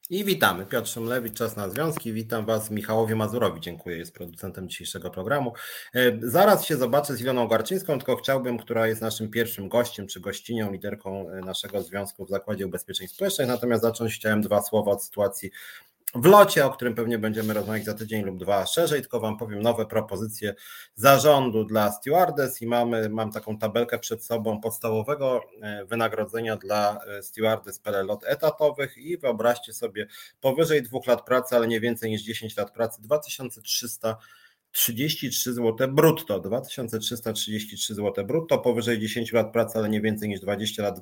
I witamy. Piotr Szymlewicz, Czas na Związki. Witam Was, Michałowi Mazurowi. Dziękuję, jest producentem dzisiejszego programu. Zaraz się zobaczę z Iloną Garczyńską, tylko chciałbym, która jest naszym pierwszym gościem, czy gościnią, liderką naszego związku w Zakładzie Ubezpieczeń Społecznych. Natomiast zacząć chciałem dwa słowa od sytuacji w locie, o którym pewnie będziemy rozmawiać za tydzień lub dwa szerzej, tylko Wam powiem nowe propozycje zarządu dla stewardess i mam taką tabelkę przed sobą podstawowego wynagrodzenia dla stewardess lot etatowych i wyobraźcie sobie powyżej 2 lat pracy, ale nie więcej niż 10 lat pracy, 2333 zł brutto, 2333 zł brutto, powyżej 10 lat pracy, ale nie więcej niż 20 lat,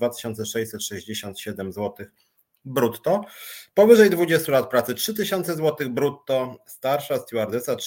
2667 zł brutto, powyżej 20 lat pracy 3000 zł brutto, starsza stewardessa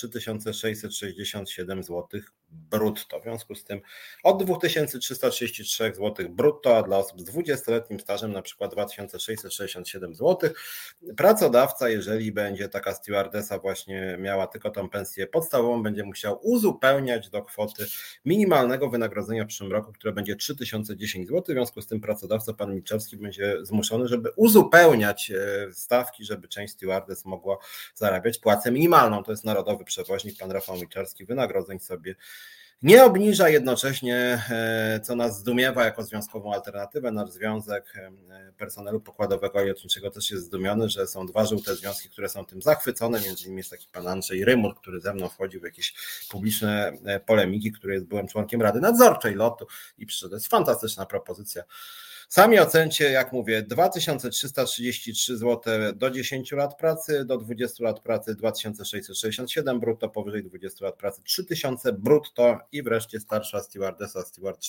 3667 zł brutto. W związku z tym od 2333 zł brutto, a dla osób z 20-letnim stażem na przykład 2667 zł. Pracodawca, jeżeli będzie taka stewardessa właśnie miała tylko tą pensję podstawową, będzie musiał uzupełniać do kwoty minimalnego wynagrodzenia w przyszłym roku, które będzie 3010 zł. W związku z tym pracodawca, pan Milczewski, będzie zmuszony, żeby uzupełniać stawki, żeby część stewardess mogła zarabiać płacę minimalną. To jest narodowy przewoźnik, pan Rafał Milczewski, wynagrodzeń sobie nie obniża, jednocześnie, co nas zdumiewa jako związkową alternatywę, nasz Związek Personelu Pokładowego i Lotniczego też jest zdumiony, że są dwa żółte związki, które są tym zachwycone, między innymi jest taki pan Andrzej Rymur, który ze mną wchodził w jakieś publiczne polemiki, który byłem członkiem Rady Nadzorczej LOT-u i to jest fantastyczna propozycja. Sami ocencie, jak mówię, 2333 zł do 10 lat pracy, do 20 lat pracy 2667 brutto, powyżej 20 lat pracy 3000 brutto i wreszcie starsza stewardessa, steward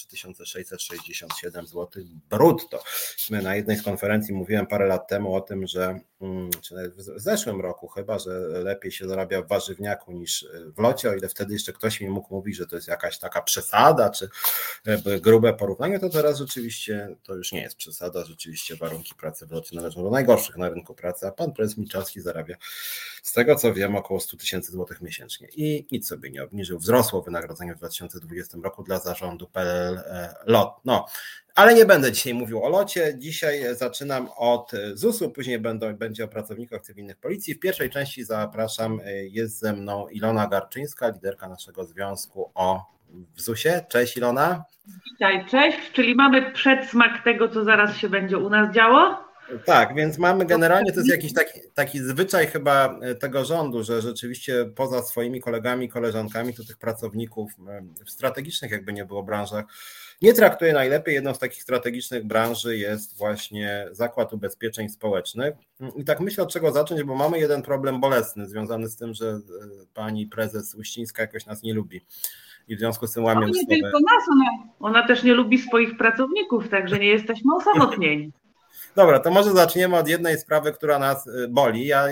3667 zł brutto. My na jednej z konferencji mówiłem parę lat temu o tym, że czy nawet w zeszłym roku chyba, że lepiej się zarabia w warzywniaku niż w locie, o ile wtedy jeszcze ktoś mi mógł mówić, że to jest jakaś taka przesada, czy grube porównanie, to teraz rzeczywiście to już nie jest przesada, rzeczywiście warunki pracy w locie należą do najgorszych na rynku pracy, a pan prezes Milczewski zarabia, z tego co wiem, około 100 000 złotych miesięcznie i nic sobie nie obniżył. Wzrosło wynagrodzenie w 2020 roku dla zarządu PLL LOT. No, ale nie będę dzisiaj mówił o locie. Dzisiaj zaczynam od ZUS-u, później będzie o pracownikach cywilnych Policji. W pierwszej części zapraszam, jest ze mną Ilona Garczyńska, liderka naszego związku w ZUS-ie. Cześć Ilona. Witaj, cześć, czyli mamy przedsmak tego, co zaraz się będzie u nas działo? Tak, więc mamy generalnie, to jest jakiś taki zwyczaj chyba tego rządu, że rzeczywiście poza swoimi kolegami, koleżankami, to tych pracowników w strategicznych, jakby nie było, branżach nie traktuje najlepiej. Jedną z takich strategicznych branży jest właśnie Zakład Ubezpieczeń Społecznych. I tak myślę, od czego zacząć, bo mamy jeden problem bolesny związany z tym, że pani prezes Uścińska jakoś nas nie lubi. I w związku z tym łamią nie tylko nas, ona też nie lubi swoich pracowników, także nie jesteśmy osamotnieni. Dobra, to może zaczniemy od jednej sprawy, która nas boli. Ja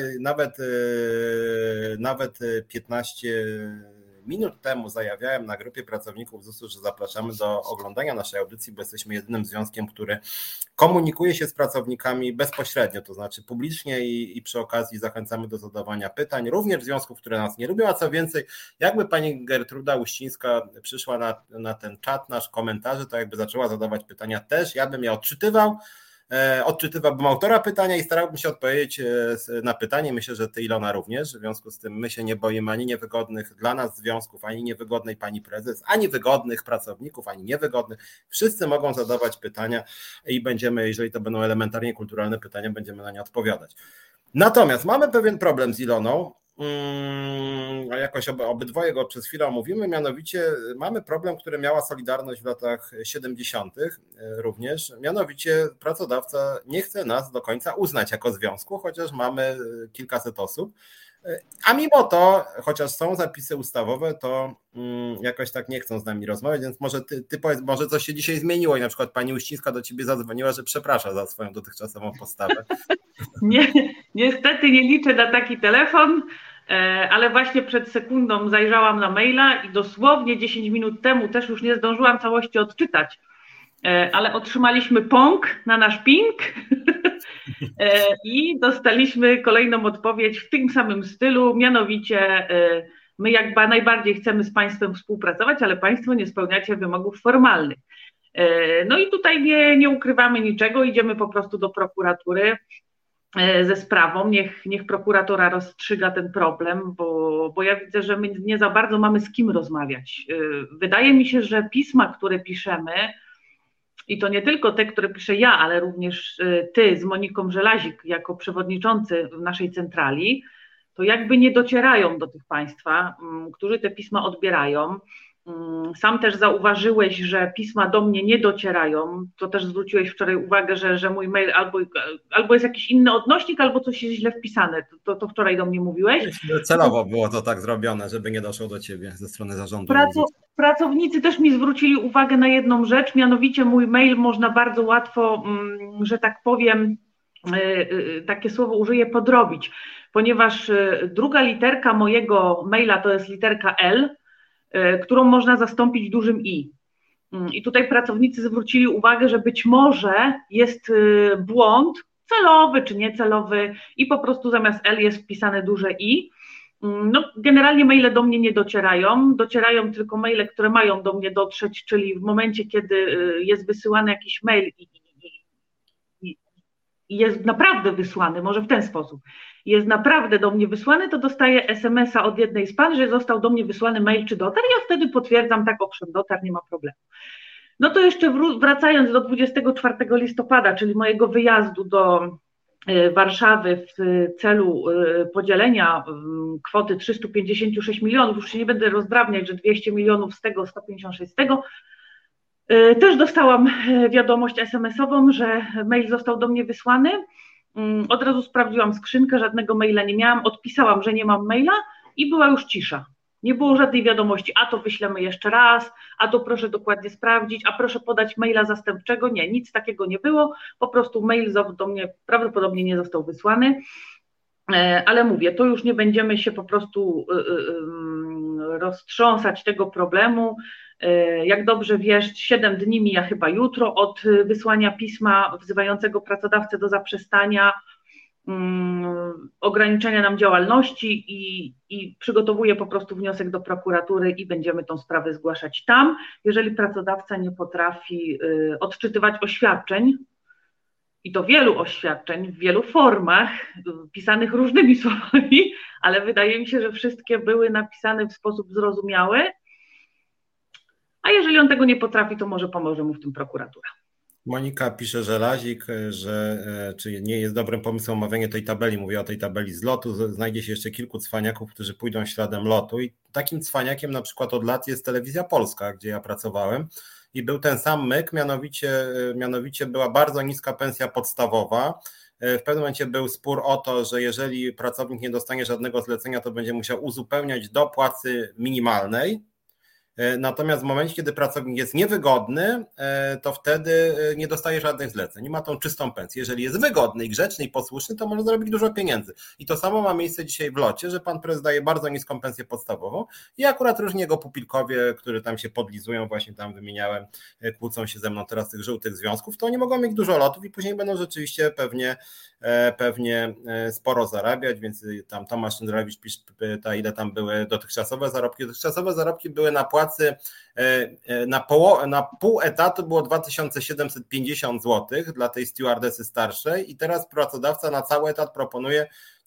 nawet 15 minut temu zajawiałem na grupie pracowników ZUS-u, że zapraszamy do oglądania naszej audycji, bo jesteśmy jedynym związkiem, który komunikuje się z pracownikami bezpośrednio, to znaczy publicznie i przy okazji zachęcamy do zadawania pytań, również związków, które nas nie lubią, a co więcej, jakby pani Gertruda Uścińska przyszła na ten czat, nasz komentarze, to jakby zaczęła zadawać pytania też, ja bym je odczytywałbym autora pytania i starałbym się odpowiedzieć na pytanie. Myślę, że ty, Ilona, również. W związku z tym my się nie boimy ani niewygodnych dla nas związków, ani niewygodnej pani prezes, ani wygodnych pracowników, ani niewygodnych. Wszyscy mogą zadawać pytania i będziemy, jeżeli to będą elementarnie kulturalne pytania, będziemy na nie odpowiadać. Natomiast mamy pewien problem z Iloną, a jakoś obydwoje go przez chwilę omówimy, mianowicie mamy problem, który miała Solidarność w latach 70. również, mianowicie pracodawca nie chce nas do końca uznać jako związku, chociaż mamy kilkaset osób, a mimo to, chociaż są zapisy ustawowe, to jakoś tak nie chcą z nami rozmawiać, więc może ty powiedz, może coś się dzisiaj zmieniło i na przykład pani Uścińska do ciebie zadzwoniła, że przeprasza za swoją dotychczasową postawę. Niestety nie liczę na taki telefon, ale właśnie przed sekundą zajrzałam na maila i dosłownie 10 minut temu też już nie zdążyłam całości odczytać, ale otrzymaliśmy pong na nasz ping i dostaliśmy kolejną odpowiedź w tym samym stylu, mianowicie my jak najbardziej chcemy z państwem współpracować, ale państwo nie spełniacie wymogów formalnych. No i tutaj nie ukrywamy niczego, idziemy po prostu do prokuratury. ze sprawą, niech prokuratura rozstrzyga ten problem, bo ja widzę, że my nie za bardzo mamy z kim rozmawiać. Wydaje mi się, że pisma, które piszemy, i to nie tylko te, które piszę ja, ale również ty z Moniką Żelazik jako przewodniczący w naszej centrali, to jakby nie docierają do tych państwa, którzy te pisma odbierają. Sam też zauważyłeś, że pisma do mnie nie docierają. To też zwróciłeś wczoraj uwagę, że mój mail albo jest jakiś inny odnośnik, albo coś jest źle wpisane. To wczoraj do mnie mówiłeś. Myślę, że celowo było to tak zrobione, żeby nie doszło do ciebie ze strony zarządu. Pracownicy też mi zwrócili uwagę na jedną rzecz, mianowicie mój mail można bardzo łatwo, że tak powiem, takie słowo użyję, podrobić, ponieważ druga literka mojego maila to jest literka L, którą można zastąpić dużym I. I tutaj pracownicy zwrócili uwagę, że być może jest błąd celowy czy niecelowy i po prostu zamiast L jest wpisane duże I. No, generalnie maile do mnie nie docierają tylko maile, które mają do mnie dotrzeć, czyli w momencie, kiedy jest wysyłany jakiś mail i jest naprawdę wysłany, może w ten sposób, jest naprawdę do mnie wysłany, to dostaję SMS-a od jednej z pań, że został do mnie wysłany mail, czy dotarł. Ja wtedy potwierdzam, tak, owszem, dotarł, nie ma problemu. No to jeszcze wracając do 24 listopada, czyli mojego wyjazdu do Warszawy w celu podzielenia kwoty 356 milionów, już się nie będę rozdrabniać, że 200 milionów z tego, 156 z tego, też dostałam wiadomość SMS-ową, że mail został do mnie wysłany. Od razu sprawdziłam skrzynkę, żadnego maila nie miałam, odpisałam, że nie mam maila i była już cisza. Nie było żadnej wiadomości, a to wyślemy jeszcze raz, a to proszę dokładnie sprawdzić, a proszę podać maila zastępczego. Nie, nic takiego nie było, po prostu mail do mnie prawdopodobnie nie został wysłany, ale mówię, to już nie będziemy się po prostu roztrząsać tego problemu. Jak dobrze wiesz, 7 dni mija chyba jutro od wysłania pisma wzywającego pracodawcę do zaprzestania ograniczenia nam działalności i przygotowuję po prostu wniosek do prokuratury i będziemy tą sprawę zgłaszać tam. Jeżeli pracodawca nie potrafi odczytywać oświadczeń, i to wielu oświadczeń, w wielu formach, pisanych różnymi słowami, ale wydaje mi się, że wszystkie były napisane w sposób zrozumiały, a jeżeli on tego nie potrafi, to może pomoże mu w tym prokuratura. Monika pisze, że Lazik, że czy nie jest dobrym pomysłem omawianie tej tabeli, mówię o tej tabeli z lotu, znajdzie się jeszcze kilku cwaniaków, którzy pójdą śladem lotu i takim cwaniakiem na przykład od lat jest Telewizja Polska, gdzie ja pracowałem i był ten sam myk, mianowicie była bardzo niska pensja podstawowa. W pewnym momencie był spór o to, że jeżeli pracownik nie dostanie żadnego zlecenia, to będzie musiał uzupełniać do płacy minimalnej. Natomiast w momencie, kiedy pracownik jest niewygodny, to wtedy nie dostaje żadnych zleceń. Nie ma tą czystą pensję. Jeżeli jest wygodny i grzeczny i posłuszny, to może zarobić dużo pieniędzy. I to samo ma miejsce dzisiaj w locie, że pan prezes daje bardzo niską pensję podstawową i akurat różni jego pupilkowie, którzy tam się podlizują, właśnie tam wymieniałem, kłócą się ze mną teraz tych żółtych związków, to oni mogą mieć dużo lotów i później będą rzeczywiście pewnie sporo zarabiać, więc tam Tomasz Szyndralewicz pyta, ile tam były dotychczasowe zarobki. Dotychczasowe zarobki były na płacy na pół etatu było 2750 zł dla tej stewardesy starszej i teraz pracodawca na cały etat proponuje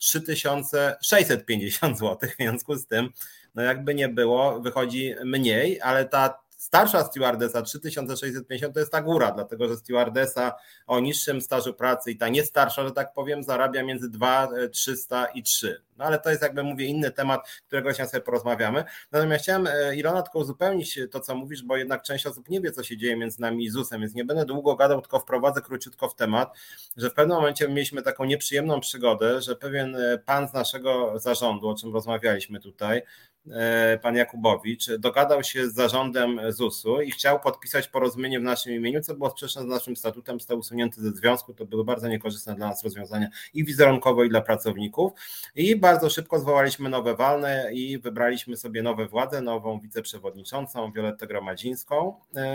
3650 zł, w związku z tym no jakby nie było, wychodzi mniej, ale ta starsza stewardesa 3650 to jest ta góra, dlatego że stewardesa o niższym stażu pracy i ta nie starsza, że tak powiem, zarabia między 2300 i 3. No ale to jest, jakby mówię, inny temat, którego się sobie porozmawiamy. Natomiast chciałem, Ilona, tylko uzupełnić to, co mówisz, bo jednak część osób nie wie, co się dzieje między nami i ZUS-em, więc nie będę długo gadał, tylko wprowadzę króciutko w temat, że w pewnym momencie mieliśmy taką nieprzyjemną przygodę, że pewien pan z naszego zarządu, o czym rozmawialiśmy tutaj, pan Jakubowicz, dogadał się z zarządem ZUS-u i chciał podpisać porozumienie w naszym imieniu, co było sprzeczne z naszym statutem, został usunięty ze związku, to były bardzo niekorzystne dla nas rozwiązania i wizerunkowo, i dla pracowników i bardzo szybko zwołaliśmy nowe walne i wybraliśmy sobie nowe władze, nową wiceprzewodniczącą Violettę Gromadzińską.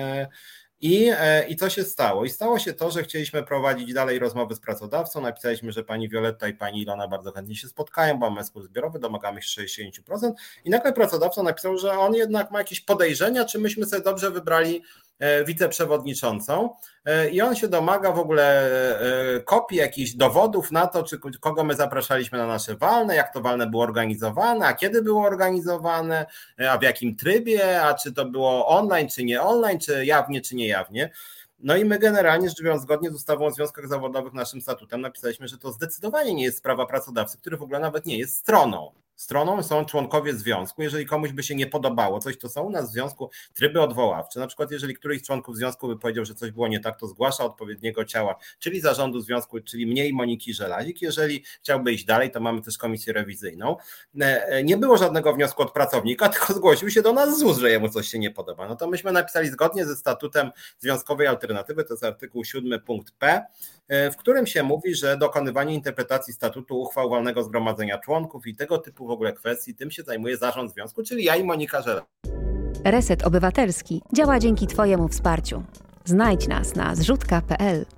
I co się stało? I stało się to, że chcieliśmy prowadzić dalej rozmowy z pracodawcą, napisaliśmy, że pani Violetta i pani Ilona bardzo chętnie się spotkają, bo mamy spór zbiorowy, domagamy się 60% i nagle pracodawca napisał, że on jednak ma jakieś podejrzenia, czy myśmy sobie dobrze wybrali wiceprzewodniczącą i on się domaga w ogóle kopii jakichś dowodów na to, czy kogo my zapraszaliśmy na nasze walne, jak to walne było organizowane, a kiedy było organizowane, a w jakim trybie, a czy to było online, czy nie online, czy jawnie, czy niejawnie. No i my generalnie rzecz biorąc, zgodnie z ustawą o związkach zawodowych, naszym statutem napisaliśmy, że to zdecydowanie nie jest sprawa pracodawcy, który w ogóle nawet nie jest stroną. Stroną są członkowie związku. Jeżeli komuś by się nie podobało coś, to są u nas w związku tryby odwoławcze. Na przykład jeżeli któryś z członków związku by powiedział, że coś było nie tak, to zgłasza odpowiedniego ciała, czyli zarządu związku, czyli mnie i Moniki Żelazik. Jeżeli chciałby iść dalej, to mamy też komisję rewizyjną. Nie było żadnego wniosku od pracownika, tylko zgłosił się do nas ZUS, że jemu coś się nie podoba. No to myśmy napisali zgodnie ze statutem Związkowej Alternatywy, to jest artykuł 7 punkt P, w którym się mówi, że dokonywanie interpretacji statutu uchwał walnego zgromadzenia członków i tego typu w ogóle kwestii, tym się zajmuje zarząd związku, czyli ja i Monika Żelazik. Reset Obywatelski działa dzięki Twojemu wsparciu. Znajdź nas na zrzutka.pl.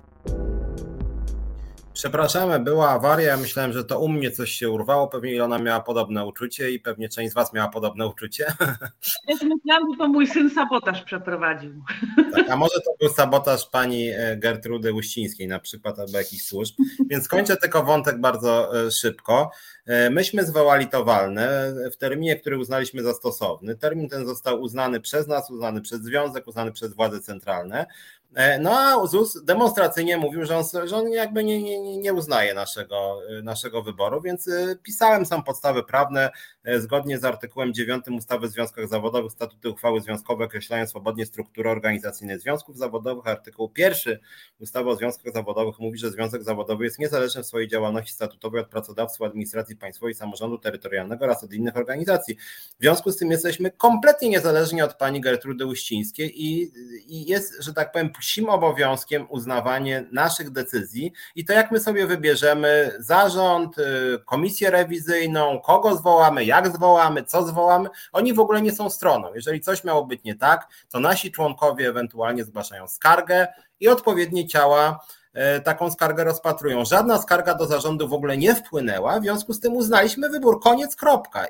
Przepraszamy, była awaria, ja myślałem, że to u mnie coś się urwało, pewnie Ilona miała podobne uczucie i pewnie część z Was miała podobne uczucie. Ja myślałam, że to mój syn sabotaż przeprowadził. Tak, a może to był sabotaż pani Gertrudy Uścińskiej na przykład, albo jakichś służb, więc kończę tylko wątek bardzo szybko. Myśmy zwołali to walne w terminie, który uznaliśmy za stosowny. Termin ten został uznany przez nas, uznany przez związek, uznany przez władze centralne. No a ZUS demonstracyjnie mówił, że on jakby nie uznaje naszego wyboru, więc pisałem sam podstawy prawne zgodnie z artykułem 9 ustawy o związkach zawodowych, statuty uchwały związkowe określają swobodnie strukturę organizacyjną związków zawodowych. Artykuł 1 ustawy o związkach zawodowych mówi, że związek zawodowy jest niezależny w swojej działalności statutowej od pracodawców, administracji państwowej, samorządu terytorialnego oraz od innych organizacji. W związku z tym jesteśmy kompletnie niezależni od pani Gertrudy Uścińskiej i jest, że tak powiem, psim obowiązkiem uznawanie naszych decyzji i to, jak my sobie wybierzemy zarząd, komisję rewizyjną, kogo zwołamy, jak zwołamy, co zwołamy, oni w ogóle nie są stroną. Jeżeli coś miało być nie tak, to nasi członkowie ewentualnie zgłaszają skargę i odpowiednie ciała taką skargę rozpatrują. Żadna skarga do zarządu w ogóle nie wpłynęła, w związku z tym uznaliśmy wybór, koniec, kropka.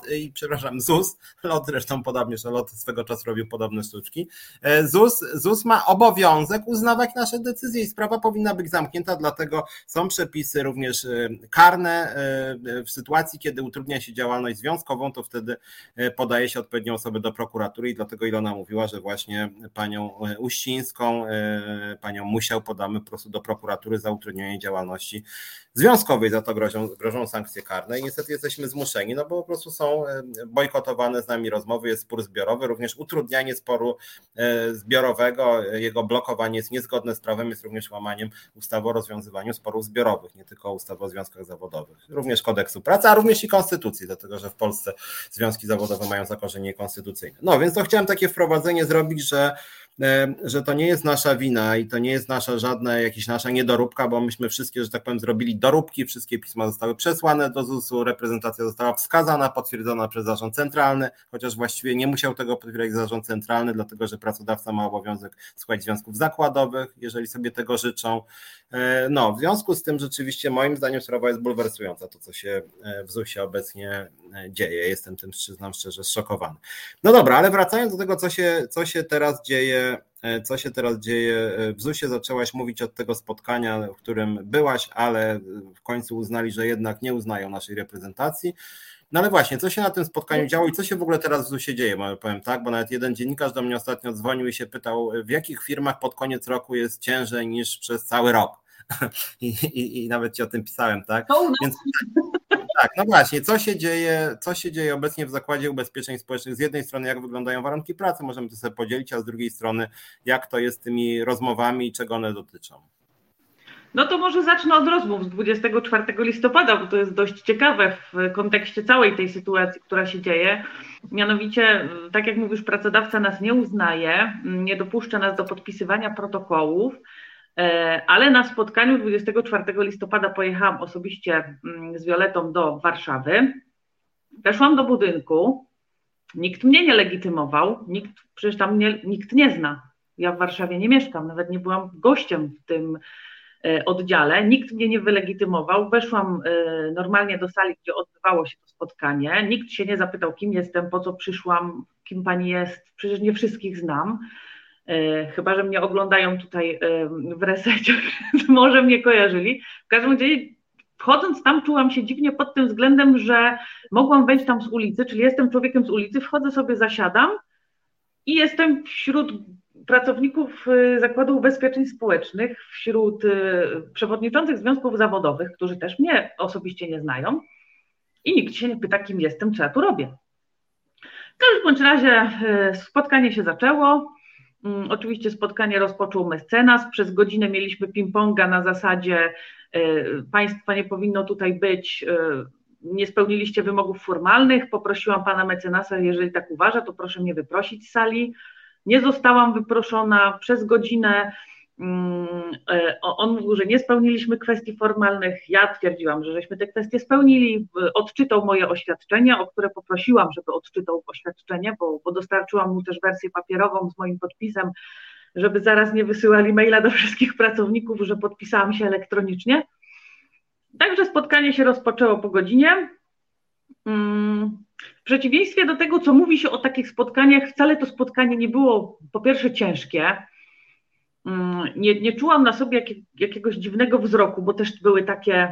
ZUS, LOT zresztą podobnie, że LOT swego czasu robił podobne sztuczki, ZUS ma obowiązek uznawać nasze decyzje i sprawa powinna być zamknięta, dlatego są przepisy również karne w sytuacji, kiedy utrudnia się działalność związkową, to wtedy podaje się odpowiednią osobę do prokuratury i dlatego Ilona mówiła, że właśnie panią Uścińską, panią Musiał podamy po prostu do prokuratury za utrudnienie działalności związkowej, za to grożą sankcje karne i niestety jesteśmy zmuszeni, no bo po prostu są bojkotowane z nami rozmowy, jest spór zbiorowy, również utrudnianie sporu zbiorowego, jego blokowanie jest niezgodne z prawem, jest również łamaniem ustawy o rozwiązywaniu sporów zbiorowych, nie tylko ustawy o związkach zawodowych, również kodeksu pracy, a również i konstytucji, dlatego że w Polsce związki zawodowe mają zakorzenienie konstytucyjne. No więc to chciałem takie wprowadzenie zrobić, że to nie jest nasza wina i to nie jest nasza niedoróbka, bo myśmy wszystkie, że tak powiem, zrobili doróbki, wszystkie pisma zostały przesłane do ZUS-u, reprezentacja została wskazana, potwierdzona przez zarząd centralny, chociaż właściwie nie musiał tego potwierdzać zarząd centralny, dlatego że pracodawca ma obowiązek słuchać związków zakładowych, jeżeli sobie tego życzą. No, w związku z tym rzeczywiście moim zdaniem sprawa jest bulwersująca, to co się w ZUS-ie obecnie dzieje. Jestem tym, przyznam szczerze, zszokowany. No dobra, ale wracając do tego, co się teraz dzieje w ZUS-ie, zaczęłaś mówić od tego spotkania, w którym byłaś, ale w końcu uznali, że jednak nie uznają naszej reprezentacji. No ale właśnie, co się na tym spotkaniu działo i co się w ogóle teraz w ZUS-ie dzieje, powiem tak, bo nawet jeden dziennikarz do mnie ostatnio dzwonił i się pytał, w jakich firmach pod koniec roku jest ciężej niż przez cały rok. I nawet ci o tym pisałem, tak? Więc tak, no właśnie, co się dzieje obecnie w Zakładzie Ubezpieczeń Społecznych? Z jednej strony, jak wyglądają warunki pracy, możemy to sobie podzielić, a z drugiej strony, jak to jest z tymi rozmowami i czego one dotyczą. No to może zacznę od rozmów z 24 listopada, bo to jest dość ciekawe w kontekście całej tej sytuacji, która się dzieje. Mianowicie, tak jak mówisz, pracodawca nas nie uznaje, nie dopuszcza nas do podpisywania protokołów, ale na spotkaniu 24 listopada pojechałam osobiście z Violetą do Warszawy. Weszłam do budynku, nikt mnie nie legitymował, przecież tam nikt nie zna. Ja w Warszawie nie mieszkam, nawet nie byłam gościem w tym oddziale, nikt mnie nie wylegitymował. Weszłam normalnie do sali, gdzie odbywało się to spotkanie. Nikt się nie zapytał, kim jestem, po co przyszłam, kim pani jest, przecież nie wszystkich znam. chyba że mnie oglądają tutaj w resecie, może mnie kojarzyli. W każdym razie wchodząc tam czułam się dziwnie pod tym względem, że mogłam wejść tam z ulicy, czyli jestem człowiekiem z ulicy, wchodzę sobie, zasiadam i jestem wśród pracowników Zakładu Ubezpieczeń Społecznych, wśród przewodniczących związków zawodowych, którzy też mnie osobiście nie znają i nikt się nie pyta, kim jestem, co ja tu robię. W każdym bądź razie spotkanie się zaczęło. Oczywiście spotkanie rozpoczął mecenas. Przez godzinę mieliśmy ping-ponga na zasadzie państwa nie powinno tutaj być, nie spełniliście wymogów formalnych. Poprosiłam pana mecenasa, jeżeli tak uważa, to proszę mnie wyprosić z sali. Nie zostałam wyproszona przez godzinę. On mówił, że nie spełniliśmy kwestii formalnych. Ja twierdziłam, że żeśmy te kwestie spełnili. Odczytał moje oświadczenie, o które poprosiłam, żeby odczytał oświadczenie, bo dostarczyłam mu też wersję papierową z moim podpisem, żeby zaraz nie wysyłali maila do wszystkich pracowników, że podpisałam się elektronicznie. Także spotkanie się rozpoczęło po godzinie. W przeciwieństwie do tego, co mówi się o takich spotkaniach, wcale to spotkanie nie było po pierwsze ciężkie. Nie czułam na sobie jakiegoś dziwnego wzroku, bo też były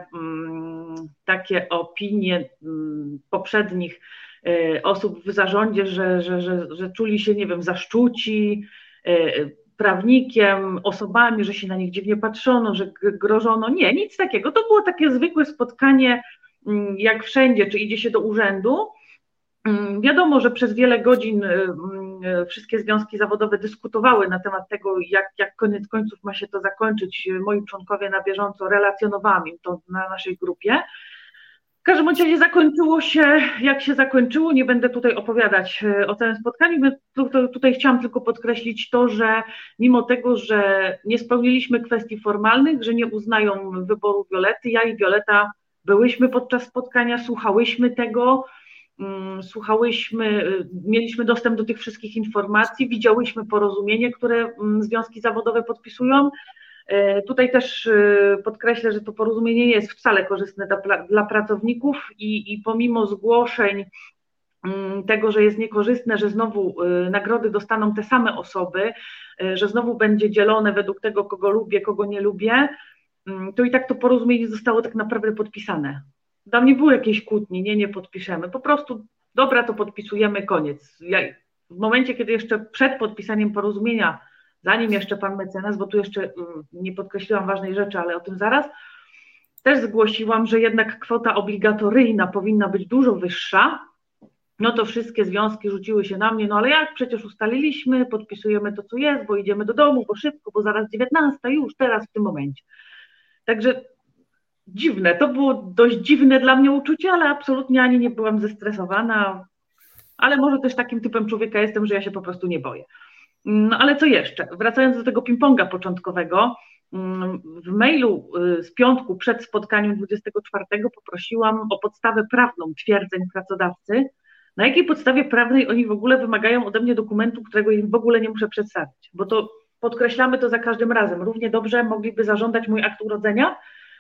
takie opinie poprzednich osób w zarządzie, że czuli się, nie wiem, zaszczuci prawnikiem, osobami, że się na nich dziwnie patrzono, że grożono. Nie, nic takiego. To było takie zwykłe spotkanie, jak wszędzie, czy idzie się do urzędu. Wiadomo, że przez wiele godzin wszystkie związki zawodowe dyskutowały na temat tego, jak koniec końców ma się to zakończyć. Moi członkowie na bieżąco relacjonowałam im to na naszej grupie. W każdym razie zakończyło się, jak się zakończyło. Nie będę tutaj opowiadać o całym spotkaniu. Tutaj chciałam tylko podkreślić to, że mimo tego, że nie spełniliśmy kwestii formalnych, że nie uznają wyboru Violety, ja i Violeta byłyśmy podczas spotkania, słuchałyśmy tego, mieliśmy dostęp do tych wszystkich informacji, widziałyśmy porozumienie, które związki zawodowe podpisują. Tutaj też podkreślę, że to porozumienie nie jest wcale korzystne dla pracowników i pomimo zgłoszeń tego, że jest niekorzystne, że znowu nagrody dostaną te same osoby, że znowu będzie dzielone według tego, kogo lubię, kogo nie lubię, to i tak to porozumienie zostało tak naprawdę podpisane. Tam nie było jakiejś kłótni, nie podpiszemy, po prostu dobra, to podpisujemy, koniec. W momencie, kiedy jeszcze przed podpisaniem porozumienia, zanim jeszcze pan mecenas, bo tu jeszcze nie podkreśliłam ważnej rzeczy, ale o tym zaraz, też zgłosiłam, że jednak kwota obligatoryjna powinna być dużo wyższa, no to wszystkie związki rzuciły się na mnie, no ale jak, przecież ustaliliśmy, podpisujemy to, co jest, bo idziemy do domu, bo szybko, bo zaraz 19, już teraz, w tym momencie. Także dziwne, to było dość dziwne dla mnie uczucie, ale absolutnie ani nie byłam zestresowana, ale może też takim typem człowieka jestem, że ja się po prostu nie boję. No ale co jeszcze? Wracając do tego ping-ponga początkowego, w mailu z piątku przed spotkaniem 24 poprosiłam o podstawę prawną twierdzeń pracodawcy, na jakiej podstawie prawnej oni w ogóle wymagają ode mnie dokumentu, którego im w ogóle nie muszę przedstawić, bo to podkreślamy to za każdym razem. Równie dobrze mogliby zażądać mój akt urodzenia,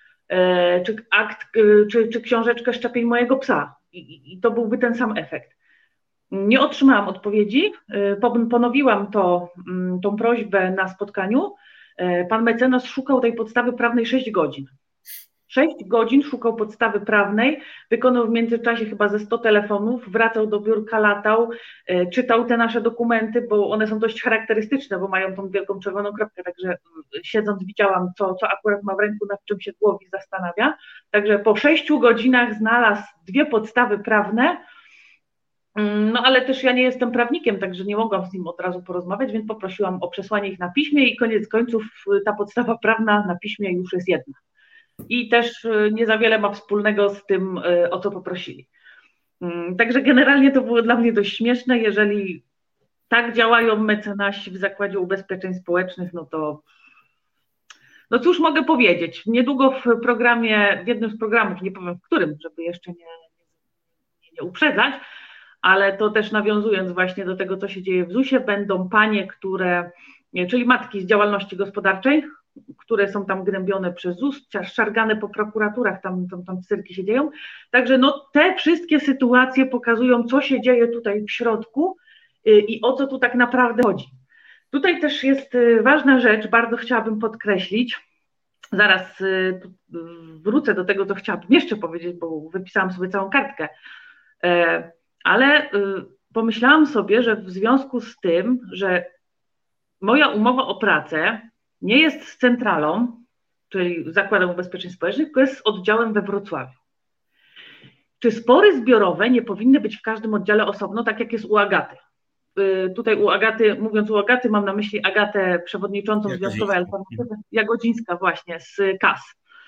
czy książeczkę szczepień mojego psa i to byłby ten sam efekt. Nie otrzymałam odpowiedzi, ponowiłam tą prośbę na spotkaniu. Pan mecenas szukał tej podstawy prawnej 6 godzin. 6 godzin szukał podstawy prawnej, wykonał w międzyczasie chyba ze 100 telefonów, wracał do biurka, latał, czytał te nasze dokumenty, bo one są dość charakterystyczne, bo mają tą wielką czerwoną kropkę, także siedząc widziałam, co akurat ma w ręku, nad czym się głowi zastanawia. Także po 6 godzinach znalazł 2 podstawy prawne, no ale też ja nie jestem prawnikiem, także nie mogłam z nim od razu porozmawiać, więc poprosiłam o przesłanie ich na piśmie i koniec końców ta podstawa prawna na piśmie już jest jedna. I też nie za wiele ma wspólnego z tym, o co poprosili. Także generalnie to było dla mnie dość śmieszne. Jeżeli tak działają mecenasi w Zakładzie Ubezpieczeń Społecznych, no to no cóż mogę powiedzieć. Niedługo w jednym z programów, nie powiem w którym, żeby jeszcze nie uprzedzać, ale to też nawiązując właśnie do tego, co się dzieje w ZUS-ie, będą panie, czyli matki z działalności gospodarczej, które są tam gnębione przez ZUS, szargane po prokuraturach, tam cyrki się dzieją. Także no, te wszystkie sytuacje pokazują, co się dzieje tutaj w środku i o co tu tak naprawdę chodzi. Tutaj też jest ważna rzecz, bardzo chciałabym podkreślić. Zaraz wrócę do tego, co chciałabym jeszcze powiedzieć, bo wypisałam sobie całą kartkę. Ale pomyślałam sobie, że w związku z tym, że moja umowa o pracę nie jest z centralą, czyli Zakładem Ubezpieczeń Społecznych, tylko jest z oddziałem we Wrocławiu. Czy spory zbiorowe nie powinny być w każdym oddziale osobno, tak jak jest u Agaty? Tutaj u Agaty, mówiąc u Agaty, mam na myśli Agatę, przewodniczącą Związkowej Alternatywy, Jagodzińska właśnie z KAS.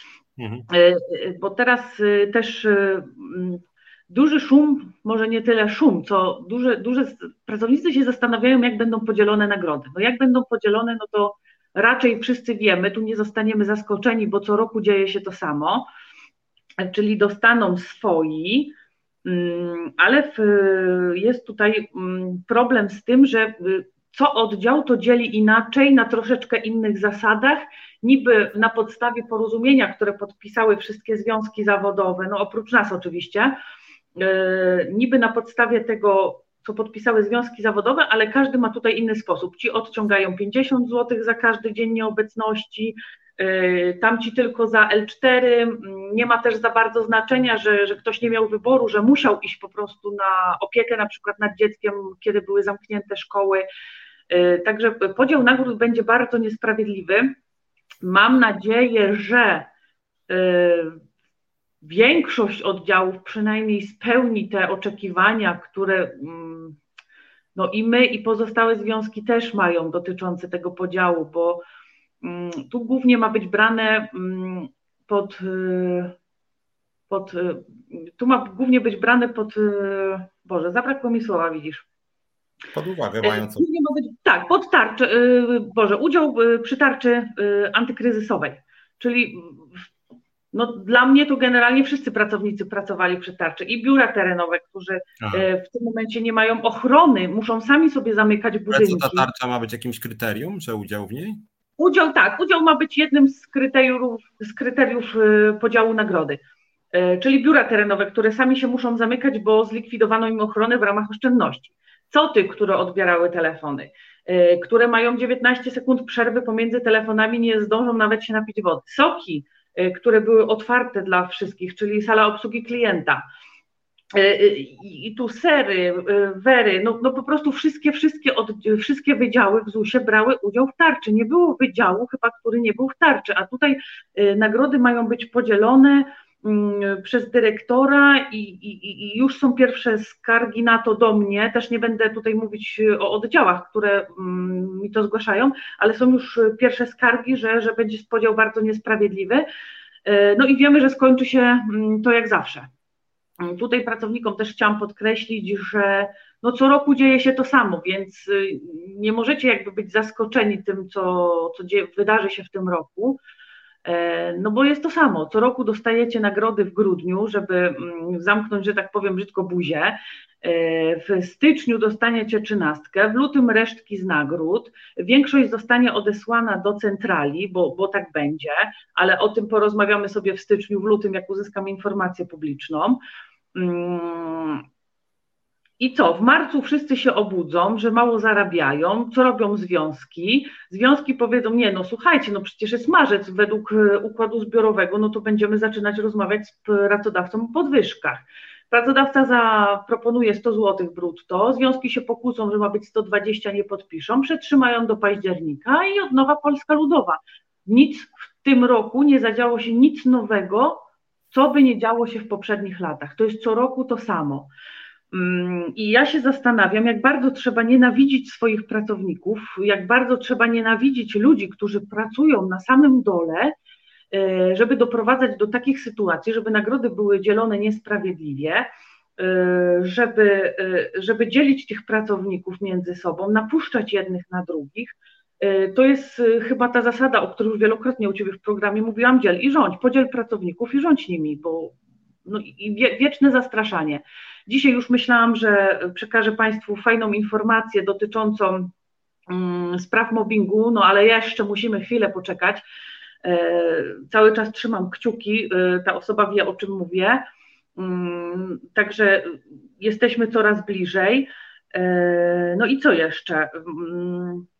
Bo teraz też duży szum, może nie tyle szum, co duże pracownicy się zastanawiają, jak będą podzielone nagrody. No jak będą podzielone, no to raczej wszyscy wiemy, tu nie zostaniemy zaskoczeni, bo co roku dzieje się to samo, czyli dostaną swoi, ale jest tutaj problem z tym, że co oddział to dzieli inaczej, na troszeczkę innych zasadach, niby na podstawie porozumienia, które podpisały wszystkie związki zawodowe, no oprócz nas oczywiście, niby na podstawie tego, co podpisały związki zawodowe, ale każdy ma tutaj inny sposób. Ci odciągają 50 zł za każdy dzień nieobecności, tamci tylko za L4, nie ma też za bardzo znaczenia, że ktoś nie miał wyboru, że musiał iść po prostu na opiekę na przykład nad dzieckiem, kiedy były zamknięte szkoły. Także podział nagród będzie bardzo niesprawiedliwy. Mam nadzieję, że większość oddziałów przynajmniej spełni te oczekiwania, które no i my, i pozostałe związki też mają dotyczące tego podziału, bo tu głównie ma być brane Boże, zabrakło mi słowa, widzisz. Pod uwagę mając. Tak, pod tarczę, udział przy tarczy antykryzysowej, czyli no, dla mnie to generalnie wszyscy pracownicy pracowali przy tarczy i biura terenowe, którzy w tym momencie nie mają ochrony, muszą sami sobie zamykać budynki. Ale co, ta tarcza ma być jakimś kryterium, że udział w niej? Udział ma być jednym z kryteriów podziału nagrody, czyli biura terenowe, które sami się muszą zamykać, bo zlikwidowano im ochronę w ramach oszczędności. COT-y, które odbierały telefony, które mają 19 sekund przerwy pomiędzy telefonami, nie zdążą nawet się napić wody. SOK-i, które były otwarte dla wszystkich, czyli sala obsługi klienta. I tu sery, wery, no po prostu wszystkie wydziały w ZUS-ie brały udział w tarczy. Nie było wydziału chyba, który nie był w tarczy, a tutaj nagrody mają być podzielone przez dyrektora i już są pierwsze skargi na to do mnie. Też nie będę tutaj mówić o oddziałach, które mi to zgłaszają, ale są już pierwsze skargi, że będzie podział bardzo niesprawiedliwy. No i wiemy, że skończy się to jak zawsze. Tutaj pracownikom też chciałam podkreślić, że no co roku dzieje się to samo, więc nie możecie jakby być zaskoczeni tym, co wydarzy się w tym roku, no bo jest to samo. Co roku dostajecie nagrody w grudniu, żeby zamknąć, że tak powiem brzydko, buzię. W styczniu dostaniecie 13, w lutym resztki z nagród, większość zostanie odesłana do centrali, bo tak będzie, ale o tym porozmawiamy sobie w styczniu, w lutym, jak uzyskam informację publiczną. I co? W marcu wszyscy się obudzą, że mało zarabiają. Co robią związki? Związki powiedzą, nie no słuchajcie, no przecież jest marzec, według układu zbiorowego, no to będziemy zaczynać rozmawiać z pracodawcą o podwyżkach. Pracodawca zaproponuje 100 zł brutto, związki się pokłócą, że ma być 120, nie podpiszą, przetrzymają do października i od nowa Polska Ludowa. Nic w tym roku nie zadziało się, nic nowego, co by nie działo się w poprzednich latach. To jest co roku to samo. I ja się zastanawiam, jak bardzo trzeba nienawidzić swoich pracowników, jak bardzo trzeba nienawidzić ludzi, którzy pracują na samym dole, żeby doprowadzać do takich sytuacji, żeby nagrody były dzielone niesprawiedliwie, żeby dzielić tych pracowników między sobą, napuszczać jednych na drugich. To jest chyba ta zasada, o której już wielokrotnie u Ciebie w programie mówiłam, dziel i rządź, podziel pracowników i rządź nimi, bo no i wieczne zastraszanie. Dzisiaj już myślałam, że przekażę Państwu fajną informację dotyczącą spraw mobbingu, no ale jeszcze musimy chwilę poczekać. Cały czas trzymam kciuki, ta osoba wie, o czym mówię, także jesteśmy coraz bliżej. No i co jeszcze?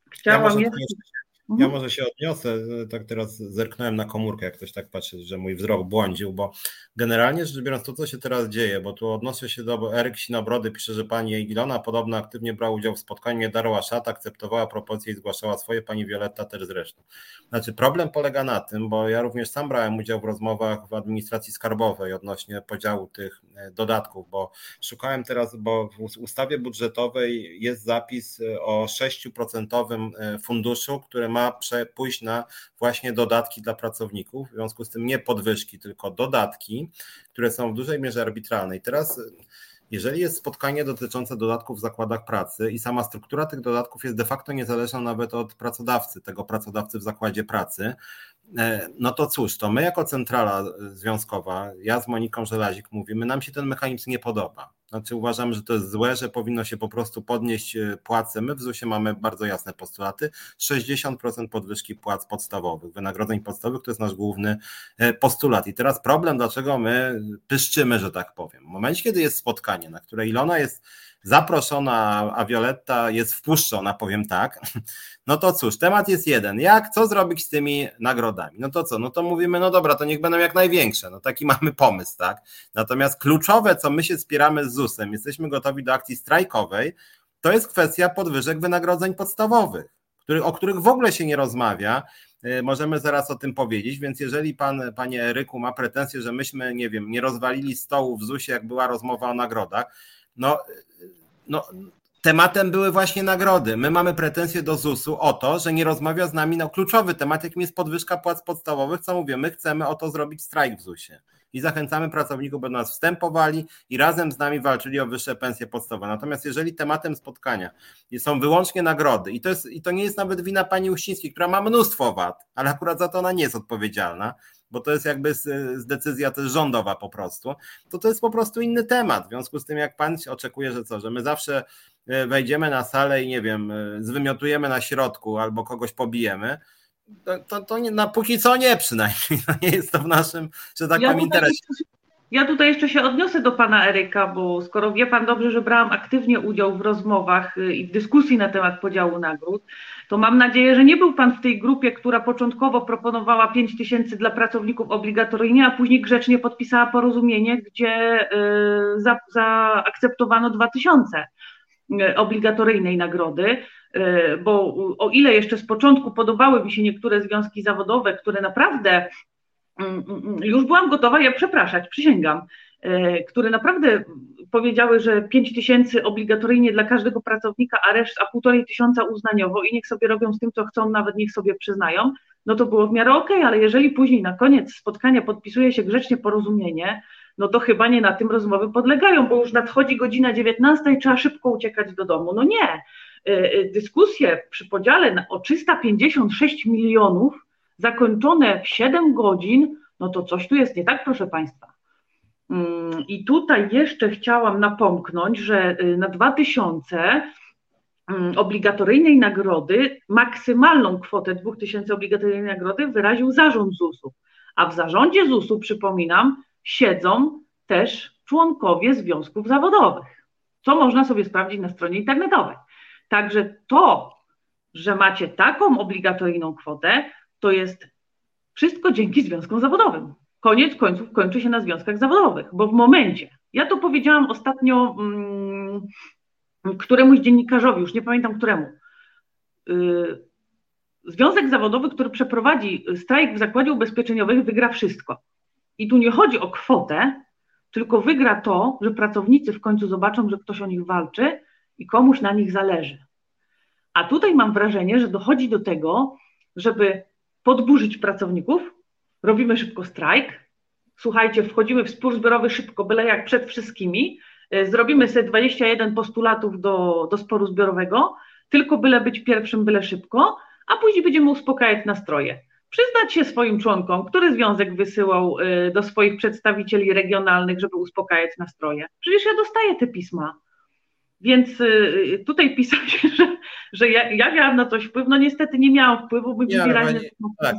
Chciałam jeszcze... Ja może się odniosę, tak teraz zerknąłem na komórkę, jak ktoś tak patrzy, że mój wzrok błądził, bo generalnie rzecz biorąc to, co się teraz dzieje, bo tu odnoszę się do Eryk Sinobrody, pisze, że pani Ilona podobno aktywnie brała udział w spotkaniu, nie darła szat, akceptowała propozycje i zgłaszała swoje, pani Wioletta też zresztą. Znaczy problem polega na tym, bo ja również sam brałem udział w rozmowach w administracji skarbowej odnośnie podziału tych dodatków, bo szukałem teraz, bo w ustawie budżetowej jest zapis o 6% funduszu, który ma pójść na właśnie dodatki dla pracowników, w związku z tym nie podwyżki, tylko dodatki, które są w dużej mierze arbitralne. I teraz jeżeli jest spotkanie dotyczące dodatków w zakładach pracy i sama struktura tych dodatków jest de facto niezależna nawet od pracodawcy, tego pracodawcy w zakładzie pracy, no to cóż, to my jako centrala związkowa, ja z Moniką Żelazik mówimy, nam się ten mechanizm nie podoba. Znaczy uważamy, że to jest złe, że powinno się po prostu podnieść płace. My w ZUS-ie mamy bardzo jasne postulaty, 60% podwyżki płac podstawowych, wynagrodzeń podstawowych, to jest nasz główny postulat. I teraz problem, dlaczego my pyszczymy, że tak powiem. W momencie, kiedy jest spotkanie, na które Ilona jest zaproszona, a Violetta jest wpuszczona, powiem tak, no to cóż, temat jest jeden. Co zrobić z tymi nagrodami? No to co? No to mówimy, no dobra, to niech będą jak największe. No taki mamy pomysł, tak? Natomiast kluczowe, co my się spieramy z ZUS-em, jesteśmy gotowi do akcji strajkowej, to jest kwestia podwyżek wynagrodzeń podstawowych, o których w ogóle się nie rozmawia. Możemy zaraz o tym powiedzieć, więc jeżeli panie Eryku, ma pretensje, że myśmy, nie wiem, nie rozwalili stołu w ZUS-ie, jak była rozmowa o nagrodach, no tematem były właśnie nagrody. My mamy pretensje do ZUS-u o to, że nie rozmawia z nami na kluczowy temat, jakim jest podwyżka płac podstawowych, co mówię, my chcemy o to zrobić strajk w ZUS-ie i zachęcamy pracowników, by do nas wstępowali i razem z nami walczyli o wyższe pensje podstawowe. Natomiast jeżeli tematem spotkania są wyłącznie nagrody i to nie jest nawet wina pani Uścińskiej, która ma mnóstwo wad, ale akurat za to ona nie jest odpowiedzialna, bo to jest jakby decyzja też rządowa po prostu, to jest po prostu inny temat. W związku z tym, jak pan oczekuje, że my zawsze wejdziemy na salę i nie wiem, zwymiotujemy na środku albo kogoś pobijemy, to nie, póki co nie przynajmniej, to nie jest to w naszym, że tak powiem, interesie. Ja tutaj jeszcze się odniosę do pana Eryka, bo skoro wie pan dobrze, że brałam aktywnie udział w rozmowach i w dyskusji na temat podziału nagród, to mam nadzieję, że nie był pan w tej grupie, która początkowo proponowała 5 000 dla pracowników obligatoryjnie, a później grzecznie podpisała porozumienie, gdzie zaakceptowano 2000 obligatoryjnej nagrody, bo o ile jeszcze z początku podobały mi się niektóre związki zawodowe, które naprawdę, już byłam gotowa je przepraszać, przysięgam, które naprawdę powiedziały, że 5 000 obligatoryjnie dla każdego pracownika, a 1500 uznaniowo i niech sobie robią z tym, co chcą, nawet niech sobie przyznają, no to było w miarę okej, ale jeżeli później na koniec spotkania podpisuje się grzecznie porozumienie, no to chyba nie na tym rozmowy podlegają, bo już nadchodzi godzina 19 i trzeba szybko uciekać do domu. No nie. Dyskusje przy podziale o 356 milionów zakończone w 7 godzin, no to coś tu jest nie tak, proszę państwa. I tutaj jeszcze chciałam napomknąć, że na 2000 obligatoryjnej nagrody, maksymalną kwotę 2000 obligatoryjnej nagrody wyraził zarząd ZUS-u, a w zarządzie ZUS-u, przypominam, siedzą też członkowie związków zawodowych, co można sobie sprawdzić na stronie internetowej. Także to, że macie taką obligatoryjną kwotę, to jest wszystko dzięki związkom zawodowym. Koniec końców kończy się na związkach zawodowych, bo w momencie, ja to powiedziałam ostatnio któremuś dziennikarzowi, już nie pamiętam któremu, związek zawodowy, który przeprowadzi strajk w zakładzie ubezpieczeniowym, wygra wszystko. I tu nie chodzi o kwotę, tylko wygra to, że pracownicy w końcu zobaczą, że ktoś o nich walczy i komuś na nich zależy. A tutaj mam wrażenie, że dochodzi do tego, żeby podburzyć pracowników, robimy szybko strajk, słuchajcie, wchodzimy w spór zbiorowy szybko, byle jak przed wszystkimi, zrobimy sobie 21 postulatów do sporu zbiorowego, tylko byle być pierwszym, byle szybko, a później będziemy uspokajać nastroje. Przyznać się swoim członkom, który związek wysyłał do swoich przedstawicieli regionalnych, żeby uspokajać nastroje. Przecież ja dostaję te pisma. Więc tutaj pisał się, że ja miałam na coś wpływ, no niestety nie miałam wpływu, bo wyraźnie tak.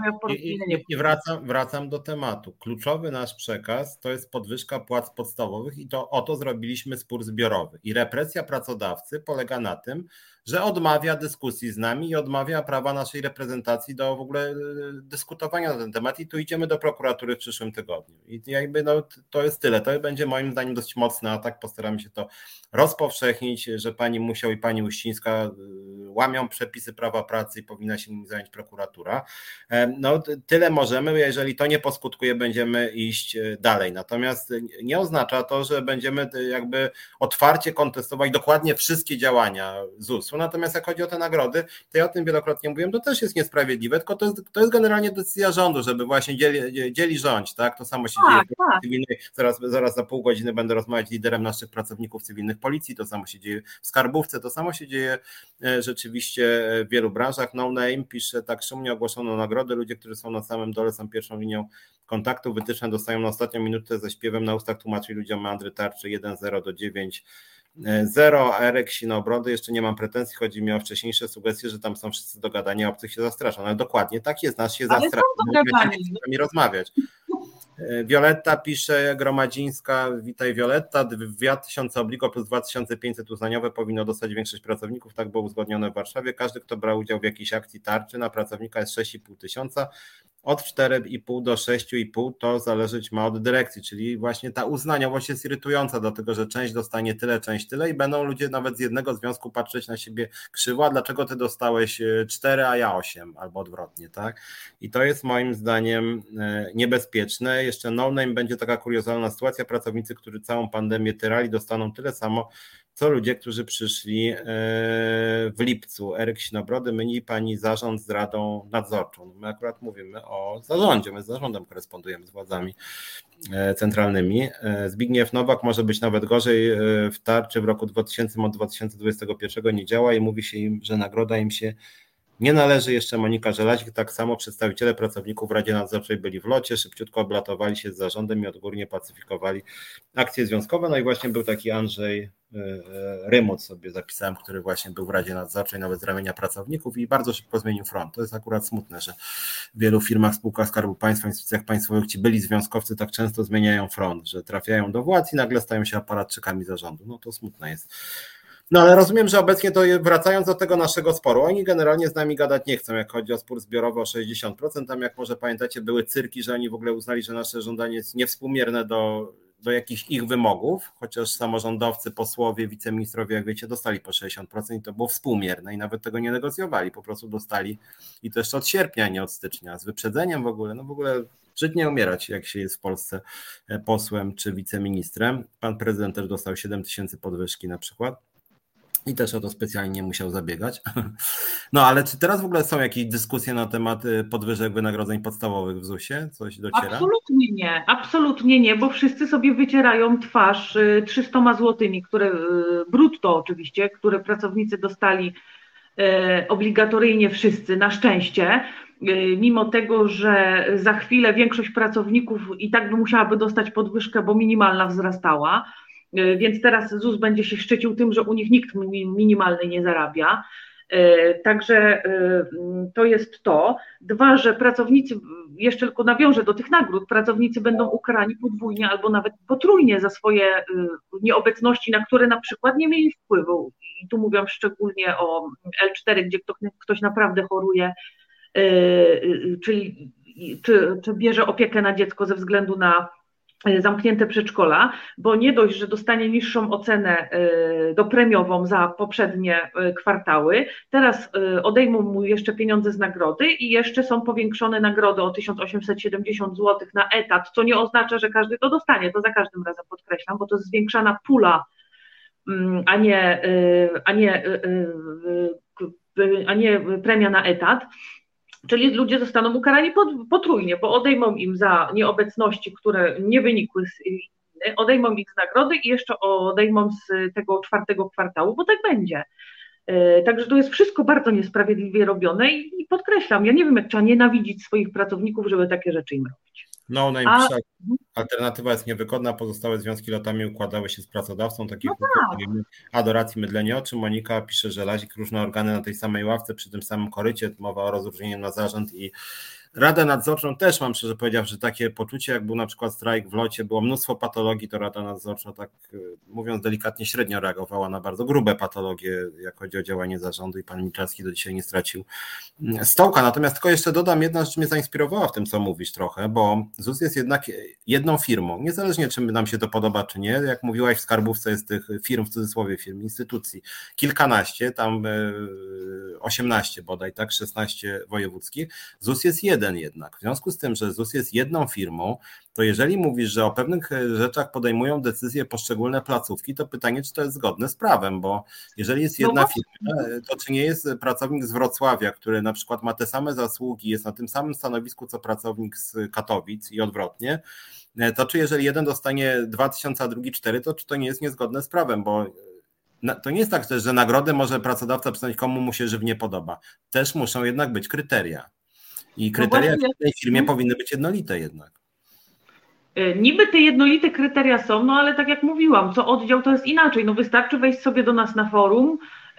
Wracam do tematu. Kluczowy nasz przekaz to jest podwyżka płac podstawowych i to o to zrobiliśmy spór zbiorowy. I represja pracodawcy polega na tym, że odmawia dyskusji z nami i odmawia prawa naszej reprezentacji do w ogóle dyskutowania na ten temat i tu idziemy do prokuratury w przyszłym tygodniu. I jakby to jest tyle. To będzie moim zdaniem dość mocny atak. Postaramy się to rozpowszechnić, że pani Musiał i pani Uścińska łamią przepisy prawa pracy i powinna się nimi zająć prokuratura. No tyle możemy, jeżeli to nie poskutkuje, będziemy iść dalej. Natomiast nie oznacza to, że będziemy jakby otwarcie kontestować dokładnie wszystkie działania ZUS-u. Natomiast jak chodzi o te nagrody, to ja o tym wielokrotnie mówiłem, to też jest niesprawiedliwe, tylko to jest generalnie decyzja rządu, żeby właśnie dzieli rządź, tak? To samo się dzieje w Policji Cywilnej. Zaraz za pół godziny będę rozmawiać z liderem naszych pracowników cywilnych Policji, to samo się dzieje w skarbówce, to samo się dzieje rzeczywiście w wielu branżach. No Name pisze, tak szumnie ogłoszono nagrody, ludzie, którzy są na samym dole, są pierwszą linią kontaktu, wytyczne dostają na ostatnią minutę ze śpiewem na ustach, tłumaczyli ludziom mandry tarczy 1-0 do 9-0, a Erek Sinobrody, jeszcze nie mam pretensji, chodzi mi o wcześniejsze sugestie, że tam są wszyscy dogadani, a obcych się zastraszą. Ale dokładnie tak jest, nas się zastrasza. Musimy z nami rozmawiać. Wioletta pisze, Gromadzińska, witaj Wioletta, 2000 obligo plus 2500 uznaniowe powinno dostać większość pracowników, tak było uzgodnione w Warszawie. Każdy, kto brał udział w jakiejś akcji tarczy na pracownika jest 6,5 tysiąca, od 4,5 do 6,5 to zależeć ma od dyrekcji, czyli właśnie ta uznaniowość jest irytująca, dlatego że część dostanie tyle, część tyle i będą ludzie nawet z jednego związku patrzeć na siebie krzywo, a dlaczego ty dostałeś 4, a ja 8, albo odwrotnie, tak? I to jest moim zdaniem niebezpieczne. Jeszcze no name będzie taka kuriozalna sytuacja, pracownicy, którzy całą pandemię tyrali, dostaną tyle samo, co ludzie, którzy przyszli w lipcu. Eryk Sinobrody, myli pani zarząd z Radą Nadzorczą. My akurat mówimy o zarządzie, my z zarządem korespondujemy z władzami centralnymi. Zbigniew Nowak, może być nawet gorzej, w tarczy w roku 2000 od 2021 nie działa i mówi się im, że nagroda im się nie należy. Jeszcze Monika Żelazik, tak samo przedstawiciele pracowników w Radzie Nadzorczej byli w locie, szybciutko oblatowali się z zarządem i odgórnie pacyfikowali akcje związkowe. No i właśnie był taki Andrzej Rymut, sobie zapisałem, który właśnie był w Radzie Nadzorczej, nawet z ramienia pracowników i bardzo szybko zmienił front. To jest akurat smutne, że w wielu firmach, spółkach Skarbu Państwa, instytucjach państwowych ci byli związkowcy tak często zmieniają front, że trafiają do władz i nagle stają się aparatczykami zarządu. No to smutne jest. No ale rozumiem, że obecnie to wracając do tego naszego sporu, oni generalnie z nami gadać nie chcą, jak chodzi o spór zbiorowy o 60%, tam jak może pamiętacie były cyrki, że oni w ogóle uznali, że nasze żądanie jest niewspółmierne do jakichś ich wymogów, chociaż samorządowcy, posłowie, wiceministrowie, jak wiecie, dostali po 60% i to było współmierne i nawet tego nie negocjowali, po prostu dostali i to jeszcze od sierpnia, nie od stycznia, z wyprzedzeniem w ogóle, no w ogóle żyć nie umierać, jak się jest w Polsce posłem czy wiceministrem. Pan prezydent też dostał 7 000 podwyżki na przykład. I też o to specjalnie nie musiał zabiegać. No ale czy teraz w ogóle są jakieś dyskusje na temat podwyżek wynagrodzeń podstawowych w ZUS-ie? Coś dociera? Absolutnie nie, bo wszyscy sobie wycierają twarz 300 złotymi, które brutto oczywiście, które pracownicy dostali obligatoryjnie wszyscy, na szczęście, mimo tego, że za chwilę większość pracowników i tak by musiałaby dostać podwyżkę, bo minimalna wzrastała. Więc teraz ZUS będzie się szczycił tym, że u nich nikt minimalnej nie zarabia. Także to jest to. 2, że pracownicy, jeszcze tylko nawiążę do tych nagród, pracownicy będą ukarani podwójnie albo nawet potrójnie za swoje nieobecności, na które na przykład nie mieli wpływu. I tu mówię szczególnie o L4, gdzie ktoś naprawdę choruje, czyli czy bierze opiekę na dziecko ze względu na zamknięte przedszkola, bo nie dość, że dostanie niższą ocenę dopremiową za poprzednie kwartały, teraz odejmą mu jeszcze pieniądze z nagrody i jeszcze są powiększone nagrody o 1870 zł na etat, co nie oznacza, że każdy to dostanie, to za każdym razem podkreślam, bo to jest zwiększana pula, a nie premia na etat. Czyli ludzie zostaną ukarani potrójnie, bo odejmą im za nieobecności, które nie wynikły z winy, odejmą ich z nagrody i jeszcze odejmą z tego 4. kwartału, bo tak będzie. Także to jest wszystko bardzo niesprawiedliwie robione i podkreślam, ja nie wiem, jak trzeba nienawidzić swoich pracowników, żeby takie rzeczy im robić. No, A, najbliższa alternatywa jest niewygodna, pozostałe związki latami układały się z pracodawcą, takich mówimy, adoracji mydlenia oczu. Monika pisze, że Lazik różne organy na tej samej ławce, przy tym samym korycie, mowa o rozróżnieniu na zarząd i Radę Nadzorczą. Też mam szczerze powiedziawszy takie poczucie, jak był na przykład strajk w locie, było mnóstwo patologii, to Rada Nadzorcza, tak mówiąc delikatnie, średnio reagowała na bardzo grube patologie, jak chodzi o działanie zarządu, i pan Milczarski do dzisiaj nie stracił stołka. Natomiast tylko jeszcze dodam, jedna rzecz mnie zainspirowała w tym, co mówisz trochę, bo ZUS jest jednak jedną firmą, niezależnie czy nam się to podoba, czy nie. Jak mówiłaś, w skarbówce jest tych firm, w cudzysłowie firm, instytucji kilkanaście, tam 18 bodaj, tak, 16 wojewódzkich. ZUS jest jeden jednak. W związku z tym, że ZUS jest jedną firmą, to jeżeli mówisz, że o pewnych rzeczach podejmują decyzje poszczególne placówki, to pytanie, czy to jest zgodne z prawem, bo jeżeli jest jedna firma, to czy nie jest pracownik z Wrocławia, który na przykład ma te same zasługi, jest na tym samym stanowisku, co pracownik z Katowic i odwrotnie, to czy jeżeli jeden dostanie 2000, a drugi 4, to czy to nie jest niezgodne z prawem, bo to nie jest tak też, że nagrodę może pracodawca przyznać, komu mu się żywnie podoba. Też muszą jednak być kryteria. I kryteria w tej firmie powinny być jednolite jednak. Niby te jednolite kryteria są, no ale tak jak mówiłam, co oddział to jest inaczej. No wystarczy wejść sobie do nas na forum,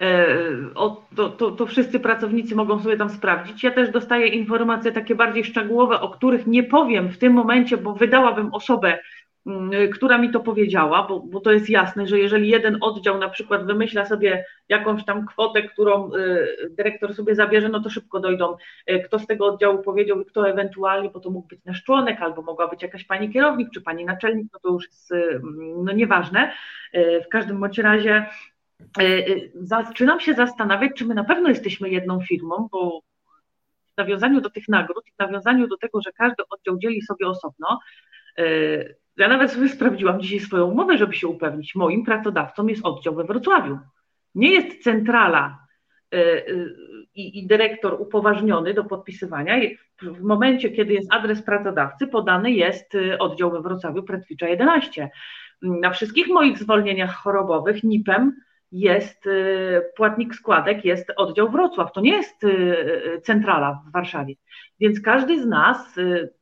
to wszyscy pracownicy mogą sobie tam sprawdzić. Ja też dostaję informacje takie bardziej szczegółowe, o których nie powiem w tym momencie, bo wydałabym osobę, która mi to powiedziała, bo to jest jasne, że jeżeli jeden oddział na przykład wymyśla sobie jakąś tam kwotę, którą dyrektor sobie zabierze, no to szybko dojdą, kto z tego oddziału powiedział i kto ewentualnie, bo to mógł być nasz członek, albo mogła być jakaś pani kierownik, czy pani naczelnik, no to już jest no nieważne. W każdym bądź razie zaczynam się zastanawiać, czy my na pewno jesteśmy jedną firmą, bo w nawiązaniu do tych nagród, w nawiązaniu do tego, że każdy oddział dzieli sobie osobno, ja nawet sobie sprawdziłam dzisiaj swoją umowę, żeby się upewnić. Moim pracodawcą jest oddział we Wrocławiu. Nie jest centrala i dyrektor upoważniony do podpisywania. W momencie, kiedy jest adres pracodawcy, podany jest oddział we Wrocławiu, Pretwicza 11. Na wszystkich moich zwolnieniach chorobowych NIP-em jest płatnik składek, jest oddział Wrocław. To nie jest centrala w Warszawie. Więc każdy z nas...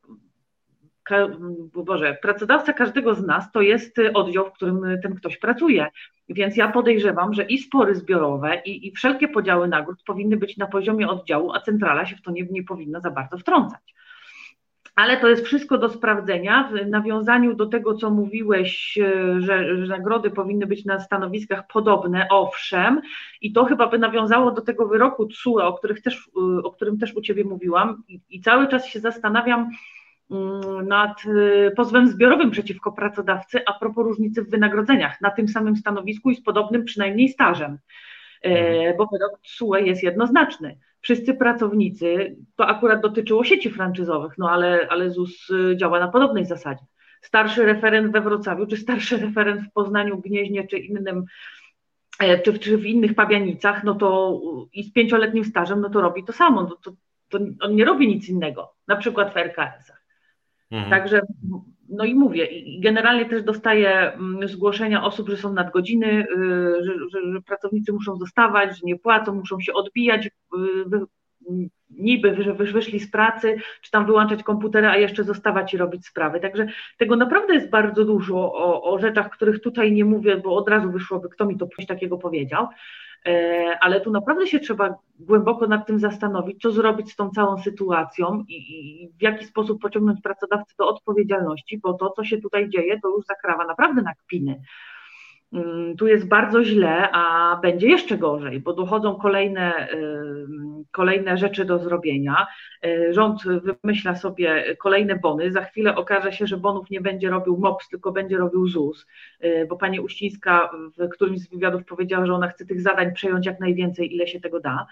pracodawca każdego z nas to jest oddział, w którym ten ktoś pracuje. Więc ja podejrzewam, że i spory zbiorowe, i wszelkie podziały nagród powinny być na poziomie oddziału, a centrala się w to nie powinna za bardzo wtrącać. Ale to jest wszystko do sprawdzenia. W nawiązaniu do tego, co mówiłeś, że nagrody powinny być na stanowiskach podobne, owszem, i to chyba by nawiązało do tego wyroku TSUE, o którym też u Ciebie mówiłam, i cały czas się zastanawiam nad pozwem zbiorowym przeciwko pracodawcy a propos różnicy w wynagrodzeniach na tym samym stanowisku i z podobnym przynajmniej stażem, bo wyrok TSUE jest jednoznaczny. Wszyscy pracownicy, to akurat dotyczyło sieci franczyzowych, no ale ZUS działa na podobnej zasadzie. Starszy referent we Wrocławiu, czy starszy referent w Poznaniu, Gnieźnie, czy innym, czy w innych Pabianicach, no to i z 5-letnim stażem, no to robi to samo, no to on nie robi nic innego, na przykład w RKS-ach. Także, no i mówię, i generalnie też dostaję zgłoszenia osób, że są nadgodziny, że pracownicy muszą zostawać, że nie płacą, muszą się odbijać, niby, że wyszli z pracy, czy tam wyłączać komputery, a jeszcze zostawać i robić sprawy. Także tego naprawdę jest bardzo dużo o rzeczach, których tutaj nie mówię, bo od razu wyszłoby, kto mi to coś takiego powiedział. Ale tu naprawdę się trzeba głęboko nad tym zastanowić, co zrobić z tą całą sytuacją i w jaki sposób pociągnąć pracodawcę do odpowiedzialności, bo to, co się tutaj dzieje, to już zakrawa naprawdę na kpiny. Tu jest bardzo źle, a będzie jeszcze gorzej, bo dochodzą kolejne rzeczy do zrobienia. Rząd wymyśla sobie kolejne bony. Za chwilę okaże się, że bonów nie będzie robił MOPS, tylko będzie robił ZUS, bo pani Uścińska w którymś z wywiadów powiedziała, że ona chce tych zadań przejąć jak najwięcej, ile się tego da.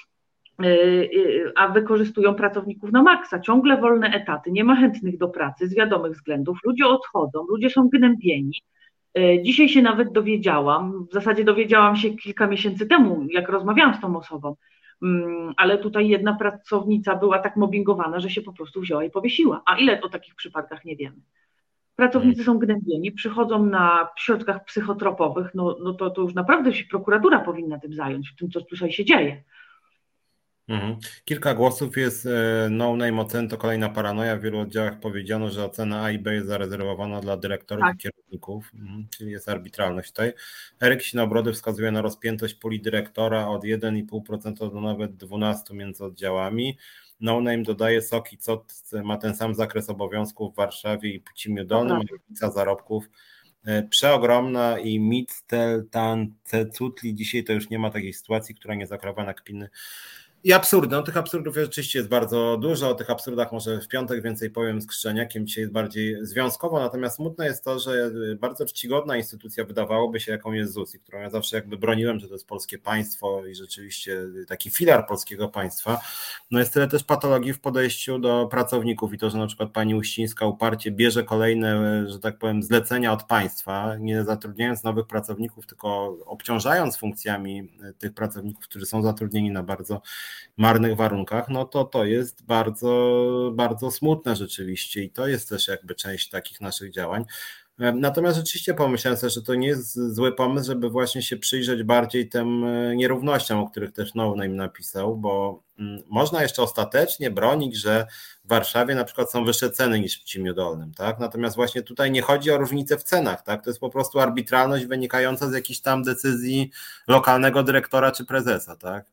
A wykorzystują pracowników na maksa, ciągle wolne etaty, nie ma chętnych do pracy z wiadomych względów, ludzie odchodzą, ludzie są gnębieni. Dzisiaj się nawet dowiedziałam, w zasadzie dowiedziałam się kilka miesięcy temu, jak rozmawiałam z tą osobą, ale tutaj jedna pracownica była tak mobbingowana, że się po prostu wzięła i powiesiła. A ile o takich przypadkach nie wiemy? Pracownicy są gnębieni, przychodzą na środkach psychotropowych, no to już naprawdę się prokuratura powinna tym zająć, tym, co tutaj się dzieje. Kilka głosów jest no name oceny, to kolejna paranoja. W wielu oddziałach powiedziano, że ocena A i B jest zarezerwowana dla dyrektorów i kierowników, czyli jest arbitralność tutaj. Eryk Sinobrody wskazuje na rozpiętość puli dyrektora od 1,5% do nawet 12% między oddziałami. No name dodaje SOK i COT ma ten sam zakres obowiązków w Warszawie i Pcimiu Dolnym, a różnica zarobków przeogromna i Mitstel, Cutli. Dzisiaj to już nie ma takiej sytuacji, która nie zakrywa na kpiny i absurdy. No, tych absurdów rzeczywiście jest bardzo dużo. O tych absurdach może w piątek więcej powiem z Krzeniakiem. Dzisiaj jest bardziej związkowo, natomiast smutne jest to, że bardzo czcigodna instytucja, wydawałoby się, jaką jest ZUS, i którą ja zawsze jakby broniłem, że to jest polskie państwo i rzeczywiście taki filar polskiego państwa. No jest tyle też patologii w podejściu do pracowników i to, że na przykład pani Uścińska uparcie bierze kolejne, że tak powiem, zlecenia od państwa, nie zatrudniając nowych pracowników, tylko obciążając funkcjami tych pracowników, którzy są zatrudnieni na bardzo marnych warunkach, no to jest bardzo, bardzo smutne rzeczywiście i to jest też jakby część takich naszych działań. Natomiast rzeczywiście pomyślałem sobie, że to nie jest zły pomysł, żeby właśnie się przyjrzeć bardziej tym nierównościom, o których też No Name napisał, bo można jeszcze ostatecznie bronić, że w Warszawie na przykład są wyższe ceny niż w Pcimiu Dolnym, tak? Natomiast właśnie tutaj nie chodzi o różnicę w cenach, tak? To jest po prostu arbitralność wynikająca z jakichś tam decyzji lokalnego dyrektora czy prezesa, tak?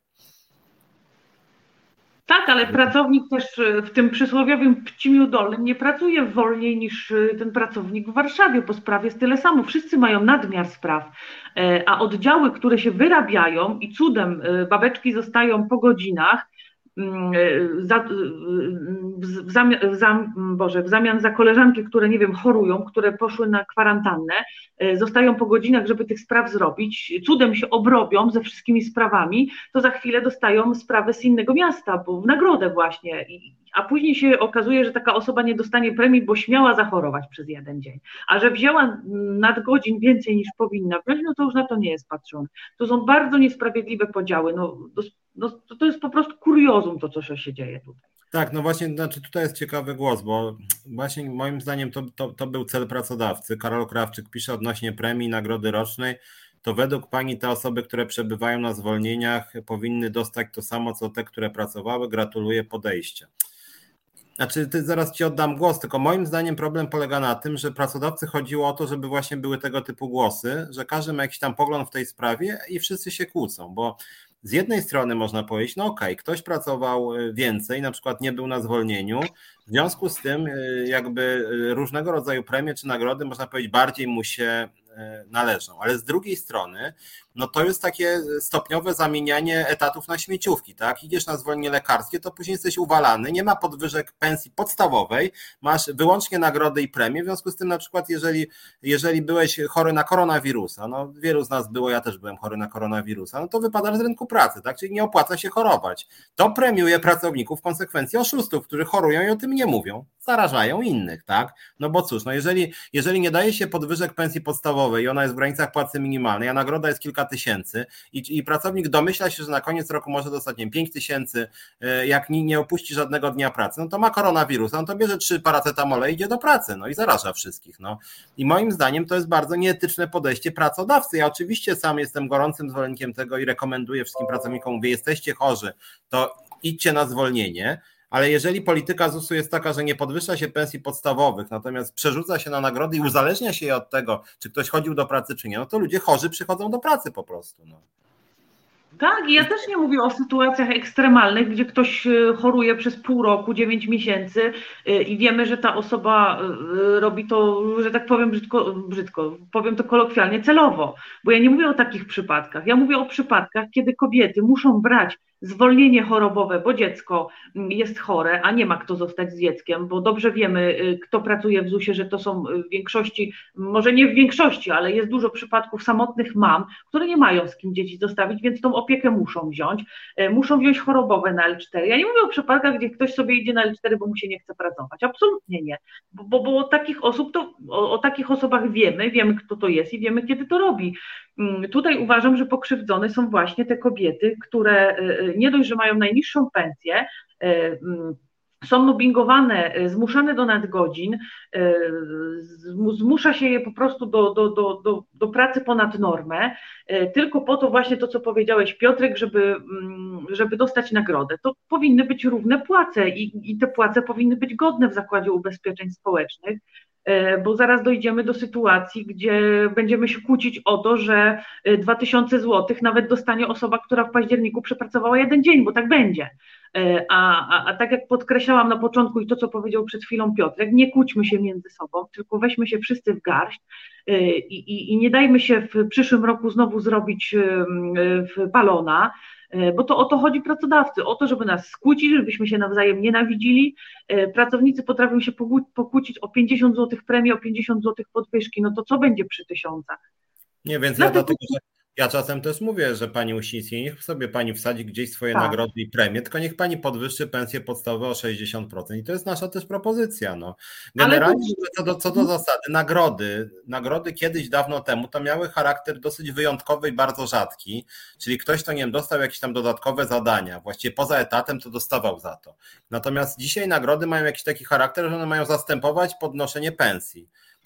Tak, ale pracownik też w tym przysłowiowym Pcimiu Dolnym nie pracuje wolniej niż ten pracownik w Warszawie, bo spraw jest tyle samo. Wszyscy mają nadmiar spraw, a oddziały, które się wyrabiają i cudem babeczki zostają po godzinach, w zamian za koleżanki, które nie wiem, chorują, które poszły na kwarantannę, zostają po godzinach, żeby tych spraw zrobić, cudem się obrobią ze wszystkimi sprawami, to za chwilę dostają sprawę z innego miasta, bo w nagrodę właśnie, a później się okazuje, że taka osoba nie dostanie premii, bo śmiała zachorować przez jeden dzień, a że wzięła nadgodzin więcej niż powinna wziąć, no to już na to nie jest patrzone. To są bardzo niesprawiedliwe podziały, to jest po prostu kuriozum to, co się dzieje tutaj. Tak, no właśnie, znaczy tutaj jest ciekawy głos, bo właśnie moim zdaniem to był cel pracodawcy. Karol Krawczyk pisze odnośnie premii nagrody rocznej, to według pani te osoby, które przebywają na zwolnieniach, powinny dostać to samo, co te, które pracowały. Gratuluję podejścia. Znaczy, zaraz ci oddam głos, tylko moim zdaniem problem polega na tym, że pracodawcy chodziło o to, żeby właśnie były tego typu głosy, że każdy ma jakiś tam pogląd w tej sprawie i wszyscy się kłócą, bo z jednej strony można powiedzieć, no okej, ktoś pracował więcej, na przykład nie był na zwolnieniu, w związku z tym jakby różnego rodzaju premie czy nagrody, można powiedzieć, bardziej mu się należą, ale z drugiej strony, no to jest takie stopniowe zamienianie etatów na śmieciówki, tak? Idziesz na zwolnienie lekarskie, to później jesteś uwalany, nie ma podwyżek pensji podstawowej, masz wyłącznie nagrody i premie, w związku z tym na przykład jeżeli byłeś chory na koronawirusa, no wielu z nas było, ja też byłem chory na koronawirusa, no to wypadasz z rynku pracy, tak? Czyli nie opłaca się chorować. To premiuje pracowników w konsekwencji oszustów, którzy chorują i o tym nie mówią, zarażają innych, tak? No bo cóż, no jeżeli nie daje się podwyżek pensji podstawowej i ona jest w granicach płacy minimalnej, a nagroda jest kilka tysięcy i pracownik domyśla się, że na koniec roku może dostać 5 tysięcy, jak nie opuści żadnego dnia pracy, no to ma koronawirus, no to bierze 3 paracetamole i idzie do pracy, no i zaraża wszystkich, no. I moim zdaniem to jest bardzo nieetyczne podejście pracodawcy. Ja oczywiście sam jestem gorącym zwolennikiem tego i rekomenduję wszystkim pracownikom, mówię, jesteście chorzy, to idźcie na zwolnienie, ale jeżeli polityka ZUS-u jest taka, że nie podwyższa się pensji podstawowych, natomiast przerzuca się na nagrody i uzależnia się je od tego, czy ktoś chodził do pracy, czy nie, no to ludzie chorzy przychodzą do pracy po prostu. No. Tak, i ja też nie mówię o sytuacjach ekstremalnych, gdzie ktoś choruje przez pół roku, 9 miesięcy i wiemy, że ta osoba robi to, że tak powiem brzydko, powiem to kolokwialnie, celowo, bo ja nie mówię o takich przypadkach, ja mówię o przypadkach, kiedy kobiety muszą brać zwolnienie chorobowe, bo dziecko jest chore, a nie ma kto zostać z dzieckiem, bo dobrze wiemy, kto pracuje w ZUS-ie, że to są w większości, może nie w większości, ale jest dużo przypadków samotnych mam, które nie mają z kim dzieci zostawić, więc tą opiekę muszą wziąć chorobowe na L4. Ja nie mówię o przypadkach, gdzie ktoś sobie idzie na L4, bo mu się nie chce pracować, absolutnie nie, bo o takich osobach wiemy, kto to jest i wiemy, kiedy to robi. Tutaj uważam, że pokrzywdzone są właśnie te kobiety, które nie dość, że mają najniższą pensję, są mobbingowane, zmuszane do nadgodzin, zmusza się je po prostu do pracy ponad normę, tylko po to właśnie to, co powiedziałeś, Piotrek, żeby dostać nagrodę. To powinny być równe płace i te płace powinny być godne w Zakładzie Ubezpieczeń Społecznych, bo zaraz dojdziemy do sytuacji, gdzie będziemy się kłócić o to, że 2000 zł nawet dostanie osoba, która w październiku przepracowała 1 dzień, bo tak będzie. A tak jak podkreślałam na początku i to, co powiedział przed chwilą Piotrek, nie kłóćmy się między sobą, tylko weźmy się wszyscy w garść i nie dajmy się w przyszłym roku znowu zrobić balona, bo to o to chodzi pracodawcy, o to, żeby nas skłócić, żebyśmy się nawzajem nienawidzili. Pracownicy potrafią się pokłócić o 50 zł premii, o 50 zł podwyżki, no to co będzie przy 1000? Nie, więc ja dlatego, że ja czasem też mówię, że pani Uścińskiej, niech sobie pani wsadzi gdzieś swoje nagrody i premie, tylko niech pani podwyższy pensję podstawowe o 60%. I to jest nasza też propozycja. No. Generalnie co do zasady, nagrody kiedyś dawno temu to miały charakter dosyć wyjątkowy i bardzo rzadki, czyli ktoś, kto nie wiem, dostał jakieś tam dodatkowe zadania, właściwie poza etatem, to dostawał za to. Natomiast dzisiaj nagrody mają jakiś taki charakter, że one mają zastępować podnoszenie pensji.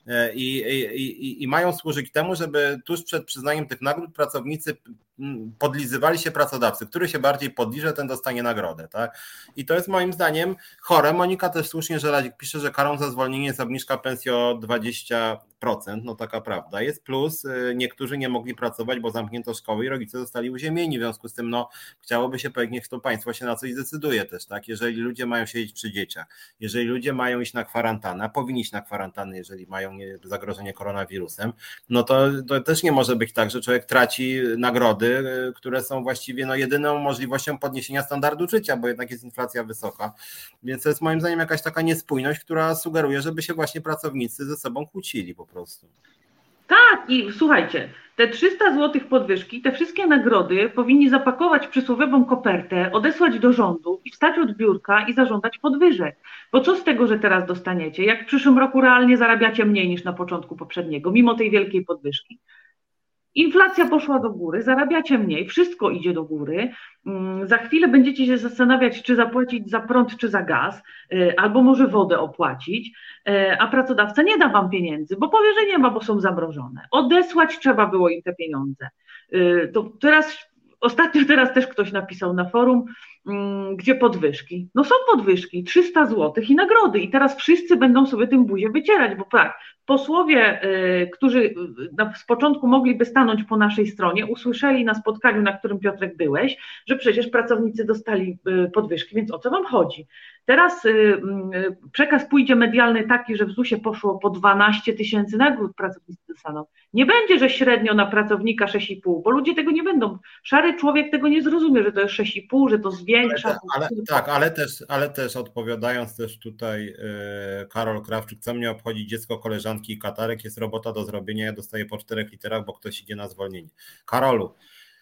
I mają służyć temu, żeby tuż przed przyznaniem tych nagród pracownicy podlizywali się pracodawcy. Który się bardziej podliże, ten dostanie nagrodę. Tak? I to jest moim zdaniem chore. Monika też słusznie pisze, że karą za zwolnienie jest obniżka pensji o 20%. No taka prawda jest. Plus niektórzy nie mogli pracować, bo zamknięto szkoły i rodzice zostali uziemieni. W związku z tym chciałoby się powiedzieć, niech to państwo się na coś zdecyduje też. Tak? Jeżeli ludzie mają siedzieć przy dzieciach, jeżeli ludzie mają iść na kwarantannę, a powinni iść na kwarantannę, jeżeli mają zagrożenie koronawirusem, no to też nie może być tak, że człowiek traci nagrody, które są właściwie jedyną możliwością podniesienia standardu życia, bo jednak jest inflacja wysoka. Więc to jest moim zdaniem jakaś taka niespójność, która sugeruje, żeby się właśnie pracownicy ze sobą kłócili po prostu. Tak, i słuchajcie, te 300 zł podwyżki, te wszystkie nagrody powinni zapakować w przysłowiową kopertę, odesłać do rządu i wstać od biurka i zażądać podwyżek. Bo co z tego, że teraz dostaniecie, jak w przyszłym roku realnie zarabiacie mniej niż na początku poprzedniego, mimo tej wielkiej podwyżki? Inflacja poszła do góry, zarabiacie mniej, wszystko idzie do góry. Za chwilę będziecie się zastanawiać, czy zapłacić za prąd, czy za gaz, albo może wodę opłacić, a pracodawca nie da wam pieniędzy, bo powie, że nie ma, bo są zamrożone. Odesłać trzeba było im te pieniądze. To ostatnio też ktoś napisał na forum, gdzie podwyżki. No są podwyżki, 300 zł i nagrody i teraz wszyscy będą sobie tym buzię wycierać, bo tak, posłowie, którzy z początku mogliby stanąć po naszej stronie, usłyszeli na spotkaniu, na którym Piotrek byłeś, że przecież pracownicy dostali podwyżki, więc o co wam chodzi? Teraz przekaz pójdzie medialny taki, że w ZUS-ie poszło po 12 000 nagród pracownicy dostaną. Nie będzie, że średnio na pracownika 6,5, bo ludzie tego nie będą. Szary człowiek tego nie zrozumie, że to jest 6,5, że to zwiększa. Ale też odpowiadając też tutaj Karol Krawczyk, co mnie obchodzi dziecko koleżanki i katarek, jest robota do zrobienia, ja dostaję po 4 literach, bo ktoś idzie na zwolnienie. Karolu,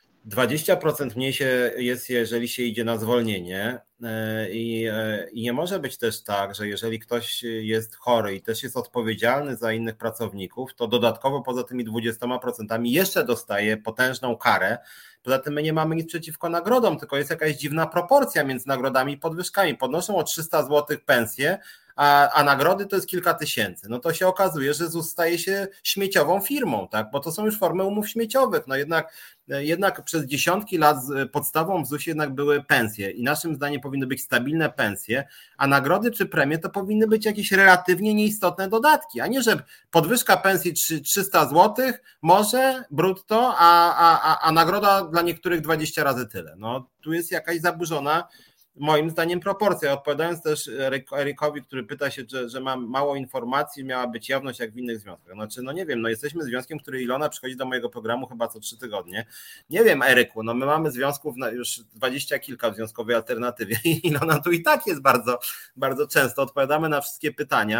20% mniej jest, jeżeli się idzie na zwolnienie i nie może być też tak, że jeżeli ktoś jest chory i też jest odpowiedzialny za innych pracowników, to dodatkowo poza tymi 20% jeszcze dostaje potężną karę. Poza tym my nie mamy nic przeciwko nagrodom, tylko jest jakaś dziwna proporcja między nagrodami i podwyżkami. Podnoszą o 300 zł pensję, a nagrody to jest kilka tysięcy. No to się okazuje, że ZUS staje się śmieciową firmą, tak? Bo to są już formy umów śmieciowych. No jednak przez dziesiątki lat podstawą w ZUS jednak były pensje i naszym zdaniem powinny być stabilne pensje, a nagrody czy premie to powinny być jakieś relatywnie nieistotne dodatki, a nie, że podwyżka pensji 300 zł może brutto, a nagroda dla niektórych 20 razy tyle. No tu jest jakaś zaburzona moim zdaniem proporcja. Odpowiadając też Erykowi, który pyta się, że mam mało informacji, miała być jawność jak w innych związkach. Znaczy, no nie wiem, jesteśmy związkiem, który Ilona przychodzi do mojego programu chyba co 3 tygodnie. Nie wiem, Eryku, my mamy związków już 20 kilka w Związkowej Alternatywie i Ilona tu i tak jest bardzo, bardzo często. Odpowiadamy na wszystkie pytania.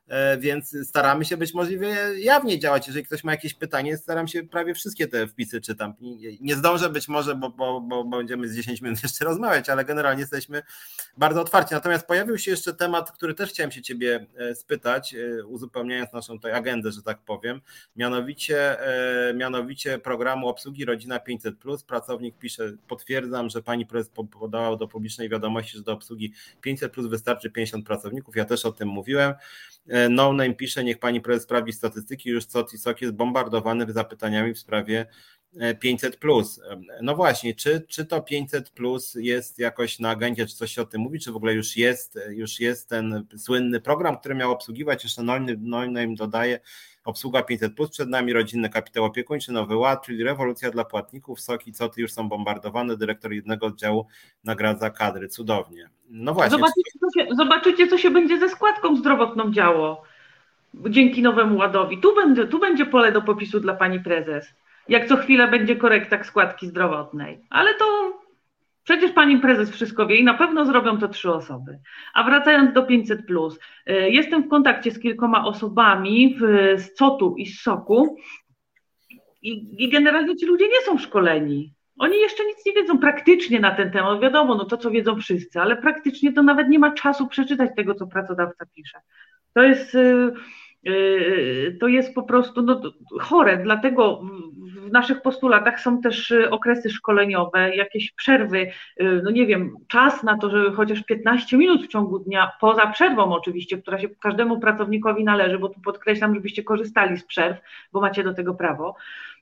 więc staramy się być możliwie jawnie działać. Jeżeli ktoś ma jakieś pytanie, staram się prawie wszystkie te wpisy czytam. Nie zdążę być może, bo będziemy z 10 minut jeszcze rozmawiać, ale generalnie jesteśmy bardzo otwarci. Natomiast pojawił się jeszcze temat, który też chciałem się ciebie spytać, uzupełniając naszą tutaj agendę, że tak powiem, mianowicie programu Obsługi Rodzina 500+. Pracownik pisze: potwierdzam, że pani prezes podała do publicznej wiadomości, że do obsługi 500+ wystarczy 50 pracowników. Ja też o tym mówiłem. No Name pisze: niech pani prezes sprawdzi statystyki, już SOC jest bombardowany zapytaniami w sprawie 500+. No właśnie, czy to 500+ jest jakoś na agendzie, czy coś się o tym mówi, czy w ogóle już jest ten słynny program, który miał obsługiwać, jeszcze No Name dodaje: obsługa 500+, przed nami rodzinny kapitał opiekuńczy, Nowy Ład, czyli rewolucja dla płatników, SOK i COT już są bombardowane, dyrektor jednego oddziału nagradza kadry, cudownie. No właśnie. Zobaczycie, co się będzie ze składką zdrowotną działo dzięki Nowemu Ładowi. Tu będzie pole do popisu dla pani prezes. Jak co chwilę będzie korekta składki zdrowotnej. Ale to przecież pani prezes wszystko wie i na pewno zrobią to 3 osoby. A wracając do 500+, jestem w kontakcie z kilkoma osobami z COT-u i z SOK-u i generalnie ci ludzie nie są szkoleni. Oni jeszcze nic nie wiedzą praktycznie na ten temat. Wiadomo, no to co wiedzą wszyscy, ale praktycznie to nawet nie ma czasu przeczytać tego, co pracodawca pisze. To jest po prostu chore, dlatego w naszych postulatach są też okresy szkoleniowe, jakieś przerwy, no nie wiem, czas na to, żeby chociaż 15 minut w ciągu dnia, poza przerwą oczywiście, która się każdemu pracownikowi należy, bo tu podkreślam, żebyście korzystali z przerw, bo macie do tego prawo.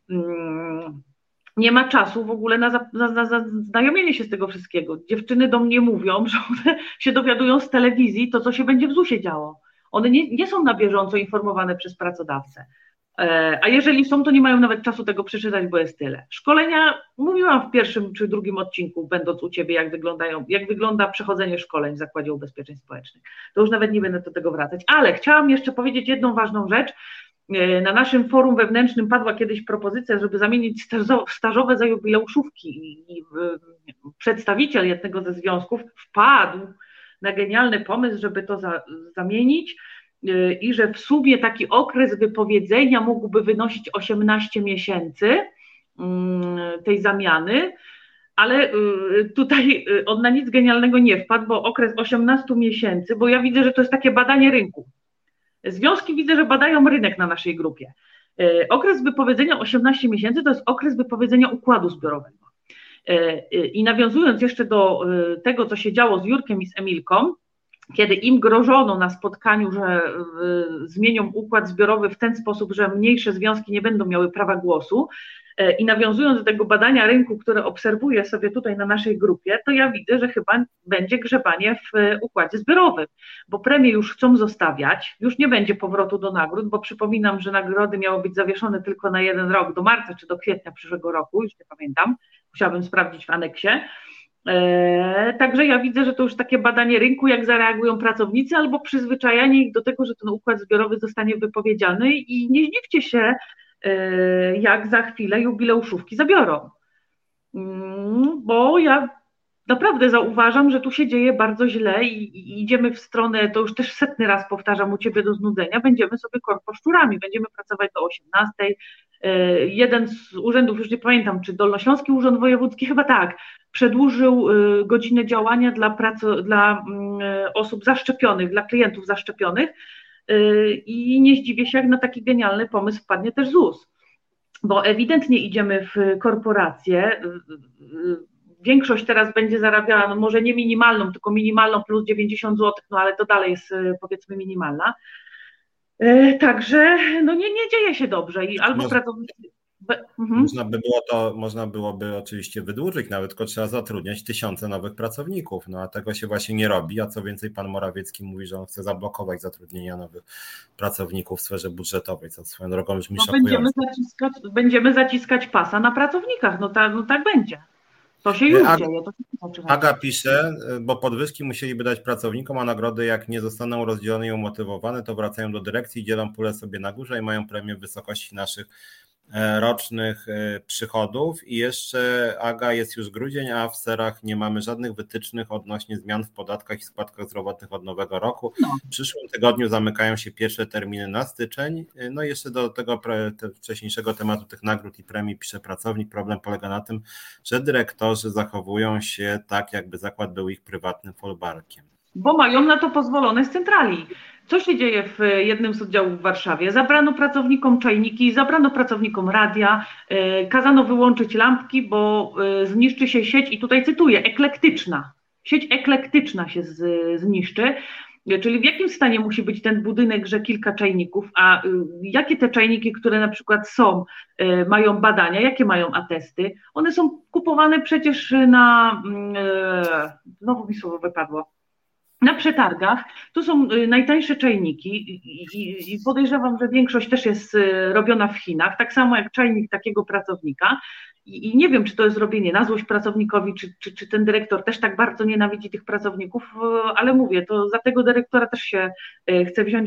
Nie ma czasu w ogóle na zaznajomienie się z tego wszystkiego. Dziewczyny do mnie mówią, że one się dowiadują z telewizji to, co się będzie w ZUS-ie działo. One nie są na bieżąco informowane przez pracodawcę. A jeżeli są, to nie mają nawet czasu tego przeczytać, bo jest tyle. Szkolenia, mówiłam w pierwszym czy drugim odcinku, będąc u ciebie, jak wygląda przechodzenie szkoleń w Zakładzie Ubezpieczeń Społecznych. To już nawet nie będę do tego wracać. Ale chciałam jeszcze powiedzieć jedną ważną rzecz. Na naszym forum wewnętrznym padła kiedyś propozycja, żeby zamienić stażowe za jubileuszówki i przedstawiciel jednego ze związków wpadł na genialny pomysł, żeby to zamienić i że w sumie taki okres wypowiedzenia mógłby wynosić 18 miesięcy tej zamiany, ale tutaj on na nic genialnego nie wpadł, bo okres 18 miesięcy, bo ja widzę, że to jest takie badanie rynku. Związki widzę, że badają rynek na naszej grupie. Okres wypowiedzenia 18 miesięcy to jest okres wypowiedzenia układu zbiorowego. I nawiązując jeszcze do tego, co się działo z Jurkiem i z Emilką, kiedy im grożono na spotkaniu, że zmienią układ zbiorowy w ten sposób, że mniejsze związki nie będą miały prawa głosu, i nawiązując do tego badania rynku, które obserwuję sobie tutaj na naszej grupie, to ja widzę, że chyba będzie grzebanie w układzie zbiorowym, bo premie już chcą zostawiać, już nie będzie powrotu do nagród, bo przypominam, że nagrody miały być zawieszone tylko na 1 rok, do marca czy do kwietnia przyszłego roku, już nie pamiętam, musiałabym sprawdzić w aneksie. Także ja widzę, że to już takie badanie rynku, jak zareagują pracownicy, albo przyzwyczajanie ich do tego, że ten układ zbiorowy zostanie wypowiedziany i nie zdziwcie się, jak za chwilę jubileuszówki zabiorą. Bo ja naprawdę zauważam, że tu się dzieje bardzo źle i idziemy w stronę, to już też 100. raz powtarzam u ciebie do znudzenia, będziemy sobie korposzczurami, będziemy pracować do 18. Jeden z urzędów, już nie pamiętam, czy Dolnośląski Urząd Wojewódzki, chyba tak, przedłużył godzinę działania dla osób zaszczepionych, dla klientów zaszczepionych, i nie zdziwię się, jak na taki genialny pomysł wpadnie też ZUS, bo ewidentnie idziemy w korporacje. Większość teraz będzie zarabiała, no może nie minimalną, tylko minimalną plus 90 zł, no ale to dalej jest powiedzmy minimalna. Także no nie dzieje się dobrze i albo pracownicy... Można byłoby oczywiście wydłużyć, nawet tylko trzeba zatrudniać tysiące nowych pracowników, no a tego się właśnie nie robi, a co więcej pan Morawiecki mówi, że on chce zablokować zatrudnienia nowych pracowników w sferze budżetowej, co swoją drogą brzmi szokująco. Będziemy zaciskać pasa na pracownikach, no tak będzie. To się już dzieje. Aga pisze, bo podwyżki musieliby dać pracownikom, a nagrody jak nie zostaną rozdzielone i umotywowane, to wracają do dyrekcji, dzielą pulę sobie na górze i mają premię w wysokości naszych rocznych przychodów i jeszcze, Aga, jest już grudzień, a w SER-ach nie mamy żadnych wytycznych odnośnie zmian w podatkach i składkach zdrowotnych od nowego roku. W przyszłym tygodniu zamykają się pierwsze terminy na styczeń. No i jeszcze do tego wcześniejszego tematu tych nagród i premii pisze pracownik. Problem polega na tym, że dyrektorzy zachowują się tak, jakby zakład był ich prywatnym folwarkiem. Bo mają na to pozwolone z centrali. Co się dzieje w jednym z oddziałów w Warszawie? Zabrano pracownikom czajniki, zabrano pracownikom radia, kazano wyłączyć lampki, bo zniszczy się sieć, i tutaj cytuję, eklektyczna. Sieć eklektyczna się zniszczy. Czyli w jakim stanie musi być ten budynek, że kilka czajników, a jakie te czajniki, które na przykład są, mają badania, jakie mają atesty? One są kupowane przecież znowu mi słowo wypadło, na przetargach. To są najtańsze czajniki i podejrzewam, że większość też jest robiona w Chinach, tak samo jak czajnik takiego pracownika. I nie wiem, czy to jest robienie na złość pracownikowi, czy ten dyrektor też tak bardzo nienawidzi tych pracowników, ale mówię, to za tego dyrektora też się chcę wziąć,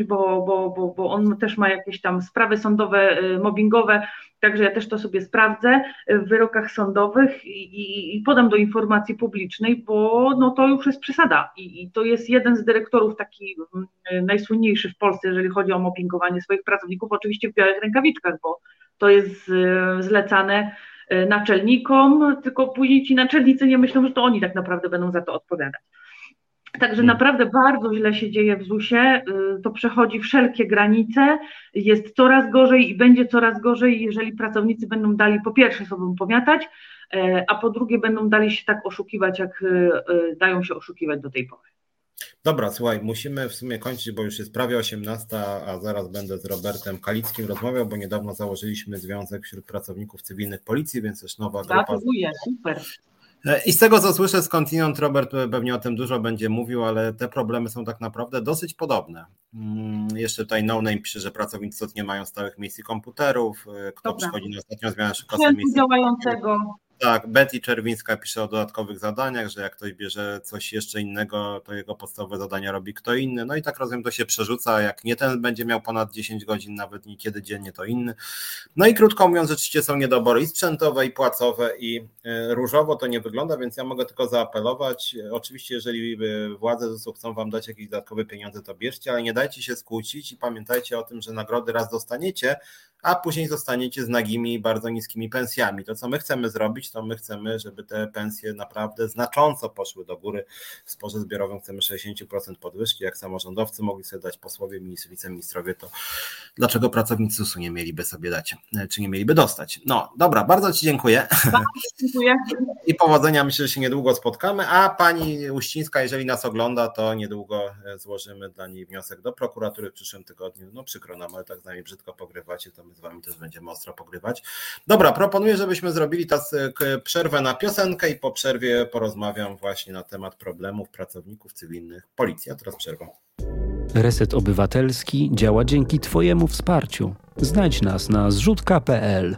bo on też ma jakieś tam sprawy sądowe, mobbingowe, także ja też to sobie sprawdzę w wyrokach sądowych i podam do informacji publicznej, bo no to już jest przesada i to jest jeden z dyrektorów taki najsłynniejszy w Polsce, jeżeli chodzi o mobbingowanie swoich pracowników, oczywiście w białych rękawiczkach, bo to jest zlecane naczelnikom, tylko później ci naczelnicy nie myślą, że to oni tak naprawdę będą za to odpowiadać. Także naprawdę bardzo źle się dzieje w ZUS-ie, to przechodzi wszelkie granice, jest coraz gorzej i będzie coraz gorzej, jeżeli pracownicy będą dali po pierwsze sobą pomiatać, a po drugie będą dali się tak oszukiwać, jak dają się oszukiwać do tej pory. Dobra, słuchaj, musimy w sumie kończyć, bo już jest prawie 18, a zaraz będę z Robertem Kalickim rozmawiał, bo niedawno założyliśmy związek wśród pracowników cywilnych Policji, więc też nowa grupa. Gratuluję, super. I z tego, co słyszę skądinąd, Robert pewnie o tym dużo będzie mówił, ale te problemy są tak naprawdę dosyć podobne. Jeszcze tutaj No Name pisze, że pracownicy nie mają stałych miejsc i komputerów. Kto przychodzi na ostatnią zmianę, szuka sobie miejsca działającego. Tak, Betty Czerwińska pisze o dodatkowych zadaniach, że jak ktoś bierze coś jeszcze innego, to jego podstawowe zadania robi kto inny. No i tak rozumiem, to się przerzuca, jak nie ten będzie miał ponad 10 godzin, nawet niekiedy dziennie, to inny. No i krótko mówiąc, rzeczywiście są niedobory i sprzętowe, i płacowe, i różowo to nie wygląda, więc ja mogę tylko zaapelować. Oczywiście, jeżeli władze ZUS-u chcą wam dać jakieś dodatkowe pieniądze, to bierzcie, ale nie dajcie się skłócić i pamiętajcie o tym, że nagrody raz dostaniecie, a później zostaniecie z nagimi, bardzo niskimi pensjami. To, co my chcemy zrobić, to my chcemy, żeby te pensje naprawdę znacząco poszły do góry. W sporze zbiorowym chcemy 60% podwyżki, jak samorządowcy mogli sobie dać, posłowie, ministrowie, wiceministrowie, to dlaczego pracownicy ZUS-u nie mieliby sobie dać, czy nie mieliby dostać? No dobra, bardzo Ci dziękuję. Dziękuję. I powodzenia, myślę, że się niedługo spotkamy, a pani Uścińska, jeżeli nas ogląda, to niedługo złożymy dla niej wniosek do prokuratury w przyszłym tygodniu. No przykro nam, ale tak z nami brzydko pogrywacie, to my z wami też będziemy ostro pogrywać. Dobra, proponuję, żebyśmy zrobili teraz przerwę na piosenkę i po przerwie porozmawiam właśnie na temat problemów pracowników cywilnych Policji. A teraz przerwa. Reset Obywatelski działa dzięki Twojemu wsparciu. Znajdź nas na zrzutka.pl.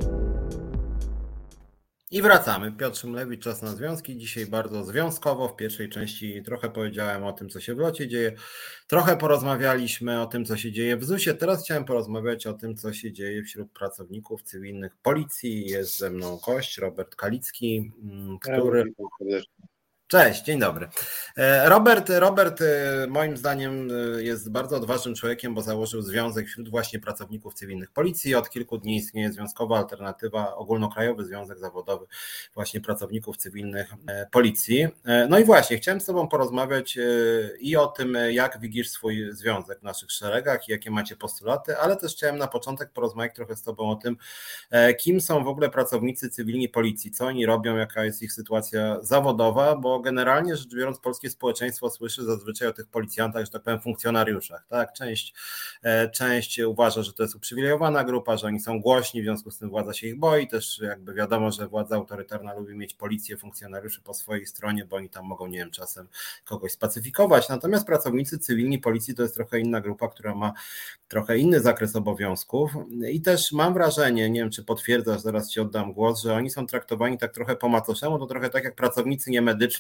I wracamy. Piotr Szymlewicz, Czas na Związki. Dzisiaj bardzo związkowo. W pierwszej części trochę powiedziałem o tym, co się w locie dzieje. Trochę porozmawialiśmy o tym, co się dzieje w ZUS-ie. Teraz chciałem porozmawiać o tym, co się dzieje wśród pracowników cywilnych Policji. Jest ze mną gość, Robert Kalicki, który... Cześć, dzień dobry. Robert moim zdaniem jest bardzo odważnym człowiekiem, bo założył związek wśród właśnie pracowników cywilnych Policji. Od kilku dni istnieje związkowa alternatywa, ogólnokrajowy związek zawodowy właśnie pracowników cywilnych Policji. No i właśnie, chciałem z Tobą porozmawiać i o tym, jak widzisz swój związek w naszych szeregach i jakie macie postulaty, ale też chciałem na początek porozmawiać trochę z Tobą o tym, kim są w ogóle pracownicy cywilni Policji, co oni robią, jaka jest ich sytuacja zawodowa, bo generalnie rzecz biorąc polskie społeczeństwo słyszy zazwyczaj o tych policjantach, że tak powiem funkcjonariuszach, tak? Część uważa, że to jest uprzywilejowana grupa, że oni są głośni, w związku z tym władza się ich boi, też jakby wiadomo, że władza autorytarna lubi mieć policję, funkcjonariuszy po swojej stronie, bo oni tam mogą, nie wiem, czasem kogoś spacyfikować, natomiast pracownicy cywilni Policji to jest trochę inna grupa, która ma trochę inny zakres obowiązków i też mam wrażenie, nie wiem, czy potwierdzasz, zaraz Ci oddam głos, że oni są traktowani tak trochę po macoszemu, to trochę tak jak pracownicy niemedyczni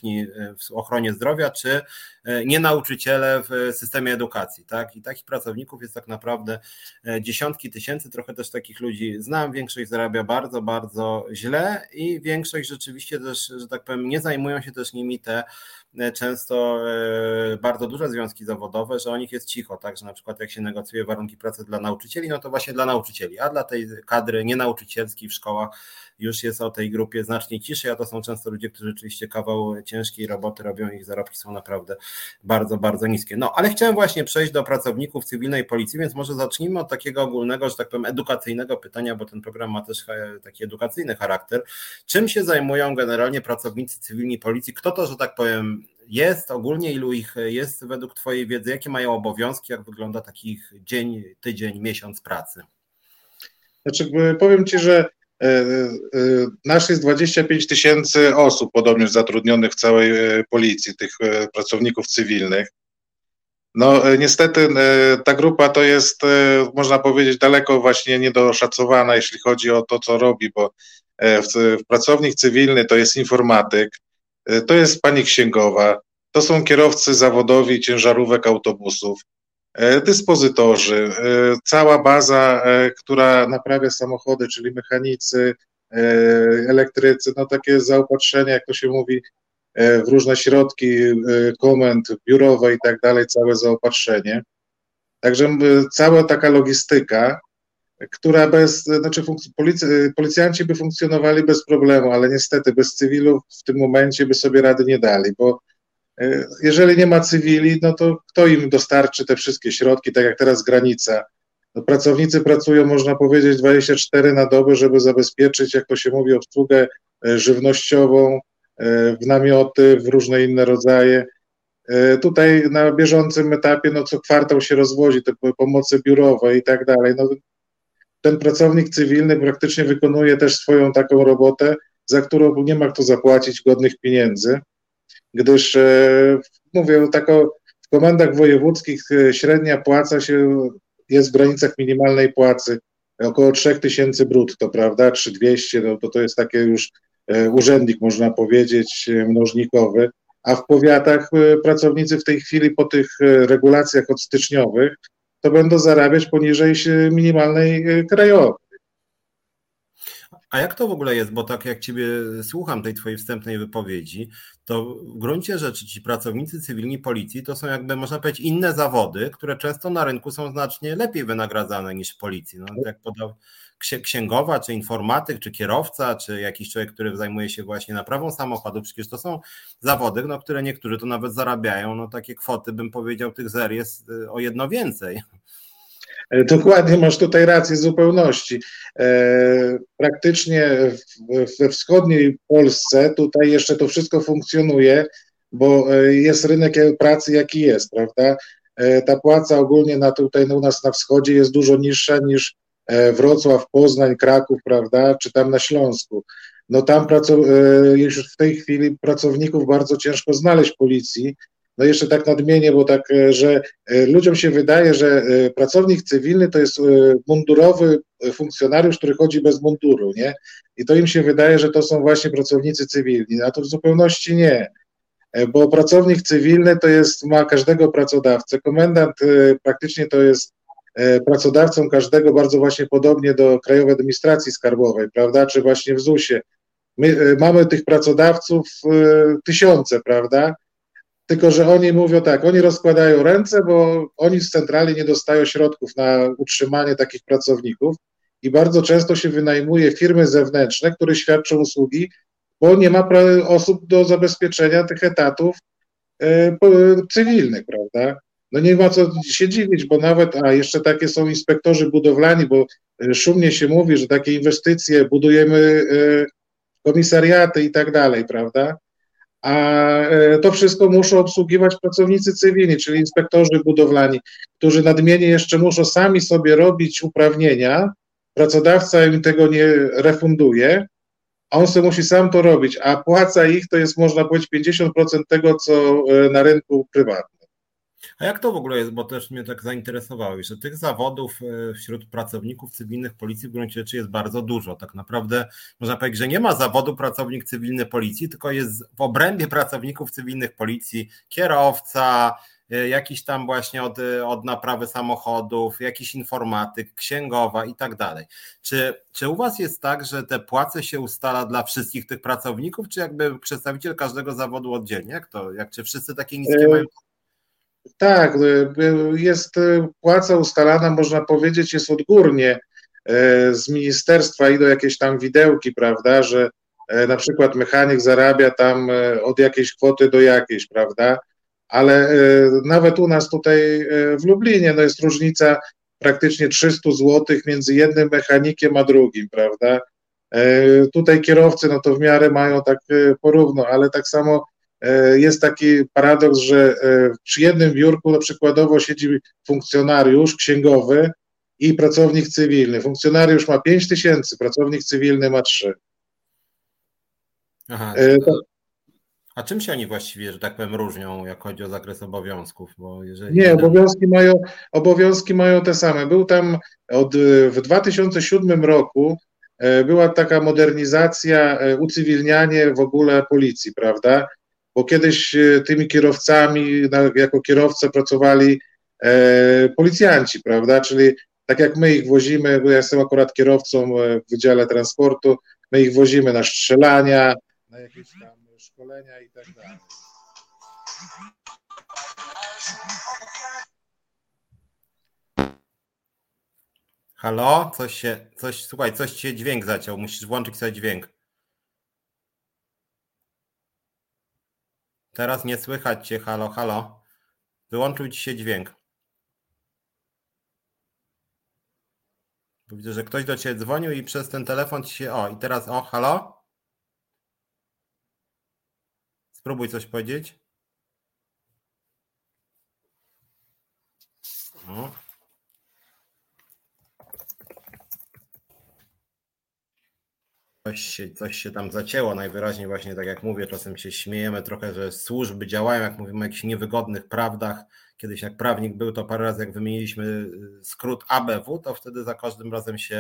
medyczni w ochronie zdrowia, czy nie nauczyciele w systemie edukacji, tak? I takich pracowników jest tak naprawdę dziesiątki tysięcy, trochę też takich ludzi znam, większość zarabia bardzo, bardzo źle i większość rzeczywiście też, że tak powiem, nie zajmują się też nimi te często bardzo duże związki zawodowe, że o nich jest cicho, tak, że na przykład jak się negocjuje warunki pracy dla nauczycieli, no to właśnie dla nauczycieli, a dla tej kadry nienauczycielskiej w szkołach już jest o tej grupie znacznie ciszej, a to są często ludzie, którzy rzeczywiście kawał ciężkiej roboty robią, ich zarobki są naprawdę bardzo, bardzo niskie. No, ale chciałem właśnie przejść do pracowników cywilnej policji, więc może zacznijmy od takiego ogólnego, że tak powiem, edukacyjnego pytania, bo ten program ma też taki edukacyjny charakter. Czym się zajmują generalnie pracownicy cywilni policji? Kto to, że tak powiem, jest ogólnie, ilu ich jest według twojej wiedzy? Jakie mają obowiązki? Jak wygląda taki dzień, tydzień, miesiąc pracy? Znaczy, powiem ci, że nasz jest 25 tysięcy osób podobnie zatrudnionych w całej policji, tych pracowników cywilnych. No niestety ta grupa to jest, można powiedzieć, daleko właśnie niedoszacowana, jeśli chodzi o to, co robi, bo pracownik cywilny to jest informatyk, to jest pani księgowa, to są kierowcy zawodowi ciężarówek, autobusów, dyspozytorzy, cała baza, która naprawia samochody, czyli mechanicy, elektrycy, no takie zaopatrzenie, jak to się mówi, w różne środki, komend biurowe i tak dalej, całe zaopatrzenie. Także cała taka logistyka, która policjanci by funkcjonowali bez problemu, ale niestety bez cywilów w tym momencie by sobie rady nie dali, bo jeżeli nie ma cywili, no to kto im dostarczy te wszystkie środki, tak jak teraz granica. No, pracownicy pracują, można powiedzieć, 24 na dobę, żeby zabezpieczyć, jak to się mówi, obsługę żywnościową, w namioty, w różne inne rodzaje. Tutaj na bieżącym etapie, no co kwartał się rozwozi te pomoce biurowe i tak dalej. No, ten pracownik cywilny praktycznie wykonuje też swoją taką robotę, za którą nie ma kto zapłacić godnych pieniędzy, gdyż mówię, w komendach wojewódzkich średnia płaca jest w granicach minimalnej płacy około 3000 brutto, prawda, 3200, no to jest takie już urzędnik, można powiedzieć, mnożnikowy, a w powiatach pracownicy w tej chwili po tych regulacjach odstyczniowych to będą zarabiać poniżej minimalnej krajowej. A jak to w ogóle jest, bo tak jak ciebie słucham tej twojej wstępnej wypowiedzi, to w gruncie rzeczy ci pracownicy cywilni policji to są jakby, można powiedzieć, inne zawody, które często na rynku są znacznie lepiej wynagradzane niż w policji. No, jak podał księgowa, czy informatyk, czy kierowca, czy jakiś człowiek, który zajmuje się właśnie naprawą samochodu, przecież to są zawody, no, które niektórzy to nawet zarabiają, no takie kwoty, bym powiedział, tych zer jest o jedno więcej. Dokładnie, masz tutaj rację w zupełności. Praktycznie we wschodniej Polsce tutaj jeszcze to wszystko funkcjonuje, bo jest rynek pracy jaki jest, prawda? Ta płaca ogólnie tutaj u nas na wschodzie jest dużo niższa niż Wrocław, Poznań, Kraków, prawda, czy tam na Śląsku. No tam już w tej chwili pracowników bardzo ciężko znaleźć w policji. No jeszcze tak nadmienię, bo tak, że ludziom się wydaje, że pracownik cywilny to jest mundurowy funkcjonariusz, który chodzi bez munduru, nie? I to im się wydaje, że to są właśnie pracownicy cywilni, a to w zupełności nie, bo pracownik cywilny to ma każdego pracodawcę. Komendant praktycznie to jest pracodawcą każdego, bardzo właśnie podobnie do Krajowej Administracji Skarbowej, prawda, czy właśnie w ZUS-ie. My mamy tych pracodawców tysiące, prawda? Tylko że oni mówią tak, oni rozkładają ręce, bo oni z centrali nie dostają środków na utrzymanie takich pracowników i bardzo często się wynajmuje firmy zewnętrzne, które świadczą usługi, bo nie ma osób do zabezpieczenia tych etatów cywilnych, prawda? No nie ma co się dziwić, bo nawet, jeszcze takie są inspektorzy budowlani, bo szumnie się mówi, że takie inwestycje, budujemy komisariaty i tak dalej, prawda? A to wszystko muszą obsługiwać pracownicy cywilni, czyli inspektorzy budowlani, którzy nadmienię jeszcze muszą sami sobie robić uprawnienia, pracodawca im tego nie refunduje, a on sobie musi sam to robić, a płaca ich to jest, można powiedzieć, 50% tego, co na rynku prywatnym. A jak to w ogóle jest, bo też mnie tak zainteresowało, że tych zawodów wśród pracowników cywilnych policji w gruncie rzeczy jest bardzo dużo. Tak naprawdę można powiedzieć, że nie ma zawodu pracownik cywilny policji, tylko jest w obrębie pracowników cywilnych policji kierowca, jakiś tam właśnie od naprawy samochodów, jakiś informatyk, księgowa i tak dalej. Czy u was jest tak, że te płace się ustala dla wszystkich tych pracowników, czy jakby przedstawiciel każdego zawodu oddzielnie? Czy wszyscy takie niskie mają? Tak, jest płaca ustalana, można powiedzieć, jest odgórnie z ministerstwa i do jakiejś tam widełki, prawda, że na przykład mechanik zarabia tam od jakiejś kwoty do jakiejś, prawda, ale nawet u nas tutaj w Lublinie no jest różnica praktycznie 300 zł między jednym mechanikiem a drugim, prawda. Tutaj kierowcy no to w miarę mają tak porówno, ale tak samo jest taki paradoks, że przy jednym biurku no przykładowo siedzi funkcjonariusz księgowy i pracownik cywilny. Funkcjonariusz ma 5 000, pracownik cywilny ma 3. Aha, a czym się oni właściwie, że tak powiem, różnią, jak chodzi o zakres obowiązków? Bo jeżeli nie, obowiązki mają te same. Był tam w 2007 roku była taka modernizacja, ucywilnianie w ogóle policji, prawda? Bo kiedyś tymi kierowcami, jako kierowcy pracowali policjanci, prawda? Czyli tak jak my ich wozimy, bo ja jestem akurat kierowcą w Wydziale Transportu, my ich wozimy na strzelania, na jakieś tam szkolenia i tak dalej. Halo? Słuchaj, coś ci się dźwięk zaciął, musisz włączyć sobie dźwięk. Teraz nie słychać cię, halo, halo. Wyłączył ci się dźwięk. Bo widzę, że ktoś do ciebie dzwonił i przez ten telefon ci się... O, i teraz, halo? Spróbuj coś powiedzieć. O. Coś się tam zacięło, najwyraźniej właśnie tak jak mówię, czasem się śmiejemy trochę, że służby działają, jak mówimy o jakichś niewygodnych prawdach. Kiedyś jak prawnik był, to parę razy jak wymieniliśmy skrót ABW, to wtedy za każdym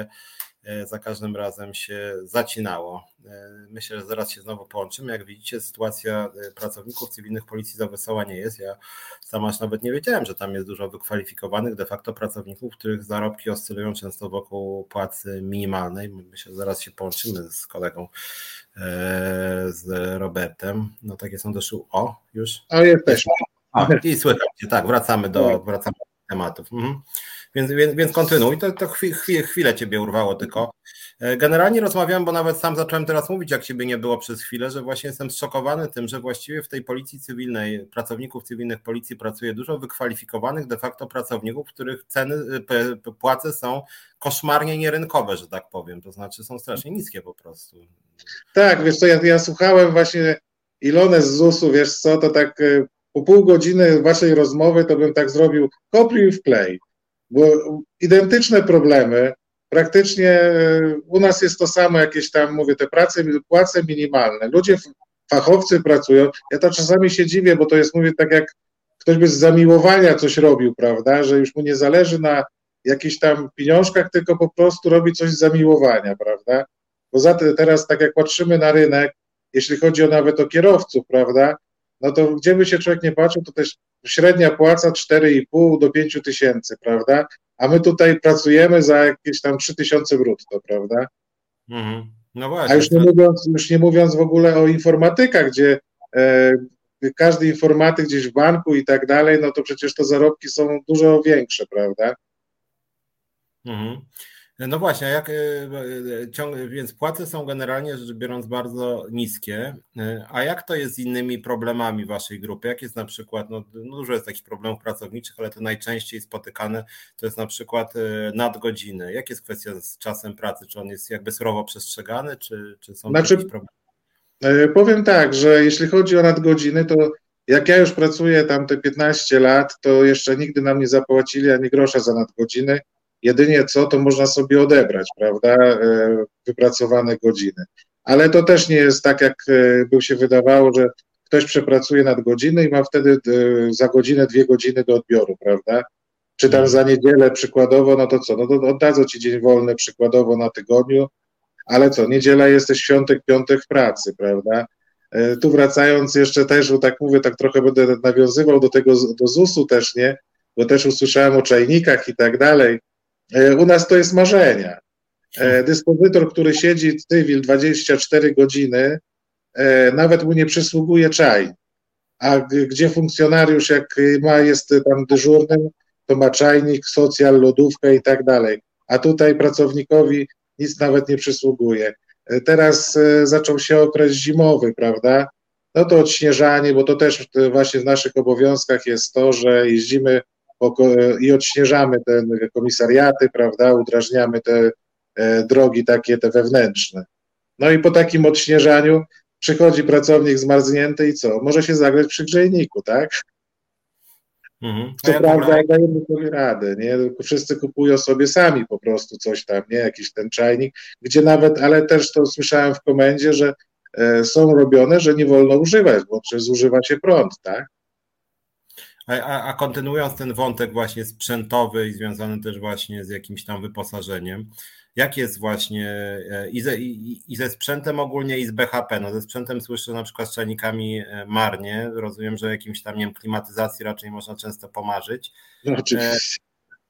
razem się zacinało. Myślę, że zaraz się znowu połączymy. Jak widzicie, sytuacja pracowników cywilnych policji za wesoła nie jest. Ja sam aż nawet nie wiedziałem, że tam jest dużo wykwalifikowanych de facto pracowników, których zarobki oscylują często wokół płacy minimalnej. Myślę, że zaraz się połączymy z kolegą, z Robertem. No takie są też... już? Jesteśmy. I słychać się, tak, wracamy do tematów. Więc kontynuuj, to chwilę ciebie urwało tylko. Generalnie rozmawiałem, bo nawet sam zacząłem teraz mówić, jak ciebie nie było przez chwilę, że właśnie jestem zszokowany tym, że właściwie w tej policji cywilnej, pracowników cywilnych policji pracuje dużo wykwalifikowanych de facto pracowników, których płace są koszmarnie nierynkowe, że tak powiem, to znaczy są strasznie niskie po prostu. Tak, wiesz co, ja słuchałem właśnie Ilonę z ZUS-u, wiesz co, to tak po pół godziny waszej rozmowy to bym tak zrobił kopiuj i wklej, bo identyczne problemy, praktycznie u nas jest to samo, jakieś tam, mówię, te płace minimalne, ludzie, fachowcy pracują, ja to czasami się dziwię, bo to jest, mówię, tak jak ktoś by z zamiłowania coś robił, prawda, że już mu nie zależy na jakichś tam pieniążkach, tylko po prostu robi coś z zamiłowania, prawda, poza tym teraz tak jak patrzymy na rynek, jeśli chodzi nawet o kierowców, prawda, no to gdzie by się człowiek nie patrzył, to też średnia płaca 4,5 do 5 tysięcy, prawda? A my tutaj pracujemy za jakieś tam 3 000 brutto, prawda? No właśnie. A już nie mówiąc w ogóle o informatykach, gdzie każdy informatyk gdzieś w banku i tak dalej, no to przecież te zarobki są dużo większe, prawda? No właśnie, więc płace są generalnie rzecz biorąc bardzo niskie, a jak to jest z innymi problemami waszej grupy? Jak jest na przykład, no dużo jest takich problemów pracowniczych, ale to najczęściej spotykane to jest na przykład nadgodziny. Jak jest kwestia z czasem pracy? Czy on jest jakby surowo przestrzegany, czy są jakieś problemy? Powiem tak, że jeśli chodzi o nadgodziny, to jak ja już pracuję tam te 15 lat, to jeszcze nigdy nam nie zapłacili ani grosza za nadgodziny. Jedynie to można sobie odebrać, prawda, wypracowane godziny. Ale to też nie jest tak, jak by się wydawało, że ktoś przepracuje nadgodziny i ma wtedy za godzinę, 2 godziny do odbioru, prawda? Czy tam za niedzielę przykładowo, no to co? No to oddadzą ci dzień wolny przykładowo na tygodniu, ale co? Niedziela jesteś świątek, piątek w pracy, prawda? Tu wracając jeszcze też, bo tak mówię, tak trochę będę nawiązywał do tego, do ZUS-u też, nie? Bo też usłyszałem o czajnikach i tak dalej. U nas to jest marzenia. Dyspozytor, który siedzi cywil 24 godziny, nawet mu nie przysługuje czajnik. A gdzie funkcjonariusz, jak jest tam dyżurnym, to ma czajnik, socjal, lodówkę i tak dalej. A tutaj pracownikowi nic nawet nie przysługuje. Teraz zaczął się okres zimowy, prawda? No to odśnieżanie, bo to też właśnie w naszych obowiązkach jest to, że jeździmy i odśnieżamy te komisariaty, prawda? Udrażniamy te drogi takie, te wewnętrzne. No i po takim odśnieżaniu przychodzi pracownik zmarznięty i co? Może się zagrać przy grzejniku, tak? Co prawda dajemy sobie radę, nie? Wszyscy kupują sobie sami po prostu coś tam, nie? Jakiś ten czajnik, gdzie nawet, ale też to słyszałem w komendzie, że są robione, że nie wolno używać, bo zużywa się prąd, tak? A kontynuując ten wątek właśnie sprzętowy i związany też właśnie z jakimś tam wyposażeniem, jak jest właśnie i ze sprzętem ogólnie i z BHP? No ze sprzętem słyszę na przykład z czajnikami marnie, rozumiem, że jakimś tam, nie wiem, klimatyzacji raczej można często pomarzyć. No oczywiście.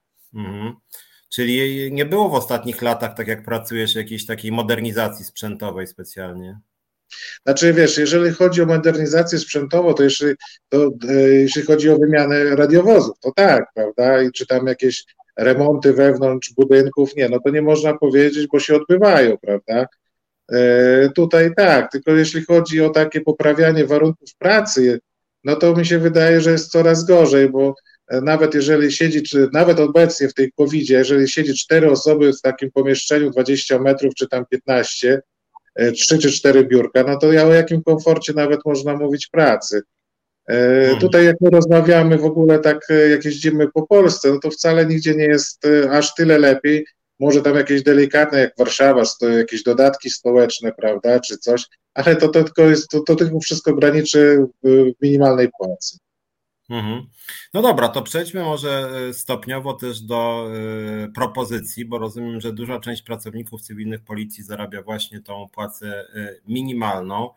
Czyli nie było w ostatnich latach, tak jak pracujesz, jakiejś takiej modernizacji sprzętowej specjalnie? Znaczy wiesz, jeżeli chodzi o modernizację sprzętową, to jeśli chodzi o wymianę radiowozów, to tak, prawda? I czy tam jakieś remonty wewnątrz budynków, nie, no to nie można powiedzieć, bo się odbywają, prawda? Tutaj tak, tylko jeśli chodzi o takie poprawianie warunków pracy, no to mi się wydaje, że jest coraz gorzej, bo nawet jeżeli siedzi, czy nawet obecnie w tej COVID-zie, jeżeli siedzi 4 osoby w takim pomieszczeniu 20 metrów, czy tam 15, 3 czy 4 biurka, no to o jakim komforcie nawet można mówić pracy. Tutaj jak my rozmawiamy w ogóle tak, jak jeździmy po Polsce, no to wcale nigdzie nie jest aż tyle lepiej, może tam jakieś delikatne, jak Warszawa, jakieś dodatki stołeczne, prawda, czy coś, ale to tylko jest, to tylko wszystko graniczy minimalnej płacy. No dobra, to przejdźmy może stopniowo też do propozycji, bo rozumiem, że duża część pracowników cywilnych policji zarabia właśnie tą płacę minimalną.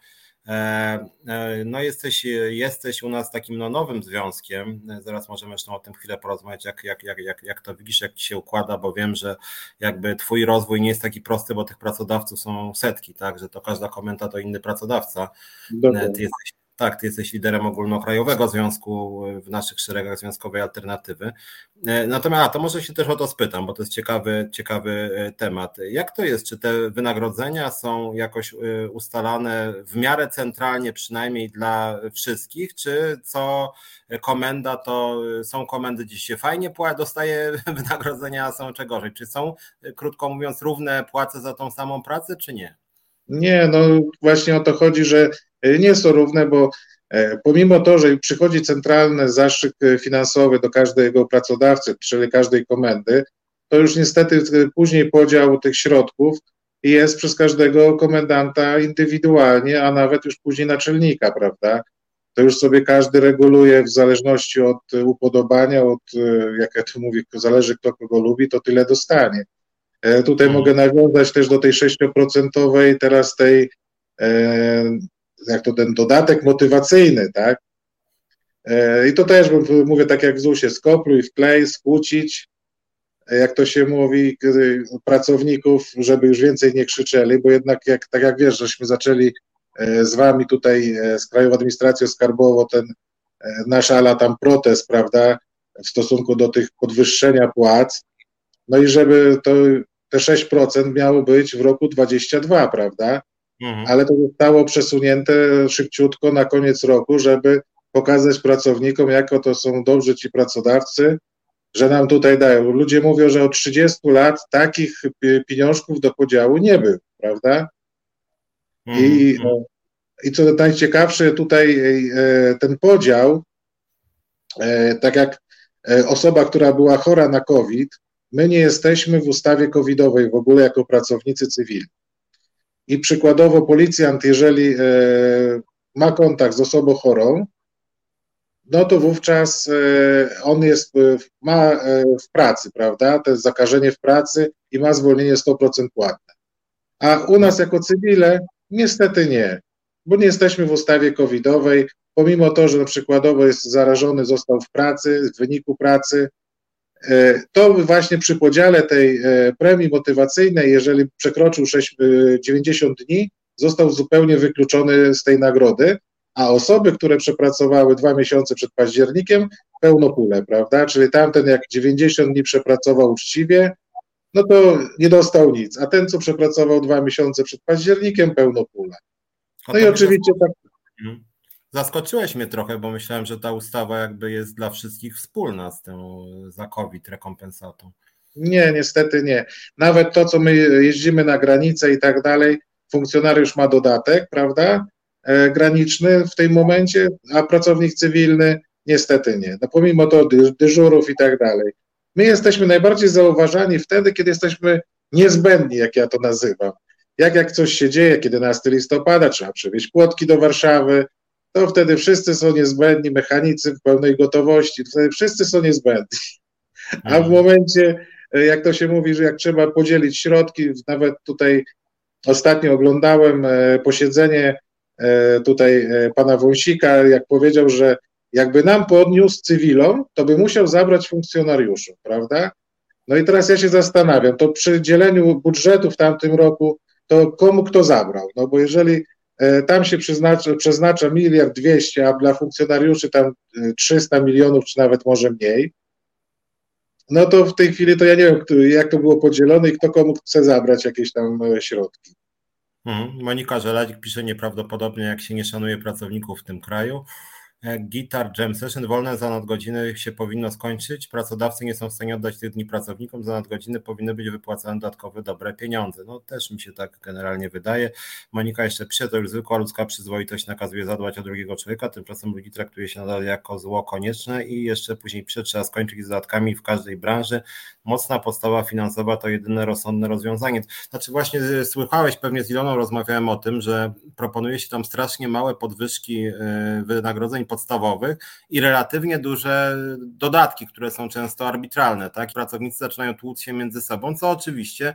No jesteś u nas takim nowym związkiem, zaraz możemy jeszcze o tym chwilę porozmawiać, jak to widzisz, jak ci się układa, bo wiem, że jakby twój rozwój nie jest taki prosty, bo tych pracodawców są setki, tak, że to każda komenda to inny pracodawca. Ty jesteś liderem ogólnokrajowego związku w naszych szeregach Związkowej Alternatywy. Natomiast to może się też o to spytam, bo to jest ciekawy temat. Jak to jest? Czy te wynagrodzenia są jakoś ustalane w miarę centralnie, przynajmniej dla wszystkich, czy co komenda to są komendy, gdzie się fajnie dostaje wynagrodzenia, a są czy gorzej? Czy są, krótko mówiąc, równe płace za tą samą pracę, czy nie? Nie, no właśnie o to chodzi, że nie są równe, bo pomimo to, że przychodzi centralny zastrzyk finansowy do każdego pracodawcy, czyli każdej komendy, to już niestety później podział tych środków jest przez każdego komendanta indywidualnie, a nawet już później naczelnika, prawda? To już sobie każdy reguluje w zależności od upodobania, jak ja to mówię, zależy kto kogo lubi, to tyle dostanie. Tutaj mogę nawiązać też do tej 6% teraz tej, jak to ten dodatek motywacyjny, tak? I to też mówię tak jak w ZUS-ie, skopluj, wklej, skłócić, jak to się mówi, pracowników, żeby już więcej nie krzyczeli, bo jednak tak jak wiesz, żeśmy zaczęli z wami tutaj, z Krajową Administracją Skarbową, ten nasz tam protest, prawda, w stosunku do tych podwyższenia płac, no i żeby te 6% miało być w roku 2022, prawda? Ale to zostało przesunięte szybciutko na koniec roku, żeby pokazać pracownikom, jako to są dobrzy ci pracodawcy, że nam tutaj dają. Ludzie mówią, że od 30 lat takich pieniążków do podziału nie było, prawda? I co najciekawsze, tutaj ten podział, tak jak osoba, która była chora na COVID, my nie jesteśmy w ustawie covidowej w ogóle jako pracownicy cywilni. I przykładowo policjant, jeżeli ma kontakt z osobą chorą, no to wówczas on ma w pracy, prawda, to jest zakażenie w pracy i ma zwolnienie 100% płatne. A u nas jako cywile niestety nie, bo nie jesteśmy w ustawie covidowej, pomimo to, że na przykładowo jest zarażony, został w pracy, w wyniku pracy, to właśnie przy podziale tej premii motywacyjnej, jeżeli przekroczył 90 dni, został zupełnie wykluczony z tej nagrody, a osoby, które przepracowały 2 miesiące przed październikiem, pełną pulę, prawda? Czyli tamten jak 90 dni przepracował uczciwie, no to nie dostał nic, a ten, co przepracował 2 miesiące przed październikiem, pełną pulę. No i oczywiście tak. Zaskoczyłeś mnie trochę, bo myślałem, że ta ustawa jakby jest dla wszystkich wspólna z tą za COVID rekompensatą. Nie, niestety nie. Nawet to, co my jeździmy na granicę i tak dalej, funkcjonariusz ma dodatek, prawda, graniczny w tym momencie, a pracownik cywilny niestety nie. No pomimo to dyżurów i tak dalej. My jesteśmy najbardziej zauważani wtedy, kiedy jesteśmy niezbędni, jak ja to nazywam. Jak coś się dzieje, 11 listopada, trzeba przewieźć płotki do Warszawy, to wtedy wszyscy są niezbędni, mechanicy w pełnej gotowości, wtedy wszyscy są niezbędni. A w momencie, jak to się mówi, że jak trzeba podzielić środki, nawet tutaj ostatnio oglądałem posiedzenie tutaj pana Wąsika, jak powiedział, że jakby nam podniósł cywilom, to by musiał zabrać funkcjonariuszom, prawda? No i teraz ja się zastanawiam, to przy dzieleniu budżetu w tamtym roku, to komu kto zabrał? No bo jeżeli tam się przeznacza 1 200 000, a dla funkcjonariuszy tam 300 milionów, czy nawet może mniej, no to w tej chwili to ja nie wiem, jak to było podzielone i kto komu chce zabrać jakieś tam środki. Monika Żelazik pisze nieprawdopodobnie, jak się nie szanuje pracowników w tym kraju. Guitar Jam Session, wolne za nadgodziny się powinno skończyć. Pracodawcy nie są w stanie oddać tych dni pracownikom, za nadgodziny powinny być wypłacane dodatkowe dobre pieniądze. No też mi się tak generalnie wydaje. Monika jeszcze pisze, to już zwykła ludzka przyzwoitość nakazuje zadbać o drugiego człowieka, tymczasem ludzi traktuje się nadal jako zło konieczne i jeszcze później pisze, trzeba skończyć z dodatkami w każdej branży. Mocna podstawa finansowa to jedyne rozsądne rozwiązanie. Znaczy właśnie słychałeś, pewnie z Iloną rozmawiałem o tym, że proponuje się tam strasznie małe podwyżki wynagrodzeń podstawowych i relatywnie duże dodatki, które są często arbitralne, tak? Pracownicy zaczynają tłuc się między sobą, co oczywiście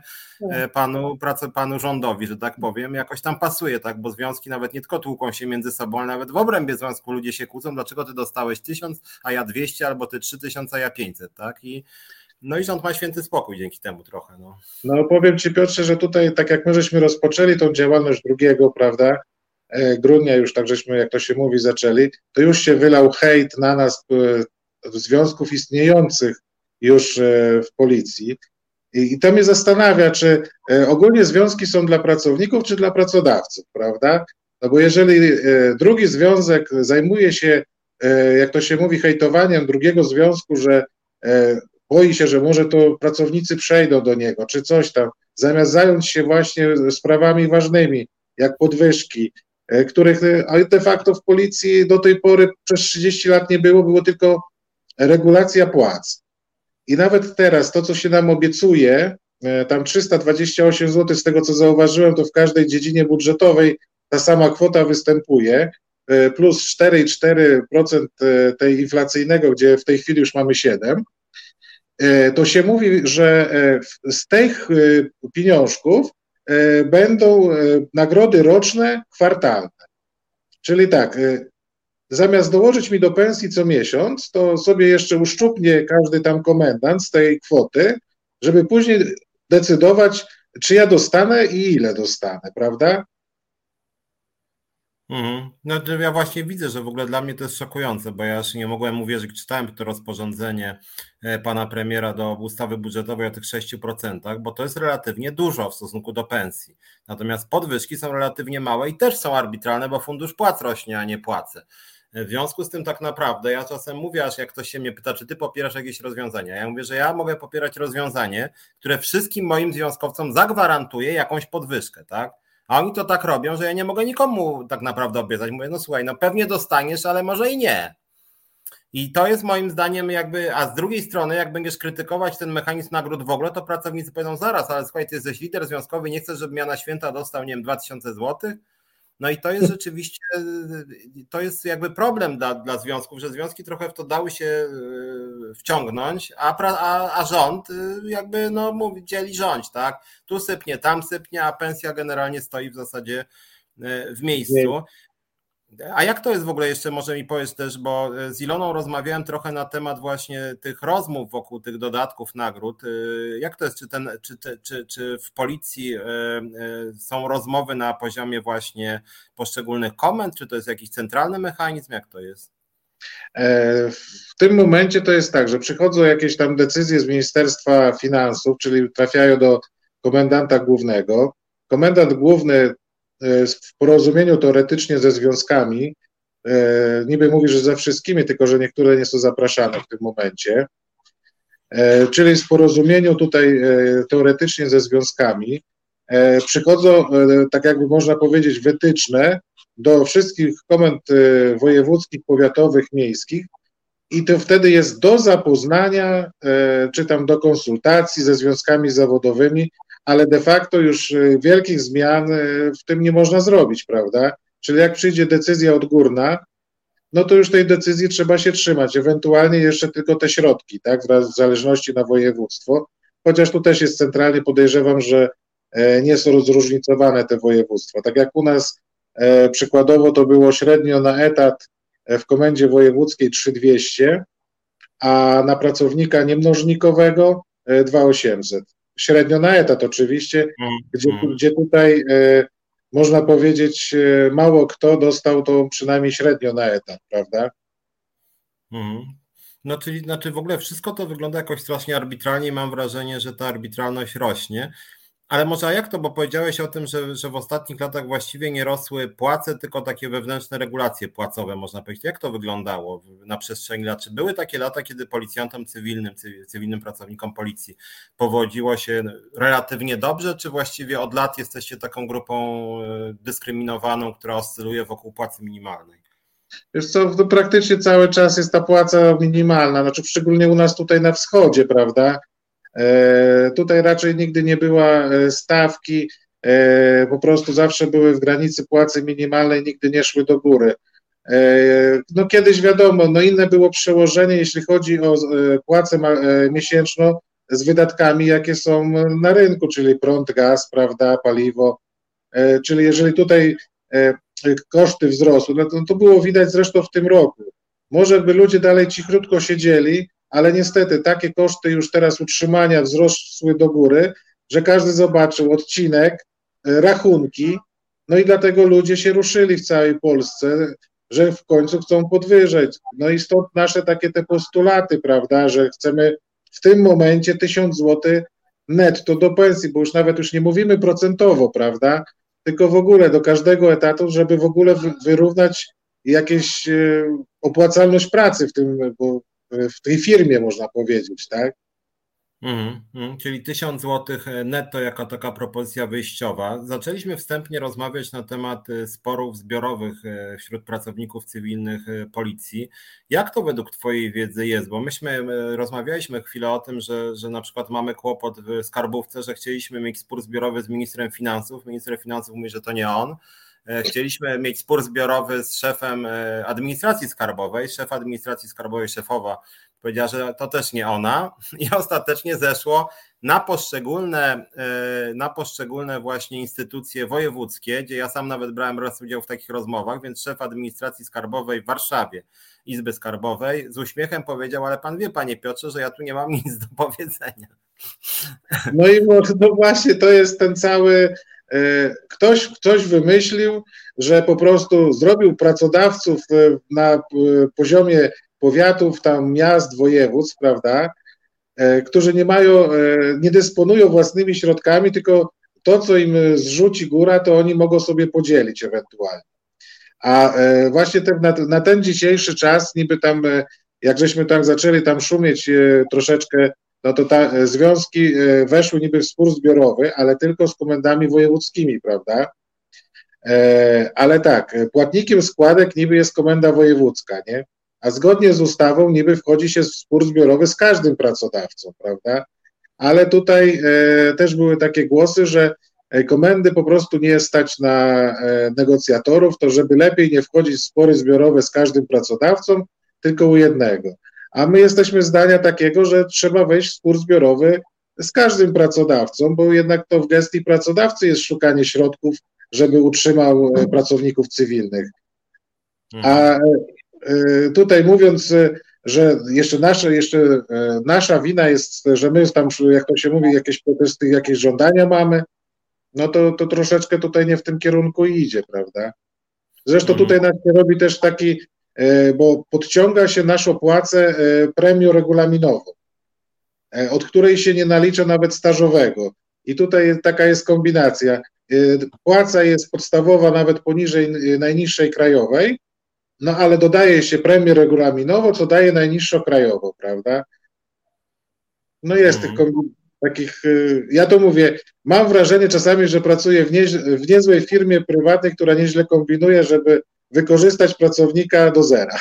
panu rządowi, że tak powiem, jakoś tam pasuje, tak? Bo związki nawet nie tylko tłuką się między sobą, ale nawet w obrębie związku ludzie się kłócą, dlaczego ty dostałeś 1000, a ja 200, albo ty 3000, a ja 500, tak? No i rząd ma święty spokój dzięki temu trochę. No powiem ci, Piotrze, że tutaj tak jak my żeśmy rozpoczęli tą działalność 2, prawda, grudnia już, tak żeśmy, jak to się mówi, zaczęli, to już się wylał hejt na nas związków istniejących już w policji i to mnie zastanawia, czy ogólnie związki są dla pracowników, czy dla pracodawców, prawda? No bo jeżeli drugi związek zajmuje się, jak to się mówi, hejtowaniem drugiego związku, że boi się, że może to pracownicy przejdą do niego, czy coś tam, zamiast zająć się właśnie sprawami ważnymi, jak podwyżki, których de facto w policji do tej pory przez 30 lat nie było, było tylko regulacja płac. I nawet teraz to, co się nam obiecuje, tam 328 zł, z tego co zauważyłem, to w każdej dziedzinie budżetowej ta sama kwota występuje, plus 4,4% tej inflacyjnego, gdzie w tej chwili już mamy 7%, to się mówi, że z tych pieniążków będą nagrody roczne, kwartalne. Czyli tak, zamiast dołożyć mi do pensji co miesiąc, to sobie jeszcze uszczupnie każdy tam komendant z tej kwoty, żeby później decydować, czy ja dostanę i ile dostanę, prawda? No to ja właśnie widzę, że w ogóle dla mnie to jest szokujące, bo ja jeszcze nie mogłem uwierzyć, czytałem to rozporządzenie pana premiera do ustawy budżetowej o tych 6%, bo to jest relatywnie dużo w stosunku do pensji. Natomiast podwyżki są relatywnie małe i też są arbitralne, bo fundusz płac rośnie, a nie płace. W związku z tym tak naprawdę ja czasem mówię, aż jak ktoś się mnie pyta, czy ty popierasz jakieś rozwiązania. Ja mówię, że ja mogę popierać rozwiązanie, które wszystkim moim związkowcom zagwarantuje jakąś podwyżkę, tak? A oni to tak robią, że ja nie mogę nikomu tak naprawdę obiecać. Mówię, no słuchaj, no pewnie dostaniesz, ale może i nie. I to jest moim zdaniem jakby, a z drugiej strony jak będziesz krytykować ten mechanizm nagród w ogóle, to pracownicy powiedzą zaraz, ale słuchaj, ty jesteś lider związkowy, nie chcesz, żebym ja na święta dostał, nie wiem, 2000 złotych? No i to jest rzeczywiście, to jest jakby problem dla związków, że związki trochę w to dały się wciągnąć, a rząd jakby no mówi, dzieli rządź, tak? Tu sypnie, tam sypnie, a pensja generalnie stoi w zasadzie w miejscu. A jak to jest w ogóle, jeszcze może mi powiesz też, bo z Iloną rozmawiałem trochę na temat właśnie tych rozmów wokół tych dodatków, nagród. Jak to jest, czy w policji są rozmowy na poziomie właśnie poszczególnych komend, czy to jest jakiś centralny mechanizm, jak to jest? W tym momencie to jest tak, że przychodzą jakieś tam decyzje z Ministerstwa Finansów, czyli trafiają do komendanta głównego. Komendant główny w porozumieniu teoretycznie ze związkami, niby mówi, że ze wszystkimi, tylko że niektóre nie są zapraszane w tym momencie, czyli w porozumieniu tutaj teoretycznie ze związkami przychodzą, tak jakby można powiedzieć, wytyczne do wszystkich komend wojewódzkich, powiatowych, miejskich i to wtedy jest do zapoznania, czy tam do konsultacji ze związkami zawodowymi, ale de facto już wielkich zmian w tym nie można zrobić, prawda? Czyli jak przyjdzie decyzja odgórna, no to już tej decyzji trzeba się trzymać, ewentualnie jeszcze tylko te środki, tak, w zależności na województwo, chociaż tu też jest centralnie, podejrzewam, że nie są zróżnicowane te województwa. Tak jak u nas przykładowo to było średnio na etat w komendzie wojewódzkiej 3200, a na pracownika niemnożnikowego 2800. Średnio na etat oczywiście, gdzie tutaj można powiedzieć mało kto dostał to przynajmniej średnio na etat, prawda? No czyli znaczy w ogóle wszystko to wygląda jakoś strasznie arbitralnie i mam wrażenie, że ta arbitralność rośnie. Ale może jak to, bo powiedziałeś o tym, że w ostatnich latach właściwie nie rosły płace, tylko takie wewnętrzne regulacje płacowe, można powiedzieć. Jak to wyglądało na przestrzeni lat? Czy były takie lata, kiedy policjantom cywilnym pracownikom policji powodziło się relatywnie dobrze, czy właściwie od lat jesteście taką grupą dyskryminowaną, która oscyluje wokół płacy minimalnej? Wiesz co, to praktycznie cały czas jest ta płaca minimalna, znaczy szczególnie u nas tutaj na wschodzie, prawda? Tutaj raczej nigdy nie była stawki, po prostu zawsze były w granicy płacy minimalnej, nigdy nie szły do góry. No kiedyś wiadomo, no inne było przełożenie, jeśli chodzi o płacę miesięczną z wydatkami, jakie są na rynku, czyli prąd, gaz, prawda, paliwo, czyli jeżeli tutaj koszty wzrosły, no to było widać zresztą w tym roku. Może by ludzie dalej cichutko siedzieli, ale niestety takie koszty już teraz utrzymania wzrosły do góry, że każdy zobaczył odcinek, rachunki, no i dlatego ludzie się ruszyli w całej Polsce, że w końcu chcą podwyżać. No i stąd nasze takie te postulaty, prawda, że chcemy w tym momencie 1000 zł netto do pensji, bo już nawet już nie mówimy procentowo, prawda, tylko w ogóle do każdego etatu, żeby w ogóle wyrównać jakieś opłacalność pracy w tym, bo w tej firmie, można powiedzieć, tak? Czyli 1000 zł netto jako taka propozycja wyjściowa. Zaczęliśmy wstępnie rozmawiać na temat sporów zbiorowych wśród pracowników cywilnych policji. Jak to według Twojej wiedzy jest? Bo myśmy rozmawialiśmy chwilę o tym, że na przykład mamy kłopot w skarbówce, że chcieliśmy mieć spór zbiorowy z ministrem finansów. Minister finansów mówi, że to nie on. Chcieliśmy mieć spór zbiorowy z szefem administracji skarbowej. Szef administracji skarbowej, szefowa powiedziała, że to też nie ona i ostatecznie zeszło na poszczególne właśnie instytucje wojewódzkie, gdzie ja sam nawet brałem raz udział w takich rozmowach, więc szef administracji skarbowej w Warszawie, Izby Skarbowej, z uśmiechem powiedział, ale pan wie, panie Piotrze, że ja tu nie mam nic do powiedzenia. No i no właśnie to jest ten cały... Ktoś wymyślił, że po prostu zrobił pracodawców na poziomie powiatów, tam miast, województw, prawda, którzy nie dysponują własnymi środkami, tylko to, co im zrzuci góra, to oni mogą sobie podzielić ewentualnie. A właśnie na ten dzisiejszy czas, niby tam, jak żeśmy tam zaczęli tam szumieć troszeczkę, no to związki weszły niby w spór zbiorowy, ale tylko z komendami wojewódzkimi, prawda? Ale tak, płatnikiem składek niby jest komenda wojewódzka, nie? A zgodnie z ustawą niby wchodzi się w spór zbiorowy z każdym pracodawcą, prawda? Ale tutaj też były takie głosy, że komendy po prostu nie stać na negocjatorów, to żeby lepiej nie wchodzić w spory zbiorowe z każdym pracodawcą, tylko u jednego. A my jesteśmy zdania takiego, że trzeba wejść w spór zbiorowy z każdym pracodawcą, bo jednak to w gestii pracodawcy jest szukanie środków, żeby utrzymał pracowników cywilnych. A tutaj mówiąc, że jeszcze nasza wina jest, że my tam, jak to się mówi, jakieś protesty, jakieś żądania mamy, no to troszeczkę tutaj nie w tym kierunku idzie, prawda? Zresztą tutaj nas się robi też taki, bo podciąga się naszą płacę premią regulaminową, od której się nie nalicza nawet stażowego. I tutaj taka jest kombinacja. Płaca jest podstawowa nawet poniżej najniższej krajowej, no ale dodaje się premię regulaminową, co daje najniższą krajową, prawda? No jest tych takich, ja to mówię, mam wrażenie czasami, że pracuję w niezłej firmie prywatnej, która nieźle kombinuje, żeby wykorzystać pracownika do zera.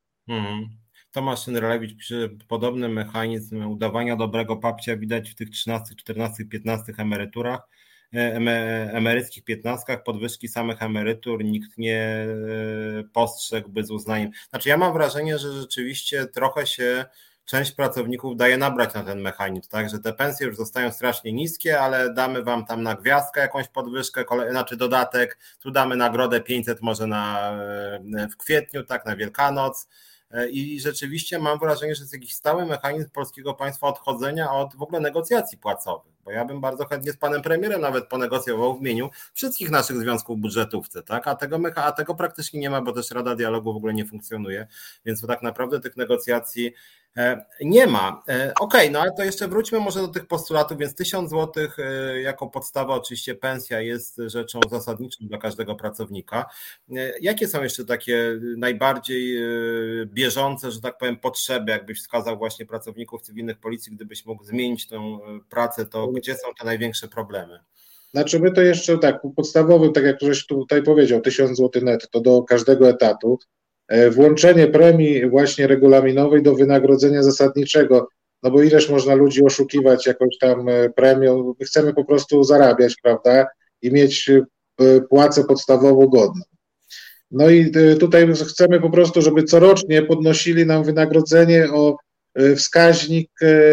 Tomasz Szynralewicz pisze, podobny mechanizm udawania dobrego papcia widać w tych 13, 14, 15 emeryturach, emeryckich 15, podwyżki samych emerytur nikt nie postrzegłby z uznaniem. Znaczy ja mam wrażenie, że rzeczywiście trochę się część pracowników daje nabrać na ten mechanizm, tak, że te pensje już zostają strasznie niskie, ale damy wam tam na gwiazdkę jakąś podwyżkę, znaczy dodatek, tu damy nagrodę 500 może w kwietniu, tak, na Wielkanoc. I rzeczywiście mam wrażenie, że jest jakiś stały mechanizm polskiego państwa odchodzenia od w ogóle negocjacji płacowych, bo ja bym bardzo chętnie z panem premierem nawet ponegocjował w imieniu wszystkich naszych związków w budżetówce, tak? A tego praktycznie nie ma, bo też Rada Dialogu w ogóle nie funkcjonuje, więc tak naprawdę tych negocjacji nie ma. Okej, no ale to jeszcze wróćmy może do tych postulatów, więc 1000 zł jako podstawa, oczywiście pensja jest rzeczą zasadniczą dla każdego pracownika. Jakie są jeszcze takie najbardziej bieżące, że tak powiem, potrzeby, jakbyś wskazał właśnie pracowników cywilnych policji, gdybyś mógł zmienić tę pracę, to gdzie są te największe problemy? Znaczy my to jeszcze tak, podstawowym, tak jak żeś tutaj powiedział, 1000 zł net to do każdego etatu, włączenie premii właśnie regulaminowej do wynagrodzenia zasadniczego, no bo ileż można ludzi oszukiwać jakąś tam premią, my chcemy po prostu zarabiać, prawda, i mieć płacę podstawową godną. No i tutaj chcemy po prostu, żeby corocznie podnosili nam wynagrodzenie o wskaźnik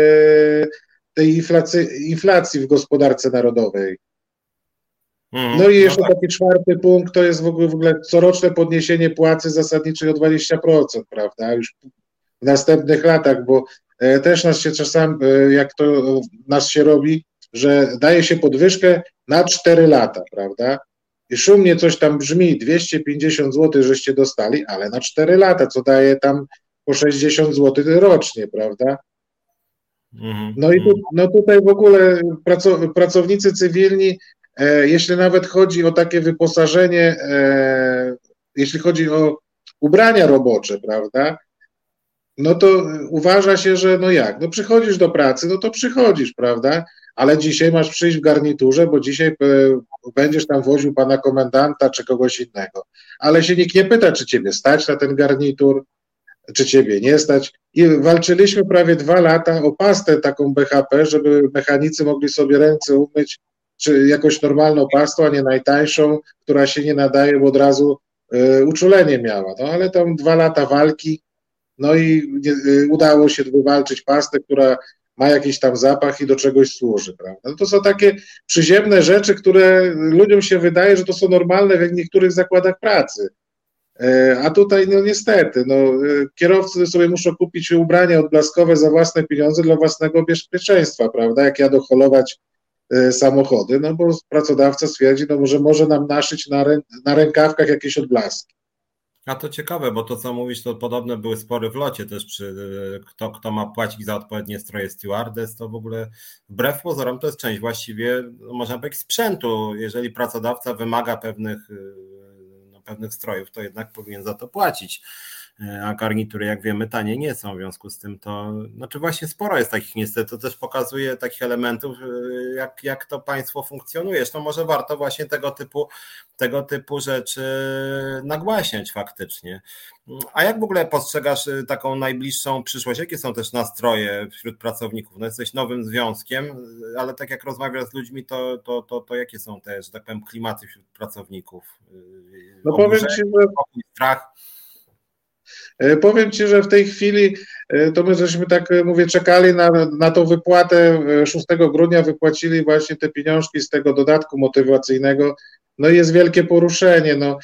tej inflacji w gospodarce narodowej. No i jeszcze taki czwarty punkt to jest w ogóle coroczne podniesienie płacy zasadniczej o 20%, prawda, już w następnych latach, bo też nas się czasami, jak to nas się robi, że daje się podwyżkę na 4 lata, prawda, i szumnie coś tam brzmi, 250 zł żeście dostali, ale na 4 lata, co daje tam po 60 zł rocznie, prawda. No i tutaj w ogóle pracownicy cywilni, jeśli nawet chodzi o takie wyposażenie, jeśli chodzi o ubrania robocze, prawda, no to uważa się, że no jak, no przychodzisz do pracy, no to przychodzisz, prawda, ale dzisiaj masz przyjść w garniturze, bo dzisiaj będziesz tam woził pana komendanta czy kogoś innego, ale się nikt nie pyta, czy ciebie stać na ten garnitur, czy ciebie nie stać. I walczyliśmy prawie 2 lata o pastę taką BHP, żeby mechanicy mogli sobie ręce umyć, czy jakąś normalną pastą, a nie najtańszą, która się nie nadaje, bo od razu uczulenie miała. No ale tam 2 lata walki, no i udało się wywalczyć pastę, która ma jakiś tam zapach i do czegoś służy, prawda? No to są takie przyziemne rzeczy, które ludziom się wydaje, że to są normalne w niektórych zakładach pracy. A tutaj no niestety, no, kierowcy sobie muszą kupić ubrania odblaskowe za własne pieniądze dla własnego bezpieczeństwa, prawda, jak jadą holować samochody, no bo pracodawca stwierdzi, no może nam naszyć na rękawkach jakieś odblaski. A to ciekawe, bo to co mówisz, to podobne były spory w locie też przy kto ma płacić za odpowiednie stroje stewardess, to w ogóle wbrew pozorom to jest część właściwie, można powiedzieć, sprzętu. Jeżeli pracodawca wymaga pewnych strojów, to jednak powinien za to płacić. a garnitury, jak wiemy, tanie nie są, w związku z tym to, znaczy właśnie sporo jest takich niestety, to też pokazuje takich elementów, jak to państwo funkcjonuje. Zresztą może warto właśnie tego typu rzeczy nagłaśniać faktycznie. A jak w ogóle postrzegasz taką najbliższą przyszłość? Jakie są też nastroje wśród pracowników? No jesteś nowym związkiem, ale tak jak rozmawiasz z ludźmi, to jakie są te, że tak powiem, klimaty wśród pracowników? No powiem Ci, że strach? Powiem Ci, że w tej chwili to my żeśmy tak mówię czekali na tą wypłatę. 6 grudnia wypłacili właśnie te pieniążki z tego dodatku motywacyjnego. No i jest wielkie poruszenie. No,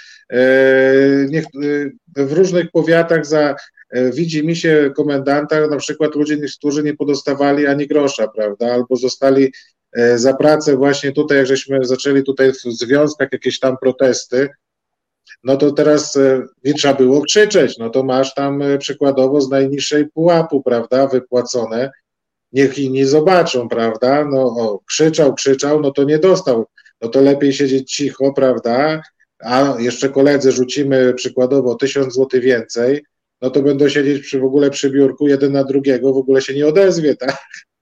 w różnych powiatach widzi mi się komendanta, na przykład ludzie, którzy nie podostawali ani grosza, prawda, albo zostali za pracę właśnie tutaj, jak żeśmy zaczęli tutaj w związkach jakieś tam protesty, no to teraz trzeba było krzyczeć, no to masz tam przykładowo z najniższej pułapu, prawda, wypłacone, niech inni zobaczą, prawda, no krzyczał, no to nie dostał, no to lepiej siedzieć cicho, prawda, a jeszcze koledzy rzucimy przykładowo 1000 zł więcej, no to będą siedzieć w ogóle przy biurku jeden na drugiego, w ogóle się nie odezwie, tak?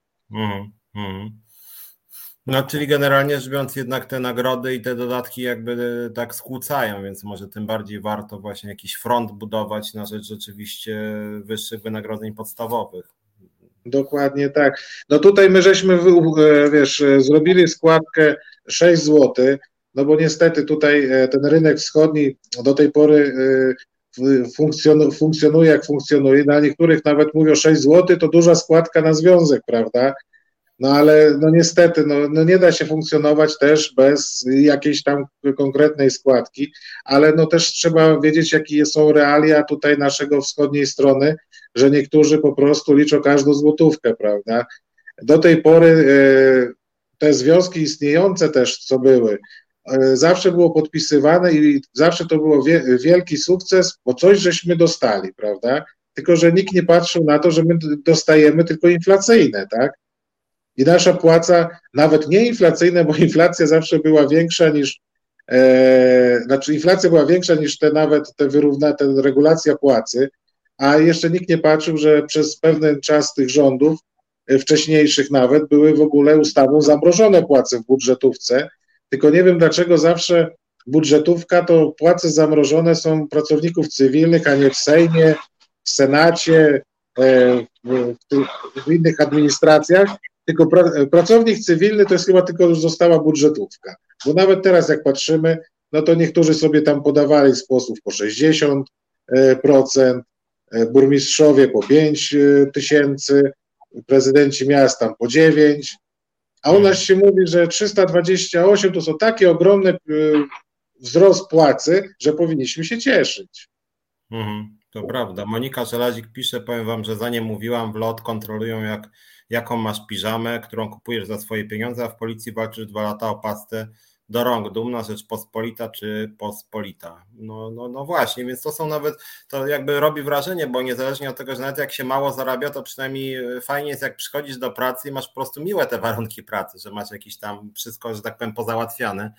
No, czyli generalnie rzecz biorąc jednak te nagrody i te dodatki jakby tak skłócają, więc może tym bardziej warto właśnie jakiś front budować na rzecz rzeczywiście wyższych wynagrodzeń podstawowych. Dokładnie tak. No tutaj my żeśmy, zrobili składkę 6 zł, no bo niestety tutaj ten rynek wschodni do tej pory funkcjonuje jak funkcjonuje. Na niektórych nawet mówią 6 zł to duża składka na związek, prawda? No ale no niestety, no nie da się funkcjonować też bez jakiejś tam konkretnej składki, ale no też trzeba wiedzieć, jakie są realia tutaj naszego wschodniej strony, że niektórzy po prostu liczą każdą złotówkę, prawda? Do tej pory te związki istniejące też, co były, zawsze było podpisywane i zawsze to było wielki sukces, bo coś żeśmy dostali, prawda? Tylko że nikt nie patrzył na to, że my dostajemy tylko inflacyjne, tak? I nasza płaca, nawet nie inflacyjna, bo inflacja zawsze była większa niż, inflacja była większa niż nawet te regulacja płacy, a jeszcze nikt nie patrzył, że przez pewien czas tych rządów, wcześniejszych nawet, były w ogóle ustawą zamrożone płace w budżetówce, tylko nie wiem dlaczego zawsze budżetówka to płace zamrożone są pracowników cywilnych, a nie w Sejmie, w Senacie, w innych administracjach, tylko pracownik cywilny to jest chyba tylko już została budżetówka, bo nawet teraz jak patrzymy, no to niektórzy sobie tam podawali z posłów po 60%, burmistrzowie po 5 000, prezydenci miast tam po 9, a u nas się mówi, że 328 to są takie ogromne wzrost płacy, że powinniśmy się cieszyć. To prawda. Monika Żelazik pisze, powiem wam, że za nie mówiłam, w LOT kontrolują jaką masz piżamę, którą kupujesz za swoje pieniądze, a w policji walczysz 2 lata o pastę do rąk. Dumna Rzeczpospolita czy Pospolita? No właśnie, więc to są nawet, to jakby robi wrażenie, bo niezależnie od tego, że nawet jak się mało zarabia, to przynajmniej fajnie jest, jak przychodzisz do pracy i masz po prostu miłe te warunki pracy, że masz jakieś tam wszystko, że tak powiem, pozałatwiane.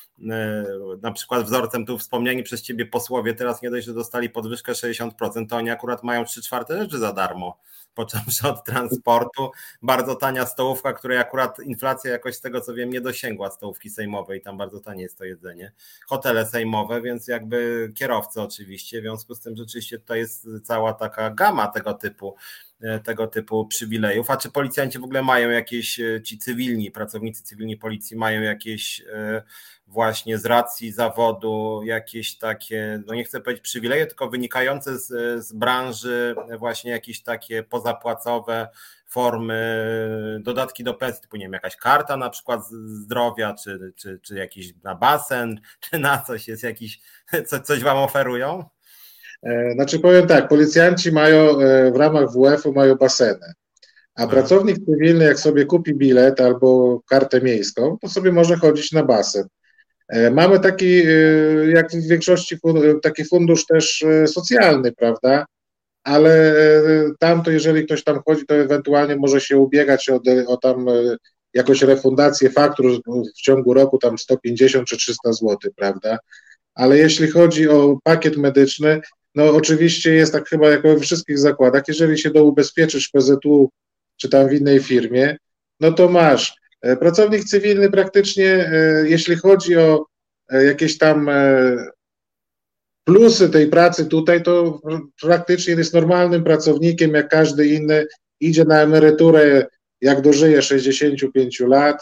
Na przykład wzorcem tu wspomniani przez ciebie posłowie teraz nie dość, że dostali podwyżkę 60%, to oni akurat mają 3/4 rzeczy za darmo, począwszy od transportu, bardzo tania stołówka, której akurat inflacja jakoś z tego co wiem nie dosięgła stołówki sejmowej, tam bardzo tanie jest to jedzenie, hotele sejmowe, więc jakby kierowcy oczywiście, w związku z tym rzeczywiście tutaj jest cała taka gama tego typu przywilejów. A czy policjanci w ogóle mają jakieś, ci cywilni, pracownicy cywilni policji mają jakieś właśnie z racji zawodu jakieś takie, no nie chcę powiedzieć przywileje, tylko wynikające z branży właśnie jakieś takie pozapłacowe formy, dodatki do pensji, typu nie wiem, jakaś karta na przykład zdrowia, czy jakiś na basen, czy na coś jest jakiś, coś wam oferują? Znaczy powiem tak, policjanci mają w ramach WF-u mają baseny, a pracownik cywilny jak sobie kupi bilet albo kartę miejską, to sobie może chodzić na basen. Mamy taki, jak w większości, taki fundusz też socjalny, prawda, ale tam to jeżeli ktoś tam chodzi, to ewentualnie może się ubiegać o tam jakąś refundację faktur w ciągu roku tam 150 czy 300 zł, prawda, ale jeśli chodzi o pakiet medyczny, no oczywiście jest tak chyba jak we wszystkich zakładach, jeżeli się doubezpieczysz w PZU czy tam w innej firmie, no to masz. Pracownik cywilny praktycznie, jeśli chodzi o jakieś tam plusy tej pracy tutaj, to praktycznie jest normalnym pracownikiem, jak każdy inny, idzie na emeryturę, jak dożyje 65 lat.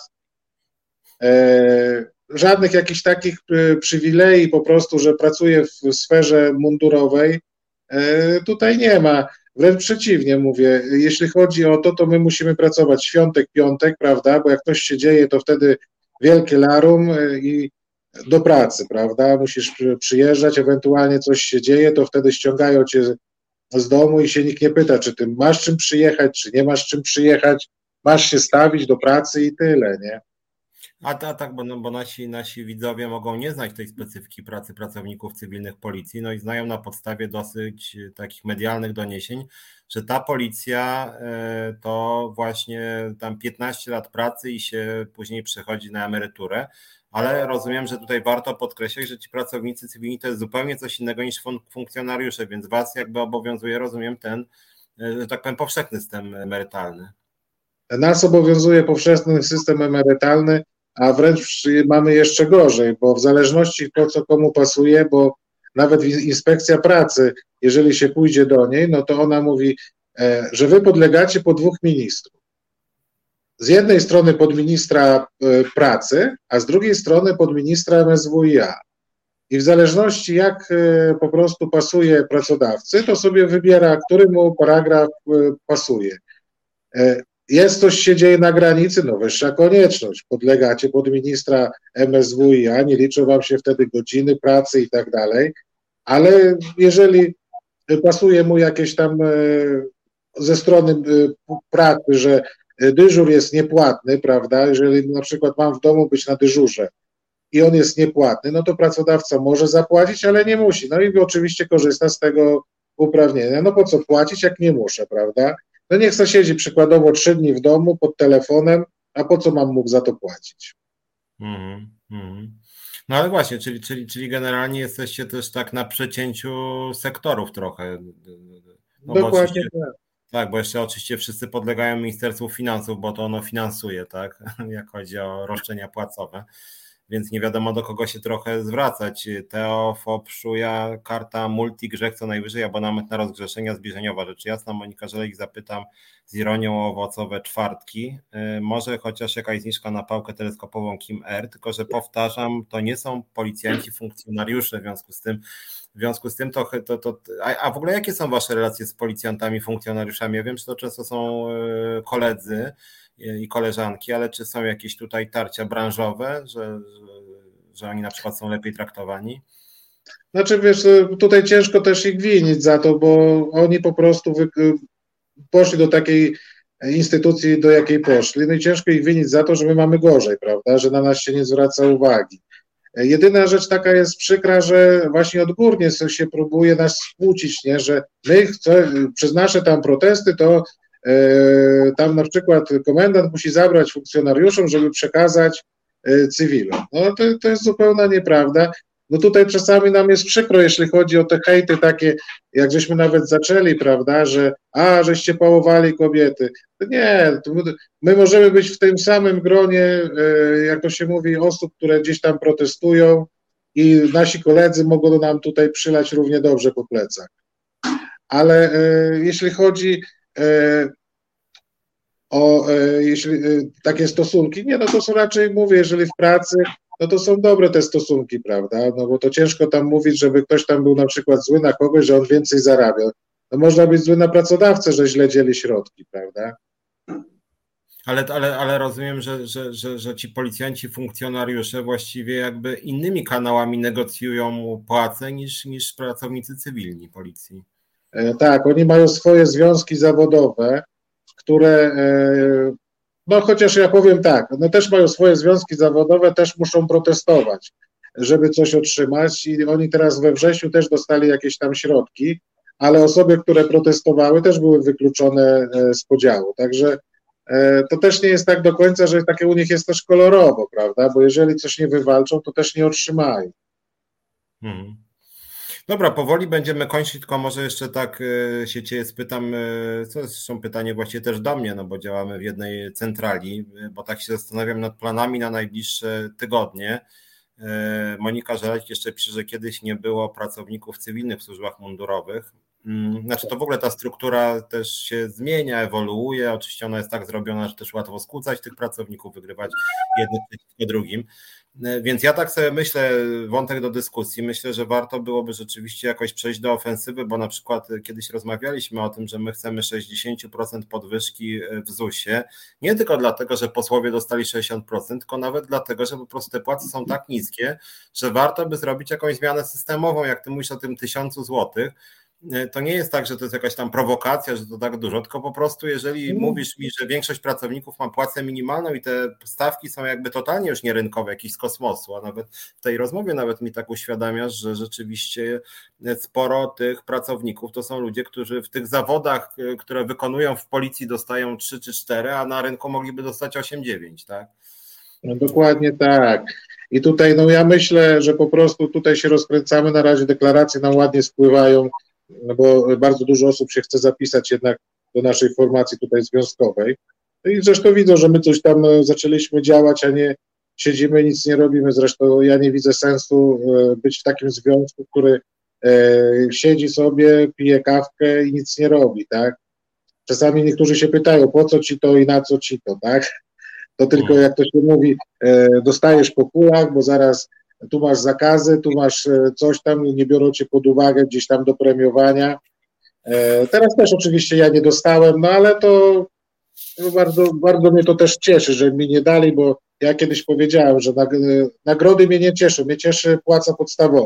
Żadnych jakichś takich przywilei, po prostu, że pracuje w sferze mundurowej, tutaj nie ma. Wręcz przeciwnie mówię, jeśli chodzi o to, to my musimy pracować świątek, piątek, prawda, bo jak coś się dzieje, to wtedy wielkie larum i do pracy, prawda, musisz przyjeżdżać, ewentualnie coś się dzieje, to wtedy ściągają cię z domu i się nikt nie pyta, czy ty masz czym przyjechać, czy nie masz czym przyjechać, masz się stawić do pracy i tyle, nie? A tak, bo nasi widzowie mogą nie znać tej specyfiki pracy pracowników cywilnych policji, no i znają na podstawie dosyć takich medialnych doniesień, że ta policja to właśnie tam 15 lat pracy i się później przechodzi na emeryturę, ale rozumiem, że tutaj warto podkreślać, że ci pracownicy cywilni to jest zupełnie coś innego niż funkcjonariusze, więc was jakby obowiązuje, rozumiem, ten, że tak powiem, powszechny system emerytalny. Nas obowiązuje powszechny system emerytalny, a wręcz mamy jeszcze gorzej, bo w zależności po co komu pasuje, bo nawet inspekcja pracy, jeżeli się pójdzie do niej, no to ona mówi, że wy podlegacie pod dwóch ministrów. Z jednej strony pod ministra pracy, a z drugiej strony pod ministra MSWiA. I w zależności jak po prostu pasuje pracodawcy, to sobie wybiera, który mu paragraf pasuje. Jest coś się dzieje na granicy, no wyższa konieczność, podlegacie pod ministra MSWiA, nie liczą wam się wtedy godziny pracy i tak dalej, ale jeżeli pasuje mu jakieś tam ze strony pracy, że dyżur jest niepłatny, prawda, jeżeli na przykład mam w domu być na dyżurze i on jest niepłatny, no to pracodawca może zapłacić, ale nie musi, no i oczywiście korzysta z tego uprawnienia, no po co płacić, jak nie muszę, prawda. No niech se siedzi przykładowo 3 dni w domu pod telefonem, a po co mam mógł za to płacić? No ale właśnie, czyli generalnie jesteście też tak na przecięciu sektorów trochę. No dokładnie tak. Tak, bo jeszcze oczywiście wszyscy podlegają Ministerstwu Finansów, bo to ono finansuje, tak, jak chodzi o roszczenia płacowe, więc nie wiadomo do kogo się trochę zwracać. Teo, FOP, Szuja, karta multi, grzech co najwyżej, abonament na rozgrzeszenia zbliżeniowa. Rzecz jasna, Monika Żelek zapytam z ironią o owocowe czwartki. Może chociaż jakaś zniżka na pałkę teleskopową Kim Air, tylko że powtarzam, to nie są policjanci, funkcjonariusze, w związku z tym a w ogóle jakie są wasze relacje z policjantami, funkcjonariuszami? Ja wiem, że to często są koledzy i koleżanki, ale czy są jakieś tutaj tarcia branżowe, że oni na przykład są lepiej traktowani? Znaczy wiesz, tutaj ciężko też ich winić za to, bo oni po prostu poszli do takiej instytucji, do jakiej poszli, no i ciężko ich winić za to, że my mamy gorzej, prawda, że na nas się nie zwraca uwagi. Jedyna rzecz taka jest przykra, że właśnie odgórnie się próbuje nas skłócić, nie? Że my przez nasze tam protesty to tam na przykład komendant musi zabrać funkcjonariuszom, żeby przekazać cywilom. No to jest zupełna nieprawda. No tutaj czasami nam jest przykro, jeśli chodzi o te hejty takie, jak żeśmy nawet zaczęli, prawda, że żeście pałowali kobiety. To nie, my możemy być w tym samym gronie, jak to się mówi, osób, które gdzieś tam protestują i nasi koledzy mogą nam tutaj przylać równie dobrze po plecach. Ale jeśli chodzi o takie stosunki, nie, no to są raczej, mówię, jeżeli w pracy, no to są dobre te stosunki, prawda, no bo to ciężko tam mówić, żeby ktoś tam był na przykład zły na kogoś, że on więcej zarabia. No można być zły na pracodawcę, że źle dzieli środki, prawda. Ale rozumiem, że ci policjanci, funkcjonariusze właściwie jakby innymi kanałami negocjują płace niż pracownicy cywilni policji. Tak, oni mają swoje związki zawodowe, które, no chociaż ja powiem tak, no też mają swoje związki zawodowe, też muszą protestować, żeby coś otrzymać i oni teraz we wrześniu też dostali jakieś tam środki, ale osoby, które protestowały, też były wykluczone z podziału, także to też nie jest tak do końca, że takie u nich jest też kolorowo, prawda, bo jeżeli coś nie wywalczą, to też nie otrzymają. Dobra, powoli będziemy kończyć, tylko może jeszcze tak się Cię spytam, co jest zresztą pytanie właściwie też do mnie, no bo działamy w jednej centrali, bo tak się zastanawiam nad planami na najbliższe tygodnie. Monika Żelaznik jeszcze pisze, że kiedyś nie było pracowników cywilnych w służbach mundurowych. Znaczy to w ogóle ta struktura też się zmienia, ewoluuje, oczywiście ona jest tak zrobiona, że też łatwo skłócać tych pracowników, wygrywać jednym przeciwko drugim. Więc ja tak sobie myślę, wątek do dyskusji, myślę, że warto byłoby rzeczywiście jakoś przejść do ofensywy, bo na przykład kiedyś rozmawialiśmy o tym, że my chcemy 60% podwyżki w ZUS-ie, nie tylko dlatego, że posłowie dostali 60%, tylko nawet dlatego, że po prostu te płace są tak niskie, że warto by zrobić jakąś zmianę systemową, jak ty mówisz o tym 1000 złotych. To nie jest tak, że to jest jakaś tam prowokacja, że to tak dużo, tylko po prostu jeżeli mówisz mi, że większość pracowników ma płacę minimalną i te stawki są jakby totalnie już nierynkowe, jakieś z kosmosu, a nawet w tej rozmowie nawet mi tak uświadamiasz, że rzeczywiście sporo tych pracowników to są ludzie, którzy w tych zawodach, które wykonują w policji dostają 3 czy 4, a na rynku mogliby dostać 8-9, tak? No dokładnie tak. I tutaj no ja myślę, że po prostu tutaj się rozkręcamy, na razie deklaracje nam ładnie spływają, no bo bardzo dużo osób się chce zapisać jednak do naszej formacji tutaj związkowej. No i zresztą widzą, że my coś tam zaczęliśmy działać, a nie siedzimy, nic nie robimy. Zresztą ja nie widzę sensu być w takim związku, który siedzi sobie, pije kawkę i nic nie robi, tak? Czasami niektórzy się pytają, po co ci to i na co ci to, tak? To tylko jak to się mówi, dostajesz po kulach, bo zaraz tu masz zakazy, tu masz coś tam, nie biorą cię pod uwagę gdzieś tam do premiowania. Teraz też oczywiście ja nie dostałem, no ale to bardzo, bardzo mnie to też cieszy, że mi nie dali, bo ja kiedyś powiedziałem, że nagrody mnie nie cieszą, mnie cieszy płaca podstawowa.